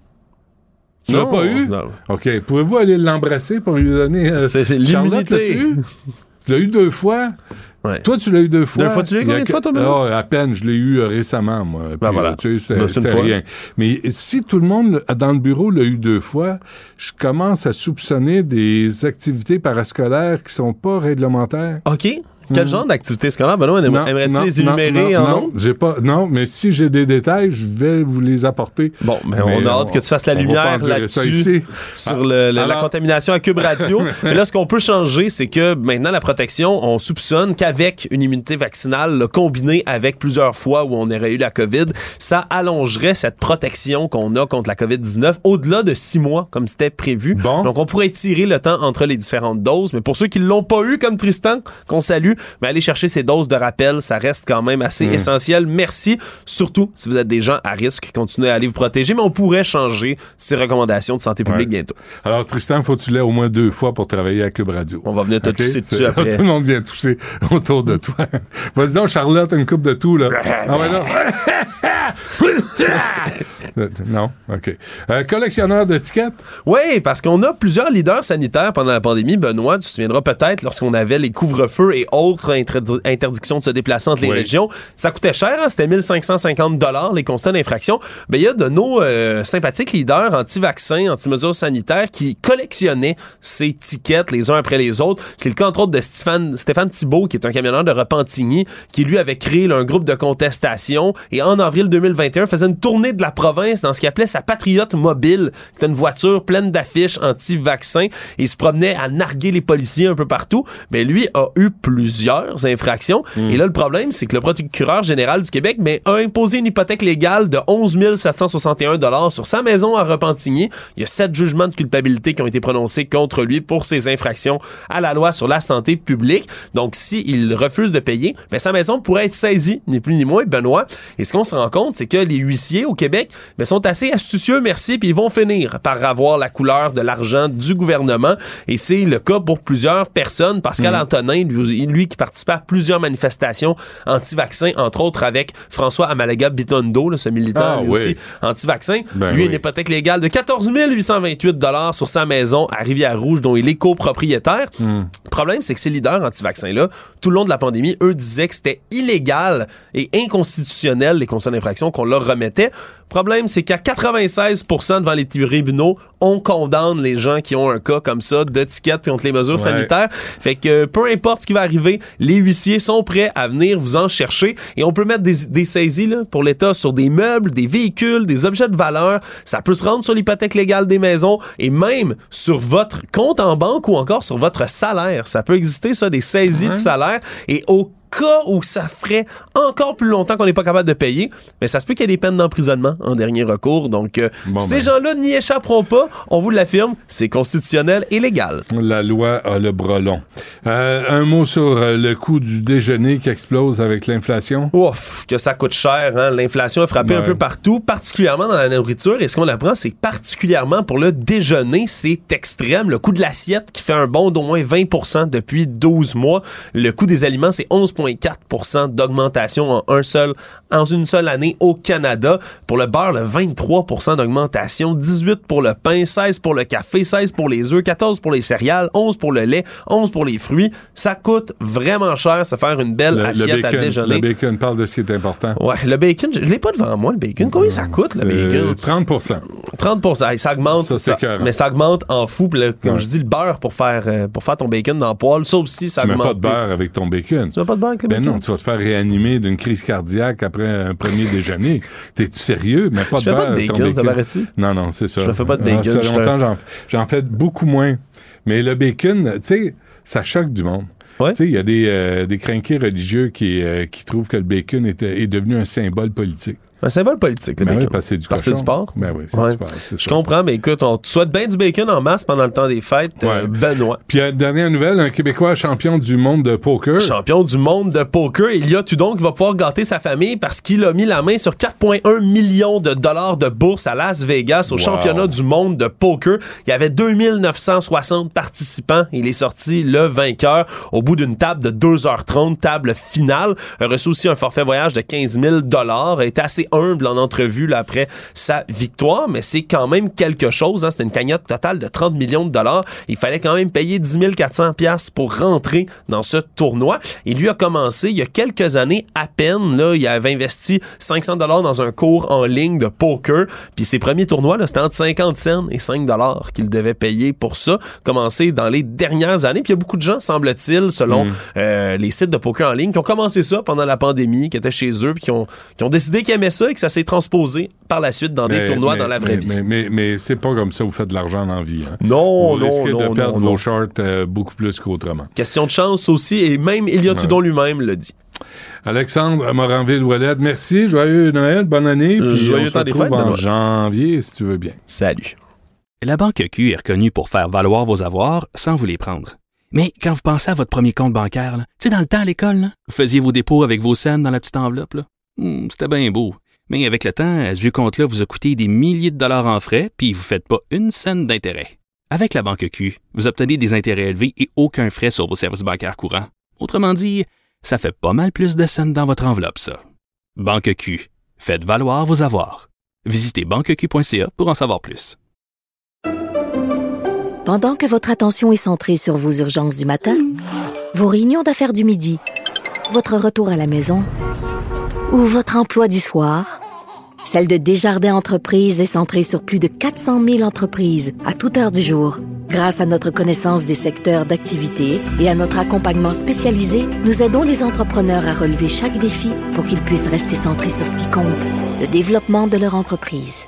Tu non, l'as pas eu? Non. OK. Pouvez-vous aller l'embrasser pour lui donner... Euh, c'est, c'est l'immunité. Tu l'as eu deux fois? Ouais. Toi, tu l'as eu deux fois. Deux fois, tu l'as eu combien de fois, toi, même? Oh, à peine, je l'ai eu euh, récemment, moi. Puis, ben voilà. Tu sais, c'était, ben, c'est c'était rien. Mais si tout le monde dans le bureau l'a eu deux fois, je commence à soupçonner des activités parascolaires qui sont pas réglementaires. OK. Quel mmh. genre d'activité scolaire, Benoît? Non, aimerais-tu non, les énumérer non, en non, j'ai pas, non, mais si j'ai des détails, je vais vous les apporter. Bon, ben mais on a hâte on, que tu fasses la lumière là-dessus sur ah, le, le, alors... la contamination à Cube Radio. Mais là, ce qu'on peut changer, c'est que maintenant, la protection, on soupçonne qu'avec une immunité vaccinale là, combinée avec plusieurs fois où on aurait eu la COVID, ça allongerait cette protection qu'on a contre la covid dix-neuf au-delà de six mois, comme c'était prévu. Bon. Donc, on pourrait étirer le temps entre les différentes doses. Mais pour ceux qui ne l'ont pas eu, comme Tristan, qu'on salue, mais aller chercher ces doses de rappel, ça reste quand même assez mmh. essentiel. Merci. Surtout si vous êtes des gens à risque, continuez à aller vous protéger, mais on pourrait changer ces recommandations de santé publique ouais. bientôt. Alors, Tristan, faut que tu l'aies au moins deux fois pour travailler à Cube Radio. On va venir te okay? tousser dessus C'est... après. Tout le monde vient tousser autour de toi. Vas-y donc, Charlotte, une coupe de tout, là. Ah ouais, non. Non? OK. Euh, collectionneur d'étiquettes? Oui, parce qu'on a plusieurs leaders sanitaires pendant la pandémie. Benoît, tu te souviendras peut-être lorsqu'on avait les couvre-feux et autres intrad- interdictions de se déplacer entre les oui. régions. Ça coûtait cher, hein? C'était mille cinq cent cinquante dollars les constats d'infraction. Ben, il y a de nos euh, sympathiques leaders anti-vaccins, anti-mesures sanitaires qui collectionnaient ces tickets les uns après les autres. C'est le cas, entre autres, de Stéphane, Stéphane Thibault, qui est un camionneur de Repentigny, qui lui avait créé là, un groupe de contestation et en avril deux mille vingt et un faisait une tournée de la province dans ce qu'il appelait sa Patriote mobile, qui était une voiture pleine d'affiches anti-vaccins, et il se promenait à narguer les policiers un peu partout. Mais lui a eu plusieurs infractions. Mmh. Et là, le problème, c'est que le procureur général du Québec mais, a imposé une hypothèque légale de onze mille sept cent soixante et un dollars sur sa maison à Repentigny. Il y a sept jugements de culpabilité qui ont été prononcés contre lui pour ses infractions à la loi sur la santé publique. Donc, s'il refuse de payer, ben, sa maison pourrait être saisie, ni plus ni moins, Benoît. Et ce qu'on se rend compte, c'est que les huissiers au Québec mais sont assez astucieux, merci, puis ils vont finir par avoir la couleur de l'argent du gouvernement. Et c'est le cas pour plusieurs personnes. Pascal mmh. Antonin, lui, lui qui participait à plusieurs manifestations anti-vaccins, entre autres avec François Amalaga-Bitondo, là, ce militant ah, lui oui. aussi anti-vaccin. Ben lui, oui. une hypothèque légale de quatorze mille huit cent vingt-huit dollars sur sa maison à Rivière-Rouge, dont il est copropriétaire. Mmh. Le problème, c'est que ces leaders anti-vaccins-là, tout le long de la pandémie, eux disaient que c'était illégal et inconstitutionnel, les constats d'infraction qu'on leur remettait. Le problème, c'est qu'à quatre-vingt-seize pour cent devant les tribunaux, on condamne les gens qui ont un cas comme ça de ticket contre les mesures ouais. sanitaires. Fait que peu importe ce qui va arriver, les huissiers sont prêts à venir vous en chercher et on peut mettre des, des saisies là, pour l'État sur des meubles, des véhicules, des objets de valeur. Ça peut se rendre sur l'hypothèque légale des maisons et même sur votre compte en banque ou encore sur votre salaire. Ça peut exister, ça, des saisies ouais. de salaire et au cas où ça ferait encore plus longtemps qu'on n'est pas capable de payer, mais ça se peut qu'il y ait des peines d'emprisonnement en dernier recours. Donc, euh, bon ces ben. gens-là n'y échapperont pas. On vous l'affirme, c'est constitutionnel et légal. La loi a le bras long. Euh, un mot sur euh, le coût du déjeuner qui explose avec l'inflation. Ouf, que ça coûte cher. Hein? L'inflation a frappé ouais. un peu partout, particulièrement dans la nourriture. Et ce qu'on apprend, c'est que particulièrement pour le déjeuner, c'est extrême. Le coût de l'assiette qui fait un bond d'au moins vingt pour cent depuis douze mois. Le coût des aliments, c'est onze virgule quatre pour cent d'augmentation en un seul, en une seule année au Canada. Pour le beurre, le vingt-trois pour cent d'augmentation, dix-huit pour le pain, seize pour le café, seize pour les œufs, quatorze pour les céréales, onze pour le lait, onze pour les fruits. Ça coûte vraiment cher, se faire une belle le, assiette le bacon, à déjeuner. Le bacon, parle de ce qui est important. Ouais, le bacon, je l'ai pas devant moi, le bacon. Combien ça coûte, le bacon? trente pour cent. trente pour cent. Hey, ça augmente, ça, ça, mais ça augmente en fou. Puis là, comme ouais. je dis, le beurre pour faire, euh, pour faire ton bacon dans le poêle, ça aussi, ça augmente. Tu mets pas de beurre avec ton bacon. Tu mets pas de beurre avec le ben bacon? Non, tu vas te faire réanimer d'une crise cardiaque après un premier déjeuner. T'es-tu sérieux? Mais pas je de beurre. Je fais pas de bacon, bacon. Ça paraît-tu? Non, non, c'est ça. Je fais pas de bacon. Ça fait longtemps, j'en, j'en fais beaucoup moins. Mais le bacon, tu sais, ça choque du monde. Ouais. Tu sais, il y a des, euh, des crinqués religieux qui, euh, qui trouvent que le bacon est, est devenu un symbole politique. Un symbole politique, le ben bacon. Oui, parce que c'est du parce que c'est du porc. Ben oui, c'est ouais. du porc. C'est Je comprends, mais écoute, on te souhaite bien du bacon en masse pendant le temps des fêtes, ouais. euh, Benoît. Puis, euh, dernière nouvelle, un Québécois champion du monde de poker. Champion du monde de poker. Elia Tudon qui va pouvoir gâter sa famille parce qu'il a mis la main sur quatre virgule un millions de dollars de bourse à Las Vegas au wow. championnat du monde de poker. Il y avait deux mille neuf cent soixante participants. Il est sorti le vainqueur au bout d'une table de deux heures trente, table finale. Il a reçu aussi un forfait voyage de quinze mille dollars. Il était assez humble en entrevue là, après sa victoire, mais c'est quand même quelque chose. Hein. C'était une cagnotte totale de trente millions de dollars. Il fallait quand même payer dix mille quatre cents dollars pour rentrer dans ce tournoi. Il lui a commencé il y a quelques années à peine. Là, il avait investi cinq cents dollars dans un cours en ligne de poker. Puis ses premiers tournois, là, c'était entre cinquante cents et cinq dollars qu'il devait payer pour ça. Commencé dans les dernières années. Puis il y a beaucoup de gens, semble-t-il, selon mm. euh, les sites de poker en ligne, qui ont commencé ça pendant la pandémie, qui étaient chez eux, puis qui ont, qui ont décidé qu'ils aimaient ça et que ça s'est transposé par la suite dans mais, des tournois mais, dans la vraie mais, vie. Mais, mais, mais c'est pas comme ça que vous faites de l'argent dans la vie. Hein. Non, vous non, risquez non, de perdre non, vos non. shorts euh, beaucoup plus qu'autrement. Question de chance aussi, et même Elia Tudon ouais. lui-même le dit. Alexandre Moranville-Ouellette, merci, joyeux Noël, bonne année, puis joyeux on se retrouve fêtes, en janvier, si tu veux bien. Salut. La Banque Q est reconnue pour faire valoir vos avoirs sans vous les prendre. Mais quand vous pensez à votre premier compte bancaire, tu sais, dans le temps à l'école, là, vous faisiez vos dépôts avec vos scènes dans la petite enveloppe. Là. Hum, c'était bien beau. Mais avec le temps, ce vieux compte-là vous a coûté des milliers de dollars en frais, puis vous ne faites pas une scène d'intérêt. Avec la Banque Q, vous obtenez des intérêts élevés et aucun frais sur vos services bancaires courants. Autrement dit, ça fait pas mal plus de scènes dans votre enveloppe, ça. Banque Q, faites valoir vos avoirs. Visitez banque q point c a pour en savoir plus. Pendant que votre attention est centrée sur vos urgences du matin, vos réunions d'affaires du midi, votre retour à la maison ou votre emploi du soir, celle de Desjardins Entreprises est centrée sur plus de quatre cent mille entreprises à toute heure du jour. Grâce à notre connaissance des secteurs d'activité et à notre accompagnement spécialisé, nous aidons les entrepreneurs à relever chaque défi pour qu'ils puissent rester centrés sur ce qui compte, le développement de leur entreprise.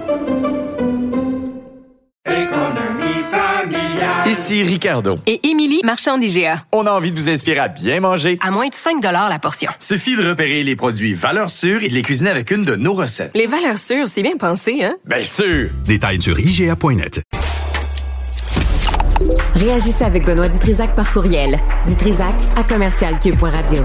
Ici Ricardo. Et Émilie, marchand d'I G A. On a envie de vous inspirer à bien manger. À moins de cinq dollars la portion. Suffit de repérer les produits valeurs sûres et de les cuisiner avec une de nos recettes. Les valeurs sûres, c'est bien pensé, hein? Bien sûr! Détails sur I G A point net. Réagissez avec Benoît Dutrisac par courriel. Dutrisac à commercial cube point radio.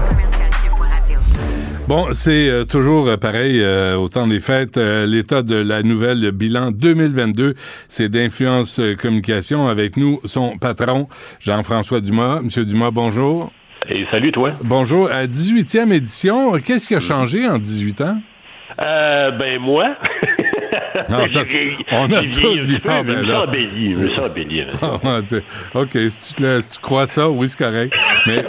Bon, c'est euh, toujours euh, pareil euh, au temps des fêtes. Euh, l'état de la nouvelle bilan deux mille vingt-deux, c'est d'Influence euh, Communication. Avec nous, son patron, Jean-François Dumas. Monsieur Dumas, bonjour. Et salut, toi. Bonjour. À dix-huitième édition, qu'est-ce qui a changé en dix-huit ans? Euh, ben, moi... Non, on a tous vu. Je me sens embelli. Je me sens embelli. OK, si tu, si tu crois ça, oui, c'est correct. Mais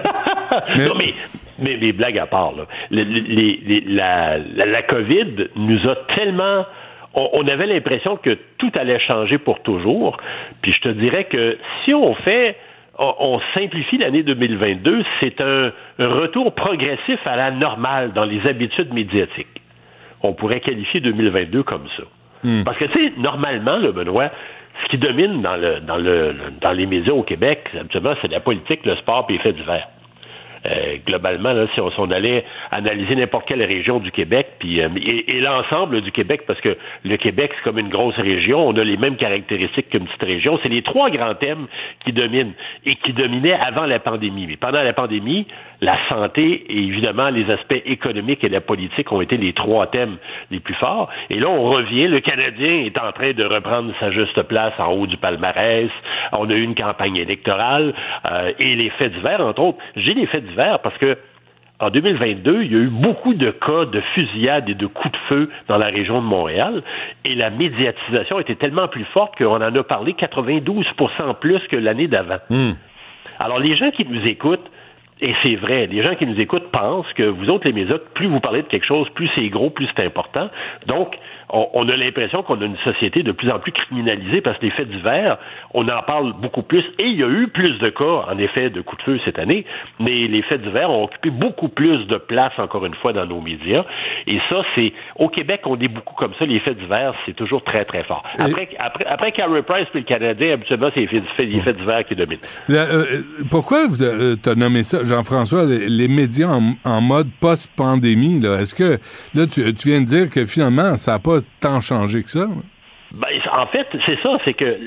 mais... Non, mais, mais, mais blague à part, là. Les, les, les, la, la, la COVID nous a tellement... On, on avait l'impression que tout allait changer pour toujours. Puis je te dirais que si on fait... On, on simplifie l'année deux mille vingt-deux, c'est un, un retour progressif à la normale dans les habitudes médiatiques. On pourrait qualifier deux mille vingt-deux comme ça. Mm. Parce que, tu sais, normalement, le Benoît, ce qui domine dans le dans le dans les médias au Québec, habituellement, c'est la politique, le sport et les faits divers. Euh, globalement, là, si on, si on allait analyser n'importe quelle région du Québec, puis euh, et, et l'ensemble du Québec, parce que le Québec, c'est comme une grosse région, on a les mêmes caractéristiques qu'une petite région. C'est les trois grands thèmes qui dominent et qui dominaient avant la pandémie. Mais pendant la pandémie, la santé et évidemment les aspects économiques et la politique ont été les trois thèmes les plus forts. Et là, on revient, le Canadien est en train de reprendre sa juste place en haut du palmarès. On a eu une campagne électorale euh, et les faits divers, entre autres. J'ai les faits divers parce que en deux mille vingt-deux, il y a eu beaucoup de cas de fusillades et de coups de feu dans la région de Montréal et la médiatisation était tellement plus forte qu'on en a parlé quatre-vingt-douze pour cent plus que l'année d'avant. Mm. Alors, les gens qui nous écoutent, et c'est vrai, les gens qui nous écoutent pensent que vous autres, les médias, plus vous parlez de quelque chose, plus c'est gros, plus c'est important. Donc, on, on a l'impression qu'on a une société de plus en plus criminalisée parce que les faits divers, on en parle beaucoup plus. Et il y a eu plus de cas, en effet, de coups de feu cette année, mais les faits divers ont occupé beaucoup plus de place, encore une fois, dans nos médias. Et ça, c'est... Au Québec, on est beaucoup comme ça. Les faits divers, c'est toujours très, très fort. Après, et... après, après Carey Price puis le Canadien, habituellement, c'est les faits, les faits divers qui dominent. Là, euh, pourquoi euh, tu as nommé ça, Jean-François, les, les médias en, en mode post-pandémie, là? Est-ce que, là, tu, tu viens de dire que finalement, ça n'a pas tant changé que ça? Ben, en fait, c'est ça, c'est que euh,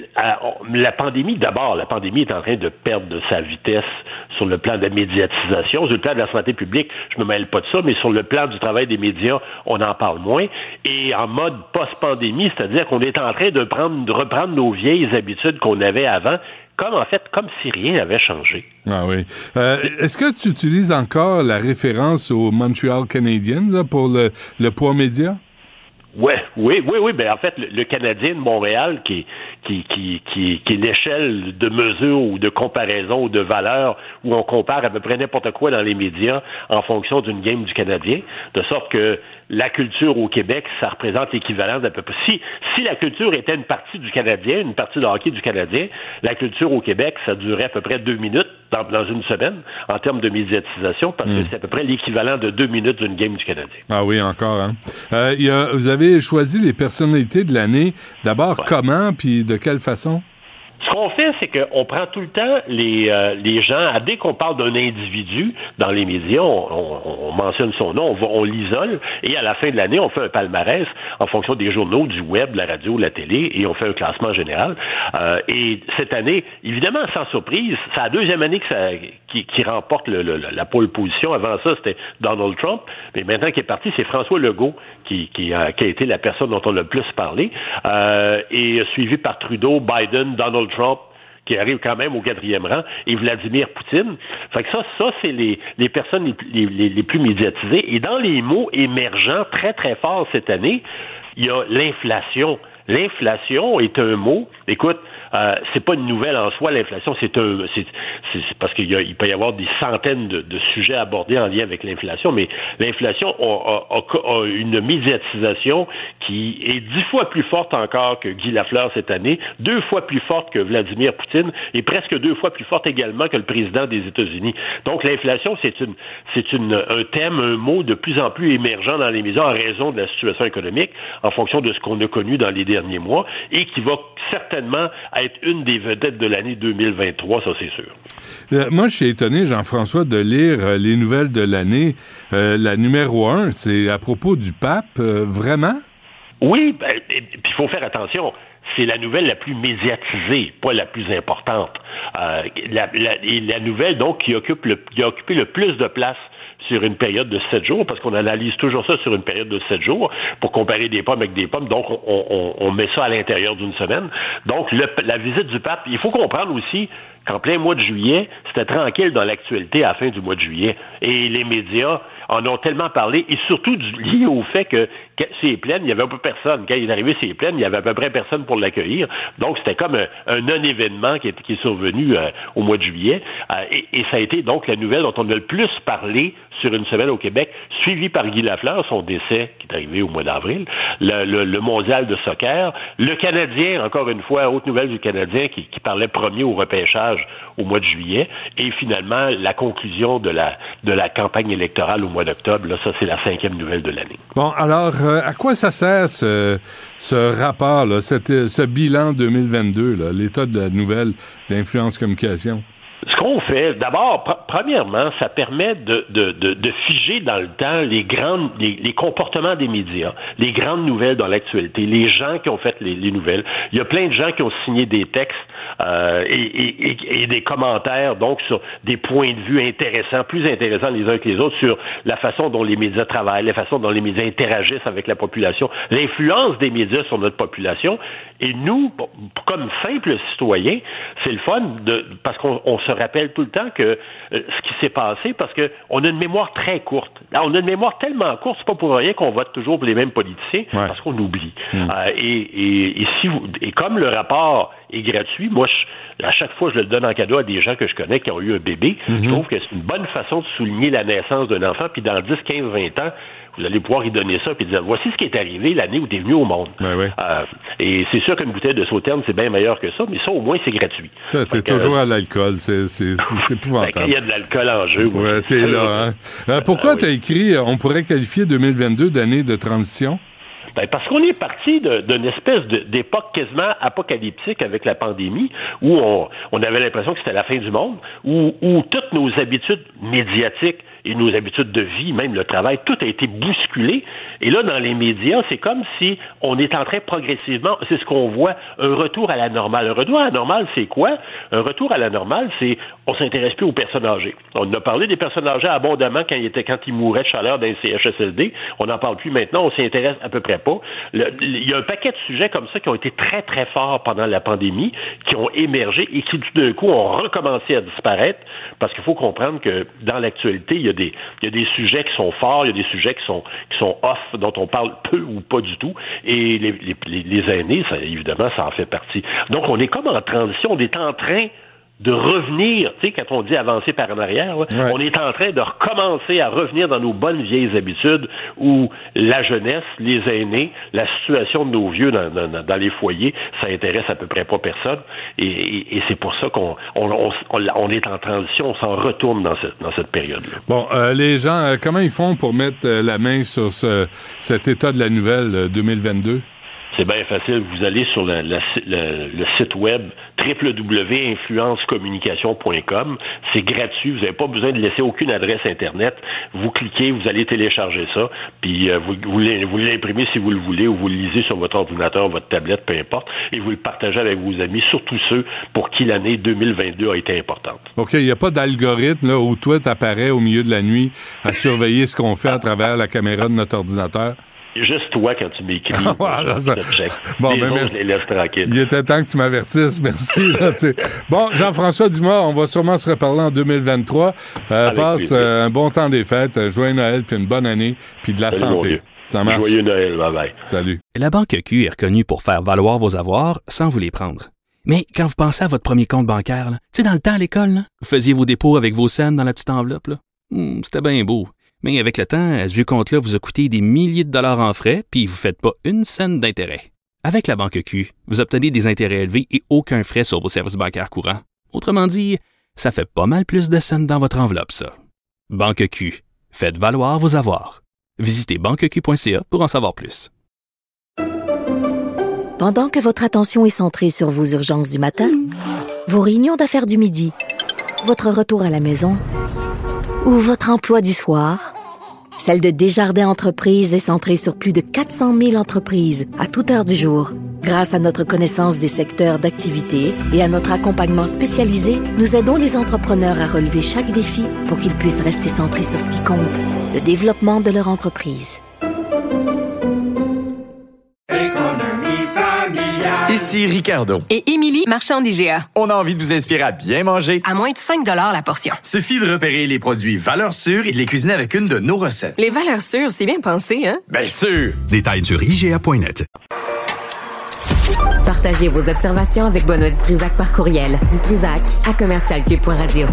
la pandémie, d'abord, la pandémie est en train de perdre de sa vitesse sur le plan de la médiatisation. Sur le plan de la santé publique, je me mêle pas de ça, mais sur le plan du travail des médias, on en parle moins. Et en mode post-pandémie, c'est-à-dire qu'on est en train de, prendre, de reprendre nos vieilles habitudes qu'on avait avant, comme en fait, comme si rien n'avait changé. Ah oui. Euh, est-ce que tu utilises encore la référence au Montreal Canadiens là, pour le, le poids média? Ouais, oui, oui, oui. Ben en fait, le, le Canadien de Montréal, qui, qui, qui, qui, qui est l'échelle de mesure ou de comparaison ou de valeur où on compare à peu près n'importe quoi dans les médias en fonction d'une game du Canadien, de sorte que la culture au Québec, ça représente l'équivalent d'à peu près. Si, si la culture était une partie du Canadien, une partie de hockey du Canadien, la culture au Québec, ça durait à peu près deux minutes dans, dans une semaine en termes de médiatisation, parce mmh. que c'est à peu près l'équivalent de deux minutes d'une game du Canadien. Ah oui, encore. Hein? Euh, y a, vous avez choisi les personnalités de l'année. D'abord, ouais. Comment, puis de quelle façon? Ce qu'on fait, c'est qu'on prend tout le temps les, euh, les gens, dès qu'on parle d'un individu dans les médias, on, on, on mentionne son nom, on, va, on l'isole, et à la fin de l'année, on fait un palmarès en fonction des journaux, du web, de la radio, de la télé, et on fait un classement général. Euh, et cette année, évidemment, sans surprise, c'est la deuxième année que ça, qui, qui remporte le, le, la pole position. Avant ça, c'était Donald Trump, mais maintenant qu'il est parti, c'est François Legault qui, qui, a, qui a été la personne dont on a le plus parlé, euh, et suivi par Trudeau, Biden, Donald Trump, qui arrive quand même au quatrième rang, et Vladimir Poutine. Fait que ça, ça c'est les, les personnes les, les, les plus médiatisées. Et dans les mots émergents très, très forts cette année, il y a l'inflation. L'inflation est un mot, écoute, euh, c'est pas une nouvelle en soi, l'inflation, c'est un, c'est, c'est, c'est parce qu'il y a, il peut y avoir des centaines de, de sujets abordés en lien avec l'inflation, mais l'inflation a, a, a, a une médiatisation qui est dix fois plus forte encore que Guy Lafleur cette année, deux fois plus forte que Vladimir Poutine et presque deux fois plus forte également que le président des États-Unis. Donc l'inflation, c'est une, c'est une, un thème, un mot de plus en plus émergent dans les médias en raison de la situation économique, en fonction de ce qu'on a connu dans les derniers mois, et qui va certainement être une des vedettes de l'année deux mille vingt-trois, ça c'est sûr. Euh, moi, je suis étonné, Jean-François, de lire euh, les nouvelles de l'année. Euh, la numéro un, c'est à propos du pape, euh, vraiment? Oui, ben, puis il faut faire attention. C'est la nouvelle la plus médiatisée, pas la plus importante. Euh, la, la, la nouvelle, donc, qui occupe le, qui a occupé le plus de place sur une période de sept jours, parce qu'on analyse toujours ça sur une période de sept jours pour comparer des pommes avec des pommes, donc on, on, on met ça à l'intérieur d'une semaine. Donc, le, la visite du pape, il faut comprendre aussi qu'en plein mois de juillet, c'était tranquille dans l'actualité à la fin du mois de juillet. Et les médias en ont tellement parlé, et surtout du, lié au fait que, que ces plaines, il n'y avait pas personne. Quand il est arrivé ces plaines, il n'y avait à peu près personne pour l'accueillir. Donc, c'était comme un, un non-événement qui est, qui est survenu euh, au mois de juillet. Euh, et, et ça a été donc la nouvelle dont on a le plus parlé sur une semaine au Québec, suivi par Guy Lafleur, son décès qui est arrivé au mois d'avril, le, le, le mondial de soccer, le Canadien, encore une fois, haute nouvelle du Canadien qui, qui parlait premier au repêchage au mois de juillet, et finalement la conclusion de la, de la campagne électorale au mois d'octobre. Là, ça, c'est la cinquième nouvelle de l'année. Bon, alors, euh, à quoi ça sert ce, ce rapport, là, cette, ce bilan deux mille vingt-deux, là, l'état de la nouvelle d'Influence Communication? Ce qu'on fait, d'abord, pr- premièrement, ça permet de, de, de, de figer dans le temps les grandes, les, les comportements des médias, les grandes nouvelles dans l'actualité, les gens qui ont fait les, les nouvelles. Il y a plein de gens qui ont signé des textes euh, et, et, et, et des commentaires, donc, sur des points de vue intéressants, plus intéressants les uns que les autres, sur la façon dont les médias travaillent, la façon dont les médias interagissent avec la population, l'influence des médias sur notre population. Et nous, comme simples citoyens, c'est le fun de, parce qu'on on se rappelle tout le temps que euh, ce qui s'est passé, parce que on a une mémoire très courte. Là, on a une mémoire tellement courte, c'est pas pour rien qu'on vote toujours pour les mêmes politiciens, ouais. parce qu'on oublie. Mmh. Euh, et, et, et, si vous, et comme le rapport est gratuit, moi, je, à chaque fois, je le donne en cadeau à des gens que je connais qui ont eu un bébé. Mmh. Je trouve que c'est une bonne façon de souligner la naissance d'un enfant, puis dans dix, quinze, vingt ans, vous allez pouvoir y donner ça et dire voici ce qui est arrivé l'année où tu es venu au monde. Ouais, ouais. Euh, et c'est sûr qu'une bouteille de Sauternes, c'est bien meilleur que ça, mais ça, au moins, c'est gratuit. T'es, t'es toujours euh, à l'alcool, c'est, c'est, c'est épouvantable. Il y a de l'alcool en jeu. Ouais, t'es là, hein. Euh, pourquoi ah, oui. t'as écrit, on pourrait qualifier deux mille vingt-deux d'année de transition? Ben parce qu'on est parti de, d'une espèce de, d'époque quasiment apocalyptique avec la pandémie, où on, on avait l'impression que c'était la fin du monde, où, où toutes nos habitudes médiatiques et nos habitudes de vie, même le travail, tout a été bousculé. Et là, dans les médias, c'est comme si on est en train progressivement, c'est ce qu'on voit, un retour à la normale. Un retour à la normale, c'est quoi? Un retour à la normale, c'est on s'intéresse plus aux personnes âgées. On a parlé des personnes âgées abondamment quand ils étaient, quand ils mouraient de chaleur dans les C H S L D. On n'en parle plus maintenant, on s'y intéresse à peu près pas. Le, il y a un paquet de sujets comme ça qui ont été très, très forts pendant la pandémie, qui ont émergé et qui, tout d'un coup, ont recommencé à disparaître, parce qu'il faut comprendre que dans l'actualité, il y a des, il y a des sujets qui sont forts, il y a des sujets qui sont, qui sont off, dont on parle peu ou pas du tout, et les, les, les aînés, ça, évidemment, ça en fait partie. Donc, on est comme en transition, on est en train de revenir, tu sais, quand on dit avancer par en arrière, là, ouais. on est en train de recommencer à revenir dans nos bonnes vieilles habitudes où la jeunesse, les aînés, la situation de nos vieux dans, dans, dans les foyers, ça intéresse à peu près pas personne. Et, et, et c'est pour ça qu'on on, on, on, on est en transition, on s'en retourne dans cette, dans cette période-là. Bon, euh, les gens, euh, comment ils font pour mettre euh, la main sur ce, cet état de la nouvelle euh, deux mille vingt-deux? C'est bien facile. Vous allez sur le, le, le, le site web w w w point influence communication point com. C'est gratuit. Vous n'avez pas besoin de laisser aucune adresse Internet. Vous cliquez, vous allez télécharger ça, puis euh, vous, vous, vous l'imprimez si vous le voulez, ou vous le lisez sur votre ordinateur, votre tablette, peu importe, et vous le partagez avec vos amis, surtout ceux pour qui l'année deux mille vingt-deux a été importante. OK. Il n'y a pas d'algorithme là, où toi, t'apparais au milieu de la nuit à surveiller ce qu'on fait à travers la caméra de notre ordinateur? Juste toi, quand tu m'écris, ah, voilà, ça... bon, les ben, autres, merci. Je les laisse tranquilles. Il était temps que tu m'avertisses. Merci. Là, bon, Jean-François Dumas, on va sûrement se reparler en deux mille vingt-trois. Euh, passe euh, un bon temps des fêtes, euh, joyeux Noël, puis une bonne année, puis de la Salut, santé. Ça marche. Joyeux Noël, bye-bye. Salut. La Banque Q est reconnue pour faire valoir vos avoirs sans vous les prendre. Mais quand vous pensez à votre premier compte bancaire, tu sais, dans le temps à l'école, là, vous faisiez vos dépôts avec vos scènes dans la petite enveloppe. Là. Hum, c'était bien beau. Mais avec le temps, ce vieux compte-là vous a coûté des milliers de dollars en frais, puis vous ne faites pas une scène d'intérêt. Avec la Banque Q, vous obtenez des intérêts élevés et aucun frais sur vos services bancaires courants. Autrement dit, ça fait pas mal plus de scènes dans votre enveloppe, ça. Banque Q. Faites valoir vos avoirs. Visitez banque q point c a pour en savoir plus. Pendant que votre attention est centrée sur vos urgences du matin, vos réunions d'affaires du midi, votre retour à la maison ou votre emploi du soir, celle de Desjardins Entreprises est centrée sur plus de quatre cent mille entreprises à toute heure du jour. Grâce à notre connaissance des secteurs d'activité et à notre accompagnement spécialisé, nous aidons les entrepreneurs à relever chaque défi pour qu'ils puissent rester centrés sur ce qui compte, le développement de leur entreprise. Économie familiale. Ici Ricardo. Et Émilie, marchand d'I G A. On a envie de vous inspirer à bien manger. À moins de cinq dollars la portion. Suffit de repérer les produits valeurs sûres et de les cuisiner avec une de nos recettes. Les valeurs sûres, c'est bien pensé, hein? Bien sûr! Détails sur I G A point net. Partagez vos observations avec Benoît Dutrisac par courriel. Dutrisac à commercial cube point radio.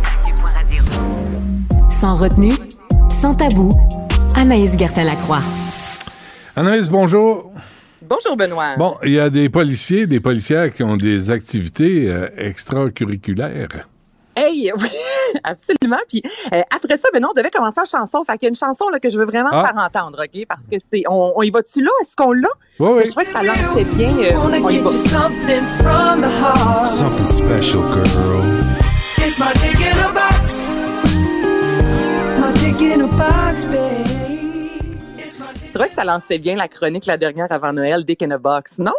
Sans retenue, sans tabou, Anaïs Gertin-Lacroix. Anaïs, bonjour. Bonjour, Benoît. Bon, il y a des policiers, des policières qui ont des activités euh, extracurriculaires. Hey, oui, absolument. Puis euh, après ça, Benoît, on devait commencer en chanson. Fait qu'il y a une chanson là, que je veux vraiment ah. faire entendre, OK? Parce que c'est... On, on y va-tu là? Est-ce qu'on l'a? Oui, oui. Je trouvais que ça lançait bien. Euh, on y va. Something special, girl. It's my dick in a box. My dick in a box, babe. Je trouvais que ça lançait bien la chronique la dernière avant Noël, Dick in a Box, non?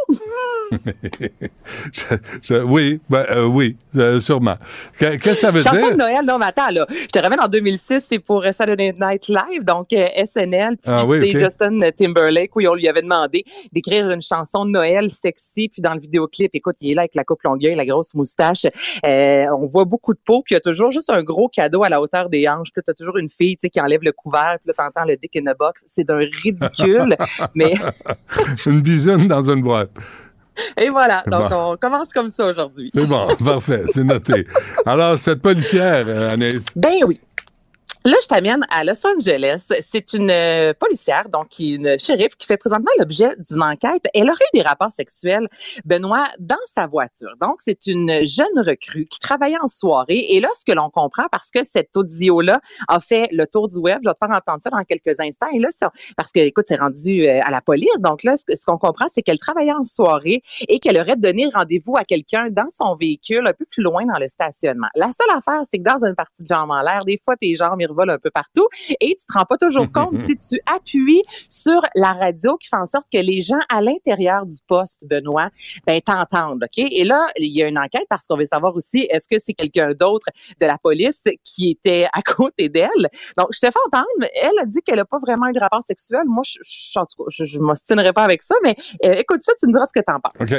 je, je, oui, ben, euh, oui, euh, sûrement. Qu'est-ce que ça veut Chanson dire? Chanson de Noël, non, mais attends, là. Je te ramène en deux mille six, c'est pour Saturday Night Live, donc euh, S N L, puis ah, oui, c'est okay. Justin Timberlake, où on lui avait demandé d'écrire une chanson de Noël sexy, puis dans le vidéoclip, écoute, il est là avec la coupe longueuil, la grosse moustache, euh, on voit beaucoup de peau, puis il y a toujours juste un gros cadeau à la hauteur des hanches, puis là, t'as toujours une fille, tu sais, qui enlève le couvert, puis là, t'entends le Dick in a Box, c'est d'un ridicule, mais... Une bisoune dans une boîte. Et voilà, donc bon. On commence comme ça aujourd'hui. C'est bon, parfait, c'est noté. Alors, cette policière, Anaïs. Ben oui. Là, je t'amène à Los Angeles. C'est une euh, policière, donc une shérif qui fait présentement l'objet d'une enquête. Elle aurait eu des rapports sexuels, Benoît, dans sa voiture. Donc, c'est une jeune recrue qui travaillait en soirée. Et là, ce que l'on comprend, parce que cet audio-là a fait le tour du web, je vais te faire entendre ça dans quelques instants. Et là, c'est, parce que, écoute, c'est rendu euh, à la police. Donc là, ce, ce qu'on comprend, c'est qu'elle travaillait en soirée et qu'elle aurait donné rendez-vous à quelqu'un dans son véhicule, un peu plus loin dans le stationnement. La seule affaire, c'est que dans une partie de jambes en l'air, des fois, tes jambes, ils volent un peu partout et tu te rends pas toujours compte si tu appuies sur la radio qui fait en sorte que les gens à l'intérieur du poste, Benoît, ben t'entendent, OK? Et là, il y a une enquête parce qu'on veut savoir aussi est-ce que c'est quelqu'un d'autre de la police qui était à côté d'elle. Donc, je te fais entendre, elle a dit qu'elle a pas vraiment eu de rapport sexuel. Moi, je, je, en tout cas, je, je m'ostinerai pas avec ça, mais euh, écoute ça, tu me diras ce que t'en penses. OK.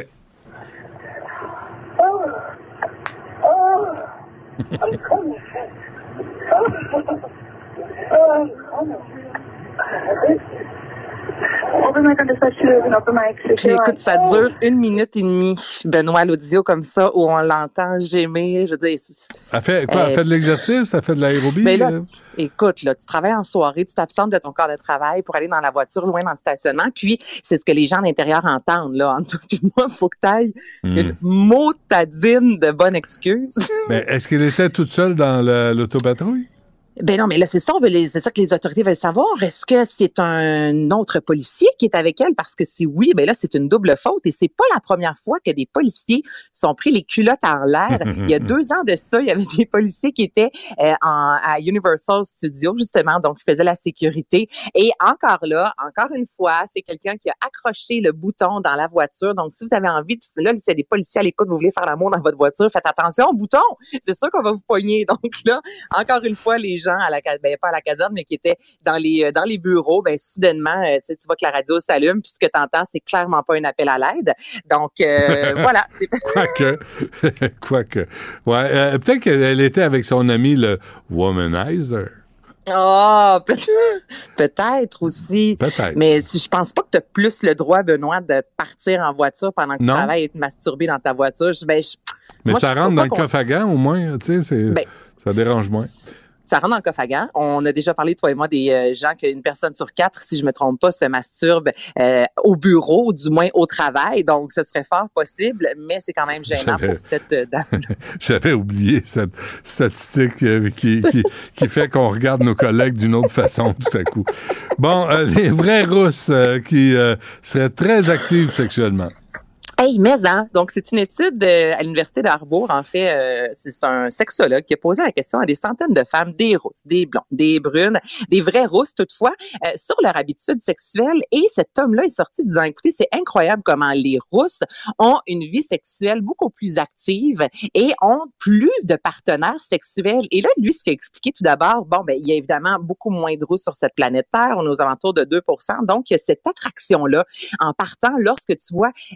Oh. Oh. I'm coming. Oh, Puis écoute, ça dure une minute et demie, Benoît, l'audio comme ça, où on l'entend gémir. Je veux dire, elle fait quoi? Elle euh, fait de l'exercice? Elle fait de l'aérobie? Mais là, écoute, là, tu travailles en soirée, tu t'absentes de ton corps de travail pour aller dans la voiture, loin dans le stationnement, puis c'est ce que les gens à l'intérieur entendent, là. En tout cas, moi, il faut que tu ailles mm. une motadine de bonne excuse. Mais est-ce qu'elle était toute seule dans le, l'autopatrouille? Ben non, mais là, c'est ça, on veut les, c'est ça que les autorités veulent savoir. Est-ce que c'est un autre policier qui est avec elle? Parce que si oui, ben là, c'est une double faute. Et c'est pas la première fois que des policiers sont pris les culottes en l'air. Il y a deux ans de ça, il y avait des policiers qui étaient euh, en, à Universal Studios, justement, donc ils faisaient la sécurité. Et encore là, encore une fois, c'est quelqu'un qui a accroché le bouton dans la voiture. Donc, si vous avez envie de... Là, s'il y a des policiers à l'écoute, vous voulez faire l'amour dans votre voiture, faites attention au bouton. C'est sûr qu'on va vous pogner. Donc là, encore une fois, les gens à la ben pas à la caserne mais qui étaient dans les dans les bureaux, ben soudainement euh, tu vois que la radio s'allume puis ce que tu entends c'est clairement pas un appel à l'aide. Donc euh, voilà, c'est quoique quoique. Ouais, euh, peut-être qu'elle était avec son ami le womanizer. Ah, oh, peut-être, peut-être aussi. Peut-être. Mais je pense pas que tu as plus le droit, Benoît, de partir en voiture pendant que non. tu travailles et te masturber dans ta voiture. Je, ben, je, mais moi, ça rentre dans le coffre à gants au moins, tu sais, c'est ben, ça dérange moins. Ça rentre dans le coffre à gants. On a déjà parlé, toi et moi, des euh, gens qu'une personne sur quatre, si je me trompe pas, se masturbe euh, au bureau, ou du moins au travail. Donc, ce serait fort possible, mais c'est quand même gênant J'avais... pour cette euh, dame. J'avais oublié cette statistique euh, qui, qui, qui fait qu'on regarde nos collègues d'une autre façon tout à coup. Bon, euh, les vraies rousses euh, qui euh, seraient très actives sexuellement. Hey, mais hein, donc c'est une étude euh, à l'université d'Harbour, en fait, euh, c'est un sexologue qui a posé la question à des centaines de femmes, des rousses, des blondes, des brunes, des vraies rousses toutefois, euh, sur leur habitude sexuelle. Et cet homme-là est sorti disant, écoutez, c'est incroyable comment les rousses ont une vie sexuelle beaucoup plus active et ont plus de partenaires sexuels. Et là, lui, ce qu'il a expliqué tout d'abord, bon, ben il y a évidemment beaucoup moins de rousses sur cette planète Terre, on est aux alentours de deux pour cent, donc il y a cette attraction-là en partant lorsque tu vois et les rousses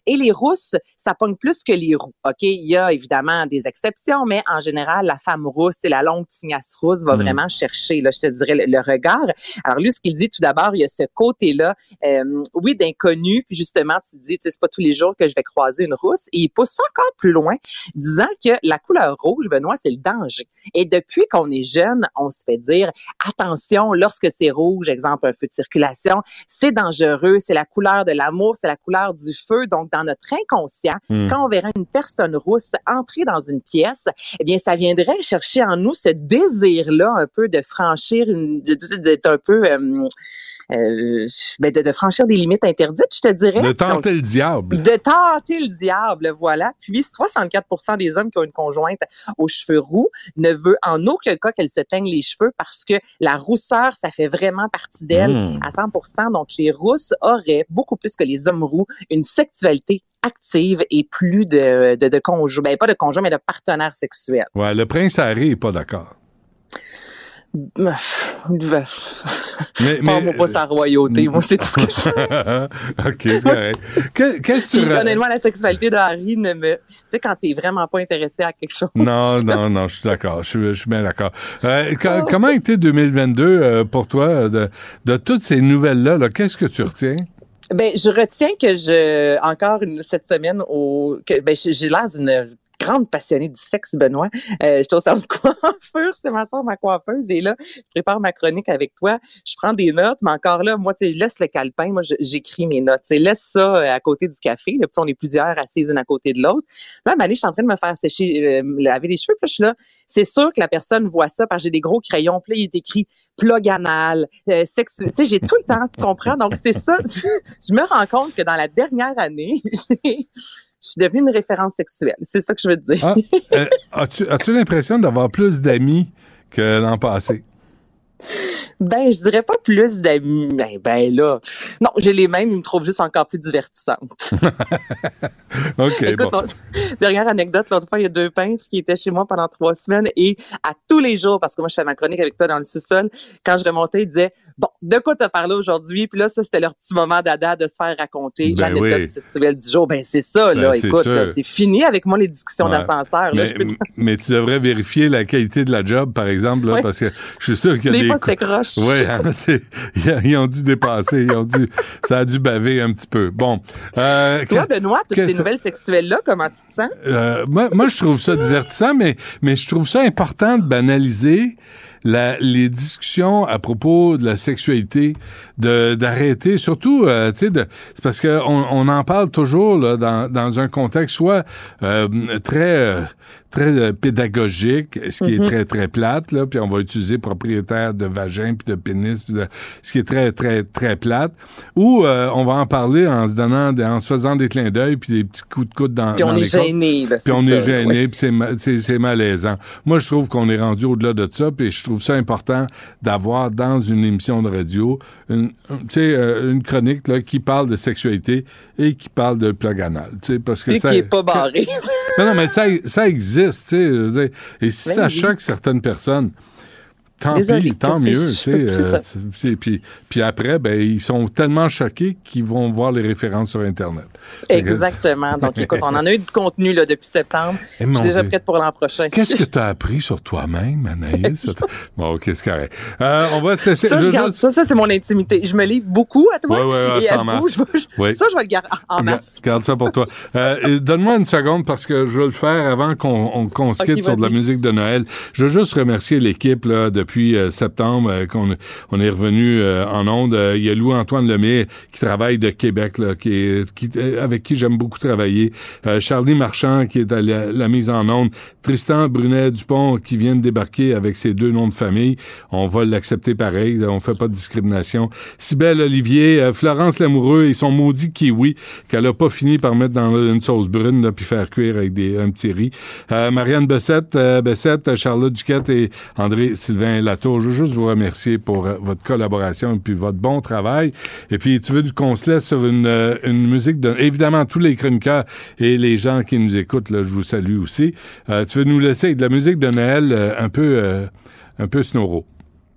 rousses, ça pogne plus que les roux. OK? Il y a évidemment des exceptions, mais en général, la femme rousse et la longue tignasse rousse va mmh. vraiment chercher, là, je te dirais, le, le regard. Alors lui, ce qu'il dit, tout d'abord, il y a ce côté-là, euh, oui, d'inconnu, puis justement, tu dis, tu sais, c'est pas tous les jours que je vais croiser une rousse, et il pousse encore plus loin, disant que la couleur rouge, Benoît, c'est le danger. Et depuis qu'on est jeune, on se fait dire, attention, lorsque c'est rouge, exemple, un feu de circulation, c'est dangereux, c'est la couleur de l'amour, c'est la couleur du feu. Donc, dans notre inconscient, mmh. quand on verrait une personne rousse entrer dans une pièce, eh bien, ça viendrait chercher en nous ce désir-là un peu de franchir, une, d'être un peu... Euh, Euh, ben de, de franchir des limites interdites, je te dirais. De tenter on, le diable. De tenter le diable, voilà. Puis soixante-quatre pour cent des hommes qui ont une conjointe aux cheveux roux ne veut en aucun cas qu'elle se teigne les cheveux parce que la rousseur, ça fait vraiment partie d'elle mmh. à cent pour cent. Donc, les rousses auraient, beaucoup plus que les hommes roux, une sexualité active et plus de, de, de conjoints. Ben, pas de conjoints, mais de partenaires sexuels. Ouais, le prince Harry est pas d'accord. mais, mais moi pas sa royauté, moi c'est tout ce que je OK, c'est correct. Qu'est-ce que tu honnêtement, la sexualité de Harry ne me... Tu sais, quand t'es vraiment pas intéressé à quelque chose. Non, non, non, je suis d'accord. Je suis bien d'accord. Euh, oh. Comment a été deux mille vingt-deux euh, pour toi, de, de toutes ces nouvelles-là, là, qu'est-ce que tu retiens? Ben, je retiens que je, encore une, cette semaine, au, que, ben, j'ai l'air d'une grande passionnée du sexe, Benoît. Euh, je suis au salon de coiffure, c'est ma soeur, ma coiffeuse, et là, je prépare ma chronique avec toi. Je prends des notes, mais encore là, moi, tu sais, laisse le calepin, moi, j'écris mes notes. Tu sais, laisse ça à côté du café. Là, on est plusieurs assises une à côté de l'autre. Là, Mané, je suis en train de me faire sécher, euh, laver les cheveux, puis là, je suis là. C'est sûr que la personne voit ça, parce que j'ai des gros crayons, puis là, il est écrit plug anal, euh, sexe. Tu sais, j'ai tout le temps, tu comprends? Donc, c'est ça. Je me rends compte que dans la dernière année, j'ai... je suis devenue une référence sexuelle. C'est ça que je veux te dire. Ah, euh, as-tu, as-tu l'impression d'avoir plus d'amis que l'an passé? Ben, je dirais pas plus d'amis. Ben, ben là, non, j'ai les mêmes, ils me trouvent juste encore plus divertissantes. OK, écoute, bon. Dernière anecdote, l'autre fois, il y a deux peintres qui étaient chez moi pendant trois semaines et à tous les jours, parce que moi, je fais ma chronique avec toi dans le sous-sol, quand je remontais, ils disaient, bon, de quoi t'as parlé aujourd'hui? Puis là, ça, c'était leur petit moment dada de se faire raconter ben l'anecdote oui. sexuelle du jour. Ben, c'est ça, là. Ben, c'est écoute, là, c'est fini avec moi les discussions ouais. d'ascenseur. Mais, là, je peux te... mais tu devrais vérifier la qualité de la job, par exemple, là, ouais. parce que je suis sûr qu'il y a des... des... fois, c'est croche. Oui, hein, ils, ils ont dû dépasser, ils ont dû, ça a dû baver un petit peu. Bon. Euh, Toi, Benoît, toutes ces nouvelles sexuelles-là, comment tu te sens? Euh, moi, moi, je trouve ça divertissant, mais, mais je trouve ça important de banaliser la, les discussions à propos de la sexualité, de d'arrêter, surtout, euh, tu sais, de, c'est parce que on, on en parle toujours là, dans, dans un contexte soit euh, très euh, très euh, pédagogique, ce qui mm-hmm. est très très plate là, puis on va utiliser propriétaire de vagin puis de pénis, puis de, ce qui est très très très plate, ou euh, on va en parler en se donnant, en se faisant des clins d'œil puis des petits coups de coude dans, puis dans les côtes. Puis on est gêné, là, puis on ça, est gêné, oui. puis c'est, c'est c'est malaisant. Moi, je trouve qu'on est rendu au-delà de ça, puis je trouve ça important d'avoir dans une émission de radio une, tu sais, euh, une chronique là qui parle de sexualité et qui parle de plug anal, tu sais, parce que et ça qui est pas barré. non, non, mais ça, ça existe, tu sais, je veux dire, et si mais ça oui. choque certaines personnes, tant Désolé, pis, tant mieux, tu sais. Euh, puis, puis après, ben ils sont tellement choqués qu'ils vont voir les références sur Internet. Exactement. Donc, écoute, on en a eu du contenu là depuis septembre. Et je suis déjà prête pour l'an prochain. Qu'est-ce que tu as appris sur toi-même, Anaïs? Bon, OK, c'est correct. Euh, on va se ça, je, je garde, ça, ça, c'est mon intimité. Je me livre beaucoup à toi. Oui, oui, et à vous, je, je, oui. Ça, je vais le garder en masse. Garde ça pour toi. Euh, donne-moi une seconde parce que je veux le faire avant qu'on, on, qu'on se quitte okay, sur de la musique de Noël. Je veux juste remercier l'équipe là, depuis euh, septembre. Euh, qu'on on est revenu euh, en ondes. Euh, il y a Louis-Antoine Lemay qui travaille de Québec, là, qui est, qui, avec qui j'aime beaucoup travailler. Euh, Charlie Marchand qui est à la, la mise en ondes. Tristan Brunet-Dupont qui vient de débarquer avec ses deux noms de famille. On va l'accepter pareil. On fait pas de discrimination. Cybèle Olivier, euh, Florence Lamoureux et son maudit kiwi qu'elle a pas fini par mettre dans une sauce brune là, puis faire cuire avec des, un petit riz. Euh, Marianne Bessette, euh, Bessette, Charlotte Duquette et André-Sylvain Latour. Je veux juste vous remercier pour euh, votre collaboration et puis votre bon travail. Et puis, tu veux qu'on se laisse sur une, euh, une musique de... Évidemment, tous les chroniqueurs et les gens qui nous écoutent, là, je vous salue aussi. Euh, tu veux nous laisser avec de la musique de Noël euh, un peu euh, un peu snoro.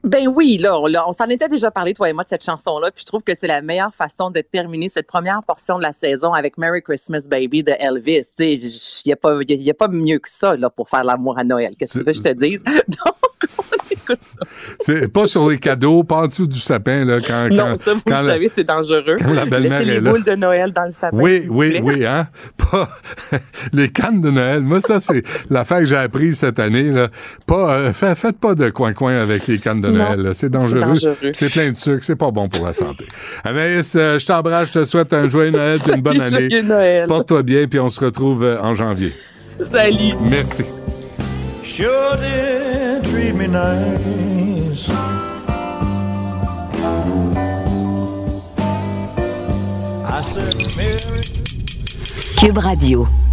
Ben oui, là, on, on s'en était déjà parlé, toi et moi, de cette chanson-là, puis je trouve que c'est la meilleure façon de terminer cette première portion de la saison avec Merry Christmas Baby de Elvis. Tu sais, il n'y a pas, il y a pas mieux que ça, là, pour faire l'amour à Noël. Qu'est-ce que tu veux que je te dise? Donc, on écoute ça. C'est pas sur les cadeaux, pas en dessous du sapin, là, quand, non, quand, ça, vous quand le la, savez, c'est dangereux. Quand la belle-mère Laissez est les là. boules de Noël dans le sapin, Oui, s'il vous oui, plaît. oui, hein? Pas les cannes de Noël. Moi, ça, c'est l'affaire que j'ai apprise cette année, là. Pas, euh, fait, faites pas de coin-coin avec les cannes de Non, Noël, là. C'est dangereux. c'est dangereux. C'est plein de sucre, c'est pas bon pour la santé. Anaïs, euh, je t'embrasse, je te souhaite un joyeux Noël et une bonne année. Joyeux Noël. Porte-toi bien, puis on se retrouve euh, en janvier. Salut. Merci. Sure did treat me nice. I said, Mary. Cube Radio.